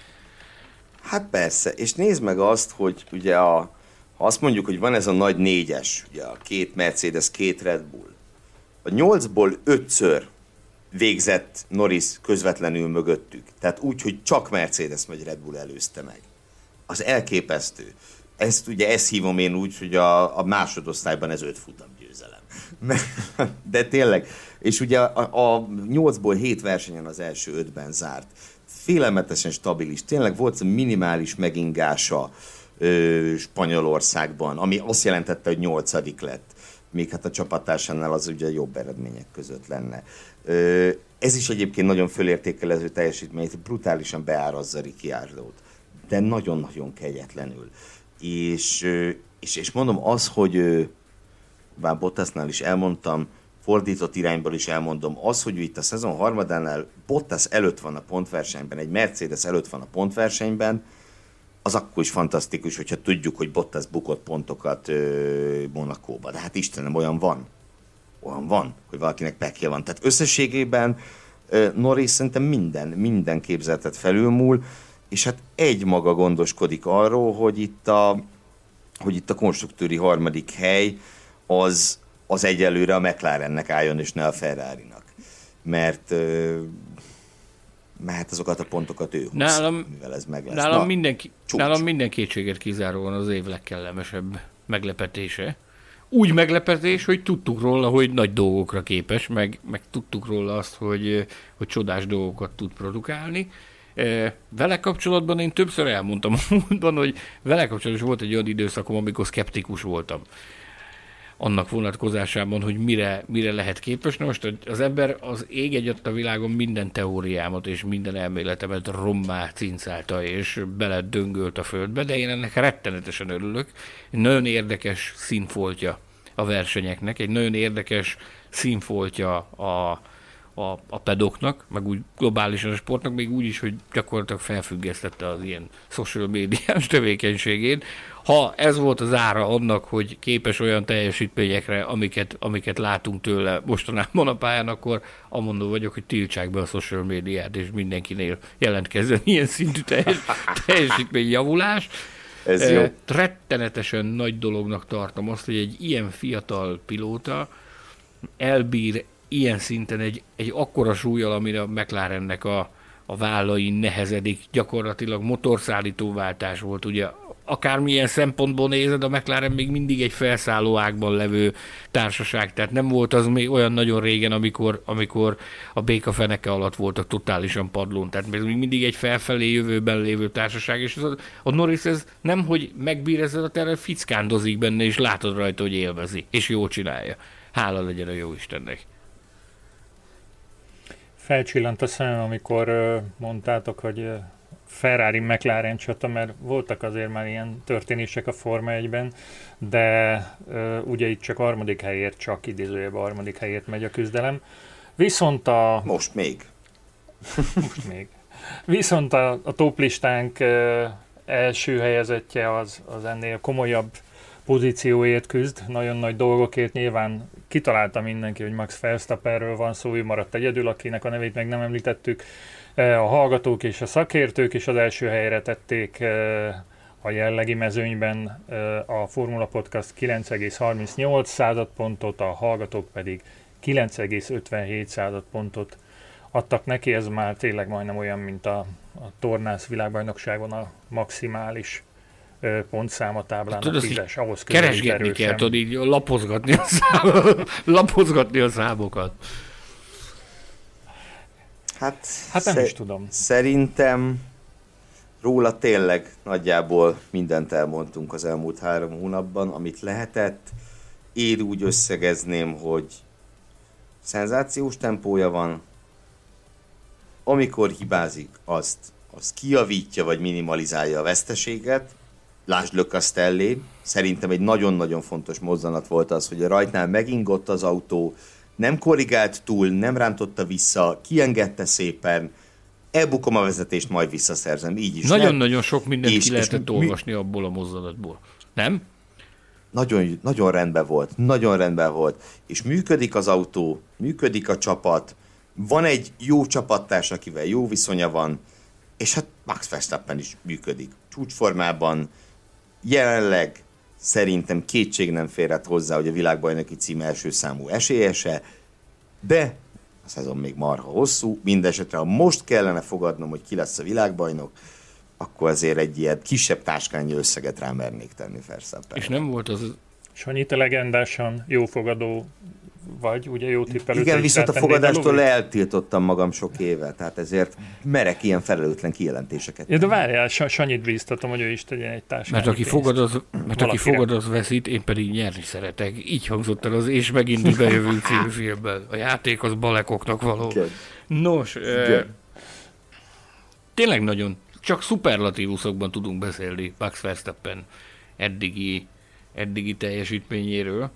Hát persze, és nézd meg azt, hogy ugye a ha azt mondjuk, hogy van ez a nagy négyes, ugye a két Mercedes, két Red Bull, a nyolcból ötször végzett Norris közvetlenül mögöttük, tehát úgy, hogy csak Mercedes vagy Red Bull előzte meg. Az elképesztő. Ezt ugye ezt hívom én úgy, hogy a, a másodosztályban ez öt futam győzelem. győzelem. De tényleg, és ugye a, a nyolcból hét versenyen az első ötben zárt. Félelmetesen stabilis. Tényleg volt minimális megingása ö, Spanyolországban, ami azt jelentette, hogy nyolcadik lett. Még hát a csapattársánál az ugye jobb eredmények között lenne. Ö, ez is egyébként nagyon fölértékelező teljesítmény, brutálisan beárazza Ricciardót, de nagyon-nagyon kegyetlenül. És, és, és mondom az, hogy bár Bottasnál is elmondtam, fordított irányból is elmondom, az, hogy itt a szezon harmadánál Bottas előtt van a pontversenyben, egy Mercedes előtt van a pontversenyben, az akkor is fantasztikus, hogyha tudjuk, hogy Bottas bukott pontokat Monacóba. De hát Istenem, olyan van. Olyan van, hogy valakinek pekje van. Tehát összességében Norris szerintem minden, minden képzeletet felülmúl, és hát egy maga gondoskodik arról, hogy itt a, hogy itt a konstruktőri harmadik hely az, az egyelőre a McLarennek álljon, és ne a Ferrarinak. Mert, mert azokat a pontokat ő húz, nálam, mivel ez meg lesz. Nálam, Na, minden, csúcs. nálam minden kétséget kizáróan az év legkellemesebb meglepetése. Úgy meglepetés, hogy tudtuk róla, hogy nagy dolgokra képes, meg, meg tudtuk róla azt, hogy, hogy csodás dolgokat tud produkálni. Vele kapcsolatban én többször elmondtam a múltban, hogy vele kapcsolatban volt egy olyan időszakom, amikor szkeptikus voltam annak vonatkozásában, hogy mire, mire lehet képes. Na most az ember az ég egyet a világon minden teóriámat és minden elméletemet rommá cincálta és beledöngölt a földbe, de én ennek rettenetesen örülök. Egy nagyon érdekes színfoltja a versenyeknek, egy nagyon érdekes színfoltja a A, a pedoknak, meg úgy globálisan a sportnak, még úgy is, hogy gyakorlatilag felfüggesztette az ilyen social médiás tevékenységét. Ha ez volt az ára annak, hogy képes olyan teljesítményekre, amiket, amiket látunk tőle mostanában a pályán, akkor amondó vagyok, hogy tiltsák be a social médiát, és mindenkinél jelentkezzen ilyen szintű teljes, teljesítményjavulás. Ez jó. Rettenetesen nagy dolognak tartom azt, hogy egy ilyen fiatal pilóta elbír ilyen szinten egy, egy akkora súlyjal, amire a McLarennek a, a vállain nehezedik, gyakorlatilag motorszállítóváltás volt, ugye akármilyen szempontból nézed, a McLaren még mindig egy felszálló ágban levő társaság, tehát nem volt az még olyan nagyon régen, amikor, amikor a béka feneke alatt voltak totálisan padlón, tehát még mindig egy felfelé jövőben lévő társaság, és az, a Norris ez nem, hogy megbír ezzel a terrel, fickándozik benne, és látod rajta, hogy élvezi, és jól csinálja. Hála legyen a jó Istennek. Felcsillant a szemem, amikor uh, mondtátok, hogy uh, Ferrari-McLaren csata, mert voltak azért már ilyen történések a Forma egyben, de uh, ugye itt csak harmadik helyért, csak idézőjében harmadik helyért megy a küzdelem. Viszont a... Most még. Most még. Viszont a, a toplistánk uh, első helyezettje az, az ennél komolyabb pozícióért küzd, nagyon nagy dolgokért. Nyilván kitalálta mindenki, hogy Max Verstappenről van szó, ő maradt egyedül, akinek a nevét meg nem említettük. A hallgatók és a szakértők is az első helyre tették a jellegi mezőnyben a Formula Podcast kilenc egész harmincnyolc századpontot, a hallgatók pedig kilenc egész ötvenhét századpontot adtak neki. Ez már tényleg majdnem olyan, mint a, a tornász világbajnokságon a maximális pontszáma táblán a tízes, ahhoz keresgetni kell, tudod így lapozgatni a, szám, lapozgatni a számokat. Hát, hát nem szer- is tudom. Szerintem róla tényleg nagyjából mindent elmondtunk az elmúlt három hónapban, amit lehetett. Én úgy összegezném, hogy szenzációs tempója van. Amikor hibázik, azt, azt kijavítja, vagy minimalizálja a veszteséget. Lásd Le Castelli, szerintem egy nagyon-nagyon fontos mozzanat volt az, hogy a rajtnál megingott az autó, nem korrigált túl, nem rántotta vissza, kiengedte szépen, elbukom a vezetést, majd visszaszerzem, így is. Nagyon-nagyon sok mindent és, ki lehetett és olvasni mi... abból a mozzanatból. Nem? Nagyon, nagyon rendben volt, nagyon rendben volt. És működik az autó, működik a csapat, van egy jó csapattárs, akivel jó viszonya van, és hát Max Verstappen is működik. Csúcsformában jelenleg szerintem kétség nem férhet hozzá, hogy a világbajnoki cím első számú esélyese, de a szezon még marha hosszú, mindesetre ha most kellene fogadnom, hogy ki lesz a világbajnok, akkor azért egy ilyen kisebb táskányi összeget rámernék tenni Verstappen. És nem volt az Sanyi, te legendásan jófogadó vagy, ugye jó tippelő. Igen, viszont a fogadástól eltiltottam magam sok éve, tehát ezért merek ilyen felelőtlen kijelentéseket. Ja, de várjál, Sanyit bíztatom, hogy ő is tegyen egy társát. Mert aki fogad, az, mert aki fogad, az veszít, én pedig nyerni szeretek. Így hangzott el az És megint bejövünk című filmben. A játék az balekoknak való. Okay. Nos, e, tényleg nagyon, csak szuperlatívuszokban tudunk beszélni Max Verstappen eddigi, eddigi teljesítményéről.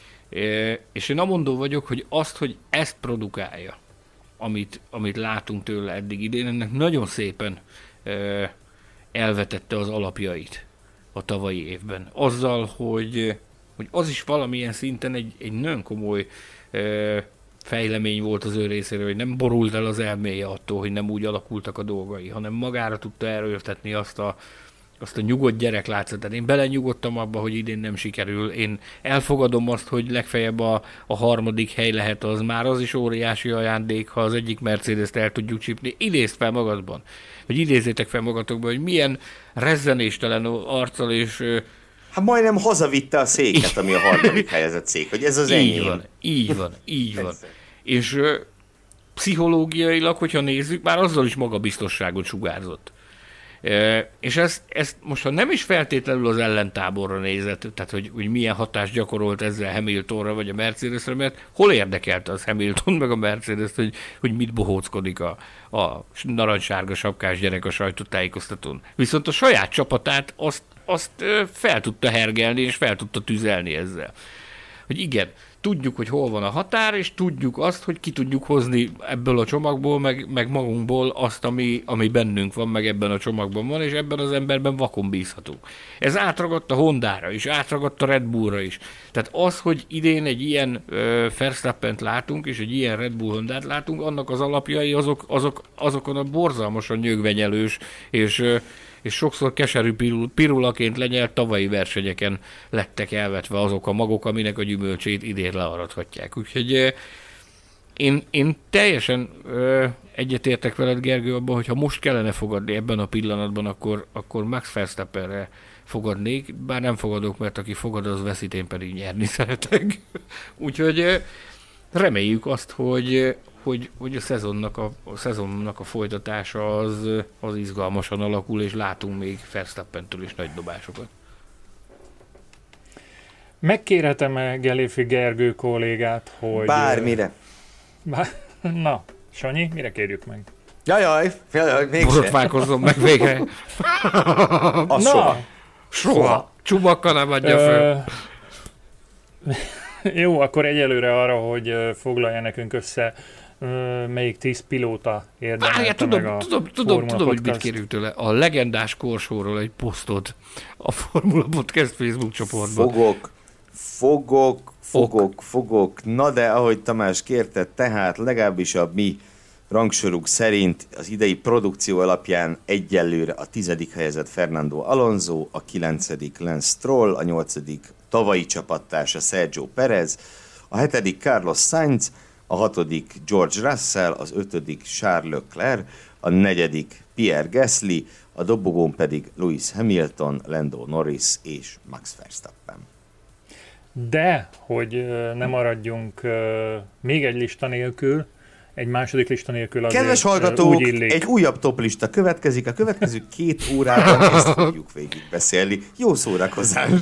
És én amondó vagyok, hogy azt, hogy ezt produkálja, amit, amit látunk tőle eddig idén, ennek nagyon szépen elvetette az alapjait a tavalyi évben. Azzal, hogy, hogy az is valamilyen szinten egy, egy nagyon komoly fejlemény volt az ő részéről, hogy nem borult el az elméje attól, hogy nem úgy alakultak a dolgai, hanem magára tudta erőltetni azt a azt a nyugodt gyereklátszatát. Én belenyugodtam abba, hogy idén nem sikerül. Én elfogadom azt, hogy legfeljebb a, a harmadik hely lehet az már, az is óriási ajándék, ha az egyik Mercedes-t el tudjuk csípni. Idézd fel magadban, vagy idézzétek fel magatokban, hogy milyen rezzenéstelen arccal és... Hát majdnem hazavitte a széket, ami a harmadik helyezett szék, hogy ez az enyém. Így van, így van, így van. És uh, pszichológiailag, hogyha nézzük, már azzal is magabiztosságot sugárzott. E, és ezt, ezt most, ha nem is feltétlenül az ellentáborra nézett, tehát hogy, hogy milyen hatást gyakorolt ezzel Hamiltonra vagy a Mercedesre, mert hol érdekelte az Hamilton meg a Mercedes, hogy, hogy mit bohóckodik a, a narancssárga sapkás gyerek a sajtótájékoztatón. Viszont a saját csapatát azt, azt fel tudta hergelni, és fel tudta tüzelni ezzel. Hogy igen, tudjuk, hogy hol van a határ, és tudjuk azt, hogy ki tudjuk hozni ebből a csomagból, meg, meg magunkból azt, ami, ami bennünk van, meg ebben a csomagban van, és ebben az emberben vakon bízhatunk. Ez átragadt a Hondára is, átragadt a Red Bullra is. Tehát az, hogy idén egy ilyen uh, Verstappent látunk, és egy ilyen Red Bull Hondát látunk, annak az alapjai azok, azok, azokon a borzalmasan nyögvenyelős, és uh, és sokszor keserű pirul, pirulaként lenyelt tavalyi versenyeken lettek elvetve azok a magok, aminek a gyümölcsét idén learadhatják. Úgyhogy eh, én, én teljesen eh, egyetértek veled, Gergő, abban, hogy ha most kellene fogadni ebben a pillanatban, akkor, akkor Max Verstappenre fogadnék, bár nem fogadok, mert aki fogad, az veszít, én pedig nyerni szeretek. Úgyhogy eh, reméljük azt, hogy Hogy, hogy a szezonnak a, a szezonnak a folytatása az, az izgalmasan alakul, és látunk még Verstappentől is nagy dobásokat. Megkérhetem-e Gellérfi Gergő kollégát, hogy... Bármire. Bár... Na, Sanyi, mire kérjük meg? Jajaj, jajaj, mégse. Borotválkozzon meg végre. Az Na. soha. Soha. Csubakkal nem adja föl. Jó, akkor egyelőre arra, hogy foglalja nekünk össze, melyik tíz pilóta érdemelte tudom, meg a tudom, tudom, tudom, hogy mit kérjük tőle. A legendás korsóról egy posztot a Formula Podcast Facebook csoportban. Fogok, fogok, fogok, ok. fogok. Na de, ahogy Tamás kérte, tehát legalábbis a mi rangsoruk szerint az idei produkció alapján egyelőre a tizedik helyezett Fernando Alonso, a kilencedik Lance Stroll, a nyolcadik tavalyi csapattársa Sergio Perez, a hetedik Carlos Sainz, a hatodik George Russell, az ötödik Charles Leclerc, a negyedik Pierre Gasly, a dobogón pedig Lewis Hamilton, Lando Norris és Max Verstappen. De, hogy ne maradjunk még egy lista nélkül, egy második lista nélkül azért Kedves hallgatók, egy újabb toplista következik, a következő két órában ezt fogjuk végigbeszélni. Jó szórakozást!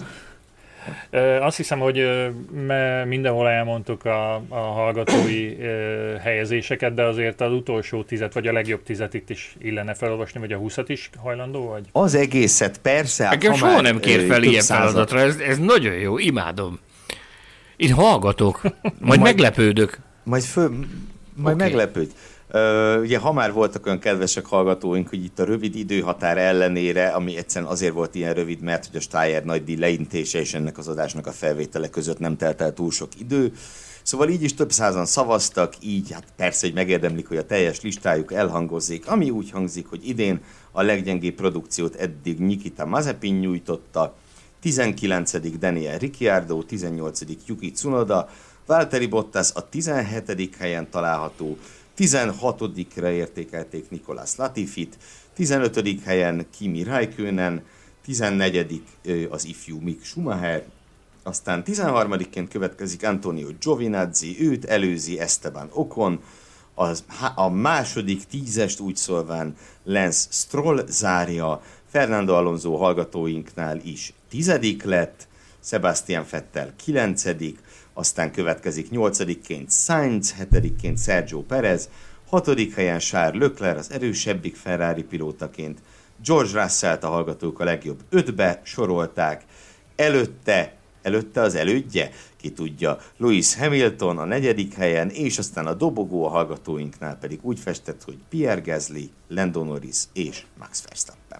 Azt hiszem, hogy mindenhol elmondtuk a, a hallgatói helyezéseket, de azért az utolsó tizet, vagy a legjobb tizet itt is illene felolvasni, vagy a húszat is hajlandó vagy? Az egészet, persze. Engem hát, soha nem kér fel ilyen feladatra, ez, ez nagyon jó, imádom. Itt hallgatok, majd, majd meglepődök. Majd, föl, majd okay. meglepődj. Uh, ugye, ha már voltak olyan kedvesek hallgatóink, hogy itt a rövid időhatár ellenére, ami egyszerűen azért volt ilyen rövid, mert hogy a Steyer nagy díj leintése és ennek az adásnak a felvétele között nem telt el túl sok idő. Szóval így is több százan szavaztak, így hát persze, hogy megérdemlik, hogy a teljes listájuk elhangozzék, ami úgy hangzik, hogy idén a leggyengébb produkciót eddig Nikita Mazepin nyújtotta, tizenkilencedik Daniel Ricciardo, tizennyolcadik Yuki Tsunoda, Valtteri Bottas a tizenhetedik helyen található, tizenhatodikra értékelték Nicolas Latifit, tizenötödik helyen Kimi Räikkönen, tizennegyedik az ifjú Mick Schumacher, Aztán tizenharmadikként következik Antonio Giovinazzi, őt előzi Esteban Ocon, az, a második tízest úgy szólván Lance Stroll zárja, Fernando Alonso hallgatóinknál is tizedik lett, Sebastian Vettel kilencedik, aztán következik nyolcadikként Sainz, hetedikként Sergio Perez, hatodik helyen Charles Leclerc az erősebbik Ferrari pilótaként, George Russellt a hallgatók a legjobb ötbe sorolták, előtte, előtte az elődje, ki tudja, Lewis Hamilton a negyedik helyen, és aztán a dobogó a hallgatóinknál pedig úgy festett, hogy Pierre Gasly, Lando Norris és Max Verstappen.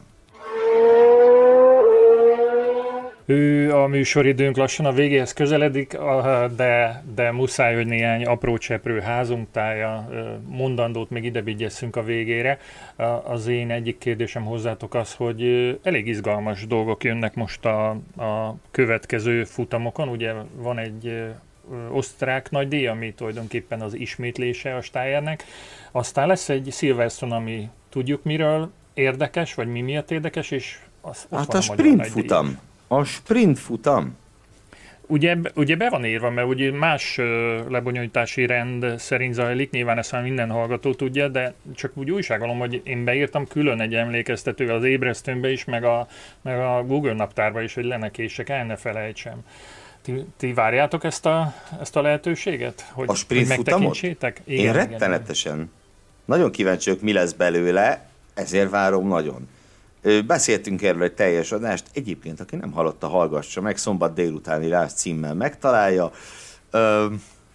Ő a műsoridőnk lassan a végéhez közeledik, de, de muszáj, hogy néhány apró cseprő házunk tája mondandót még ide vigyesszünk a végére. Az én egyik kérdésem hozzátok az, hogy elég izgalmas dolgok jönnek most a, a következő futamokon. Ugye van egy osztrák nagydíj, ami tulajdonképpen az ismétlése a Steiernek. Aztán lesz egy Silverstone, ami tudjuk miről érdekes, vagy mi miatt érdekes, és az, ott hát van a, a sprint futam. A sprint futam. Ugye, ugye be van írva, mert ugye más lebonyolítási rend szerint zajlik, nyilván ezt már minden hallgató tudja, de csak úgy újságolom, hogy én beírtam külön egy emlékeztető az ébresztőmbe is, meg a, meg a Google naptárba is, hogy lenekések, el ne felejtsem. Ti, ti várjátok ezt a, ezt a lehetőséget? Hogy, a sprint hogy futamot? Igen, én rettenetesen. Igen. Nagyon kíváncsi vagyok, mi lesz belőle, ezért várom nagyon. Beszéltünk erről egy teljes adást, egyébként aki nem hallotta, hallgassa meg, szombat délutáni Rász címmel megtalálja. Ö,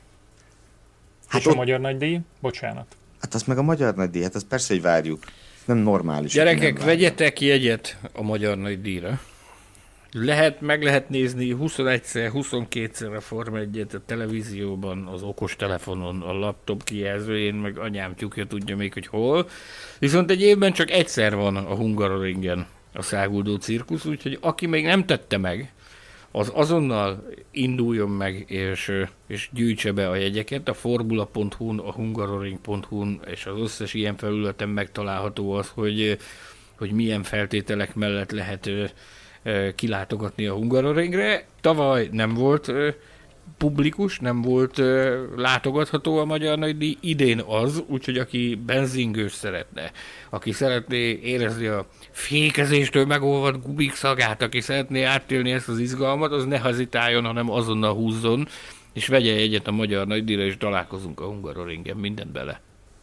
hát és ott... a Magyar Nagydíj? Bocsánat. Hát az meg a Magyar Nagydíj, hát az persze, hogy várjuk. Nem normális. Gyerekek, nem vegyetek jegyet a Magyar Nagydíjra. Lehet, meg lehet nézni huszonegyszer, huszonkétszer a Forma egyet a televízióban, az okos telefonon, a laptop kijelzőjén, meg anyám tyúkja tudja még, hogy hol. Viszont egy évben csak egyszer van a Hungaroringen a száguldó cirkusz, úgyhogy aki még nem tette meg, az azonnal induljon meg, és, és gyűjtse be a jegyeket. A formula pont hu-n, a hungaroring pont hu-n és az összes ilyen felületen megtalálható az, hogy, hogy milyen feltételek mellett lehet kilátogatni a Hungaroringre. Tavaly nem volt publikus, nem volt látogatható a Magyar Nagydíj, idén az, úgyhogy aki benzingős szeretne, aki szeretné érezni a fékezéstől megolvadt gumik szagát, aki szeretné átélni ezt az izgalmat, az ne hezitáljon, hanem azonnal húzzon, és vegye egyet a Magyar Nagydíjra, és találkozunk a Hungaroringen, mindent bele.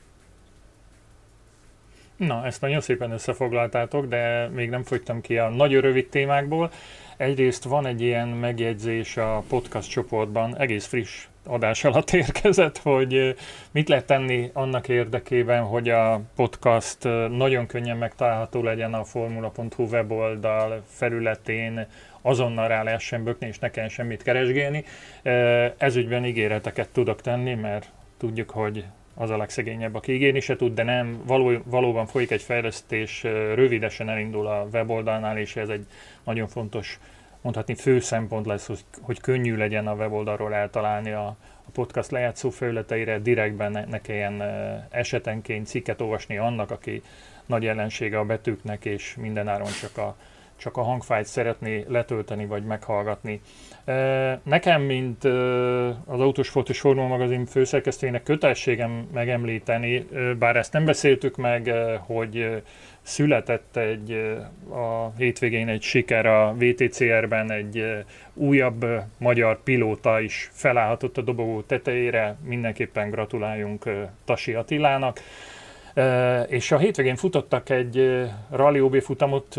Na, ezt nagyon szépen összefoglaltátok, de még nem fogytam ki a nagyon rövid témákból. Egyrészt van egy ilyen megjegyzés a podcast csoportban, egész friss adás alatt érkezett, hogy mit lehet tenni annak érdekében, hogy a podcast nagyon könnyen megtalálható legyen a formula pont hu weboldal felületén, azonnal rá lehessen bökni, és ne kelljen semmit keresgélni. Ezügyben ígéreteket tudok tenni, mert tudjuk, hogy az a legszegényebb, aki ígérni se tud, de nem, való, valóban folyik egy fejlesztés, rövidesen elindul a weboldalnál, és ez egy nagyon fontos, mondhatni fő szempont lesz, hogy, hogy könnyű legyen a weboldalról eltalálni a, a podcast lejátszó felületeire, direktben ne, ne kelljen esetenként cikket olvasni annak, aki nagy ellensége a betűknek, és mindenáron csak a, csak a hangfájlt szeretné letölteni vagy meghallgatni. Nekem, mint az Autosport és Formula magazin főszerkesztőjének kötelességem megemlíteni, bár ezt nem beszéltük meg, hogy született egy, a hétvégén egy siker a vé té cé er-ben, egy újabb magyar pilóta is felállhatott a dobogó tetejére, mindenképpen gratuláljunk Tasi Attilának. És a hétvégén futottak egy Rally o bé futamot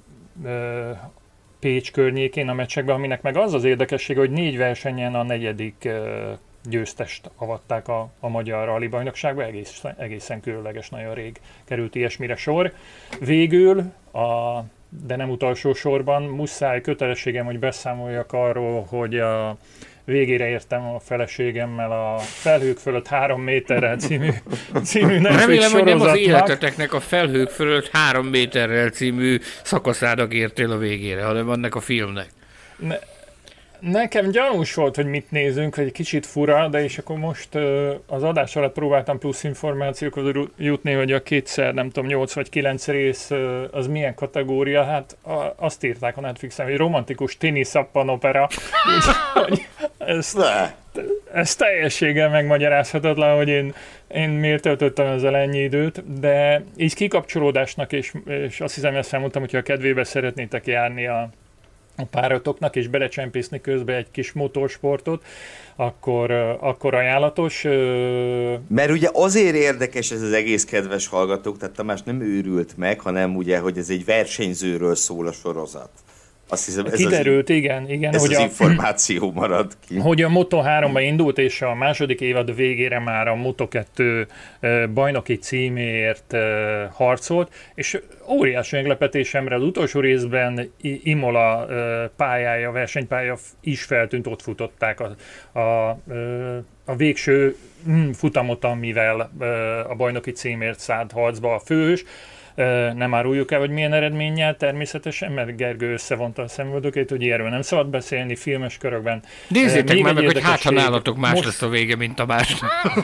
Pécs környékén a meccsekben, aminek meg az az érdekessége, hogy négy versenyen a negyedik győztest avatták a, a magyar rally bajnokságba, egész, egészen különleges, nagyon rég került ilyesmire sor. Végül, a, de nem utolsó sorban, muszáj kötelességem, hogy beszámoljak arról, hogy a végére értem a feleségemmel a Felhők fölött három méterrel című, című Netflix Remélem, sorozatnak. hogy nem az életeteknek a Felhők fölött három méterrel című szakaszának értél a végére, hanem annak a filmnek. Ne, Nekem gyanús volt, hogy mit nézünk, hogy egy kicsit fura, de és akkor most az adás alatt próbáltam plusz információkhoz jutni, hogy a kétszer, nem tudom, nyolc vagy kilenc rész az milyen kategória. Hát azt írták a Netflixen, hogy romantikus tini szappanopera. Úgyhogy ezt, ez teljességgel megmagyarázhatatlan, hogy én, én miért töltöttem ezzel ennyi időt, de így kikapcsolódásnak, és, és azt hiszem, ezt elmondtam, hogyha a kedvébe szeretnétek járni a a páratoknak, és belecsempészni közben egy kis motorsportot, akkor, akkor ajánlatos. Mert ugye azért érdekes ez az egész, kedves hallgatók, tehát Tamás nem őrült meg, hanem ugye, hogy ez egy versenyzőről szól a sorozat. Azt hiszem, ez Kiderült, az, igen, igen. Ez hogy az a, információ marad ki. Hogy a Moto háromba indult, és a második évad végére már a Moto kettő bajnoki címéért harcolt, és óriási meglepetésemre az utolsó részben Imola pályája, versenypálya is feltűnt, ott futották a, a, a végső futamot, amivel a bajnoki címért szállt harcba a főhős. Nem áruljuk el, hogy milyen eredménnyel, természetesen, mert Gergő összevonta a szemöldökét, hogy erről nem szabad beszélni filmes körökben. Nézzétek már meg, hogy hát ha nálatok más most... lesz a vége, mint a más.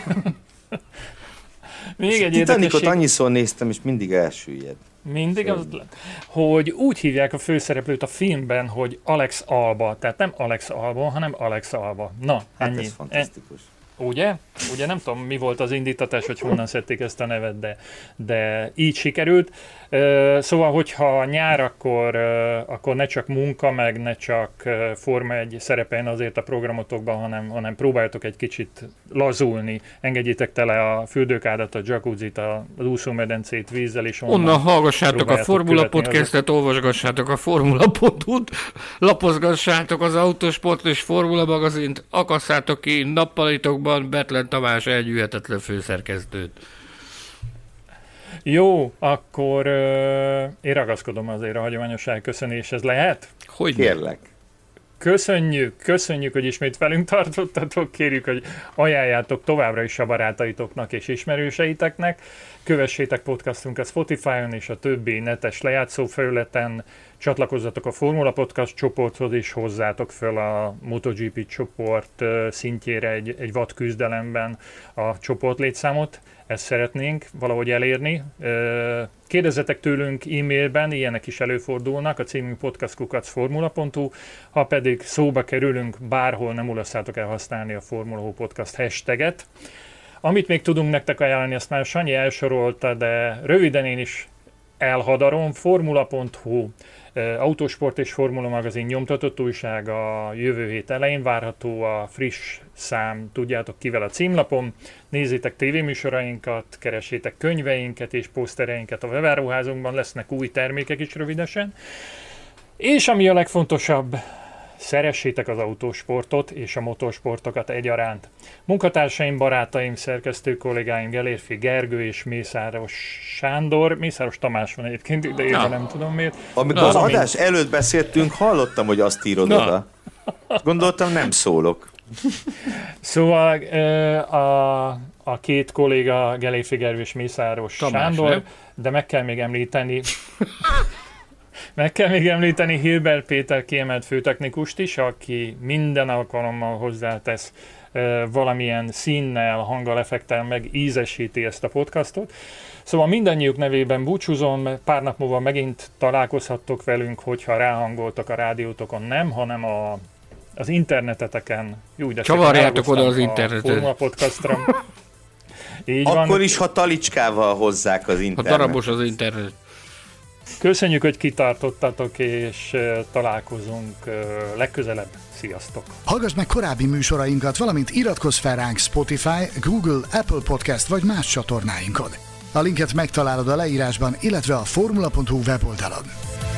Még egy Titanicot annyiszor néztem, és mindig elsüllyed. Mindig az, hogy úgy hívják a főszereplőt a filmben, hogy Alex Alba, tehát nem Alex Albon, hanem Alex Alba. Na, hát ennyi. Ez fantasztikus. Ugye? Ugye nem tudom, mi volt az indítatás, hogy honnan szedték ezt a nevet, de, de így sikerült. Szóval, hogyha nyár, akkor, akkor ne csak munka, meg ne csak Forma egy szerepeljen azért a programotokban, hanem, hanem próbáljatok egy kicsit lazulni. Engedjétek tele a fürdőkádat, a jacuzzit, az úszómedencét vízzel, és onnan, onnan hallgassátok a Formula Podcastet, azok... olvasgassátok a Formula pont hu-t, lapozgassátok az Autosport és Formula magazint, akasszátok ki nappalitokban Betlen Tamás elgyűhetetlen főszerkesztőt. Jó, akkor uh, én ragaszkodom azért a hagyományos elköszönéshez. Lehet? Hogy kérlek. Köszönjük, köszönjük, hogy ismét velünk tartottatok, kérjük, hogy ajánljátok továbbra is a barátaitoknak és ismerőseiteknek. Kövessétek podcastunkat Spotify-on és a többi netes lejátszó felületen, csatlakozzatok a Formula Podcast csoporthoz, és hozzátok föl a MotoGP csoport szintjére egy, egy vad küzdelemben a csoport létszámot. Ezt szeretnénk valahogy elérni. Kérdezzetek tőlünk e-mailben, ilyenek is előfordulnak, a címünk podcast kukac formula pont hu, ha pedig szóba kerülünk, bárhol nem mulasszátok el használni a Formula Hu Podcast hashtaget. Amit még tudunk nektek ajánlani, azt már Sanyi elsorolta, de röviden én is elhadarom. Formula pont hu, Autosport és Formula magazin nyomtatott újság, a jövő hét elején várható a friss szám, tudjátok kivel a címlapon. Nézzétek tévéműsorainkat, keressétek könyveinket és posztereinket a webáruházunkban, lesznek új termékek is rövidesen. És ami a legfontosabb, szeressétek az autósportot és a motorsportokat egyaránt. Munkatársaim, barátaim, szerkesztő kollégáim, Gelérfi Gergő és Mészáros Sándor. Mészáros Tamás van egyébként idejében, nem tudom miért. Amikor Na, az amint... adás előtt beszéltünk, hallottam, hogy azt írod oda. Gondoltam, nem szólok. Szóval a, a két kolléga, Gelérfi Gergő és Mészáros Tamás, Sándor, nem? De meg kell még említeni... Meg kell még említeni Hilbert Péter kiemelt főtechnikust is, aki minden alkalommal hozzátesz e, valamilyen színnel, hanggal, effektel meg ízesíti ezt a podcastot. Szóval mindannyiuk nevében búcsúzom, pár nap múlva megint találkozhattok velünk, hogyha ráhangoltak a rádiótokon, nem, hanem a, az interneteteken. Jó, de csavarjátok oda az internetet. A Formula Podcastra. Így Akkor van. is, ha talicskával hozzák az internet. Ha darabos az internet. Köszönjük, hogy kitartottatok, és találkozunk legközelebb. Sziasztok! Hallgass meg korábbi műsorainkat, valamint iratkozz fel ránk Spotify, Google, Apple Podcast vagy más csatornáinkon. A linket megtalálod a leírásban, illetve a formula pont hu weboldalon.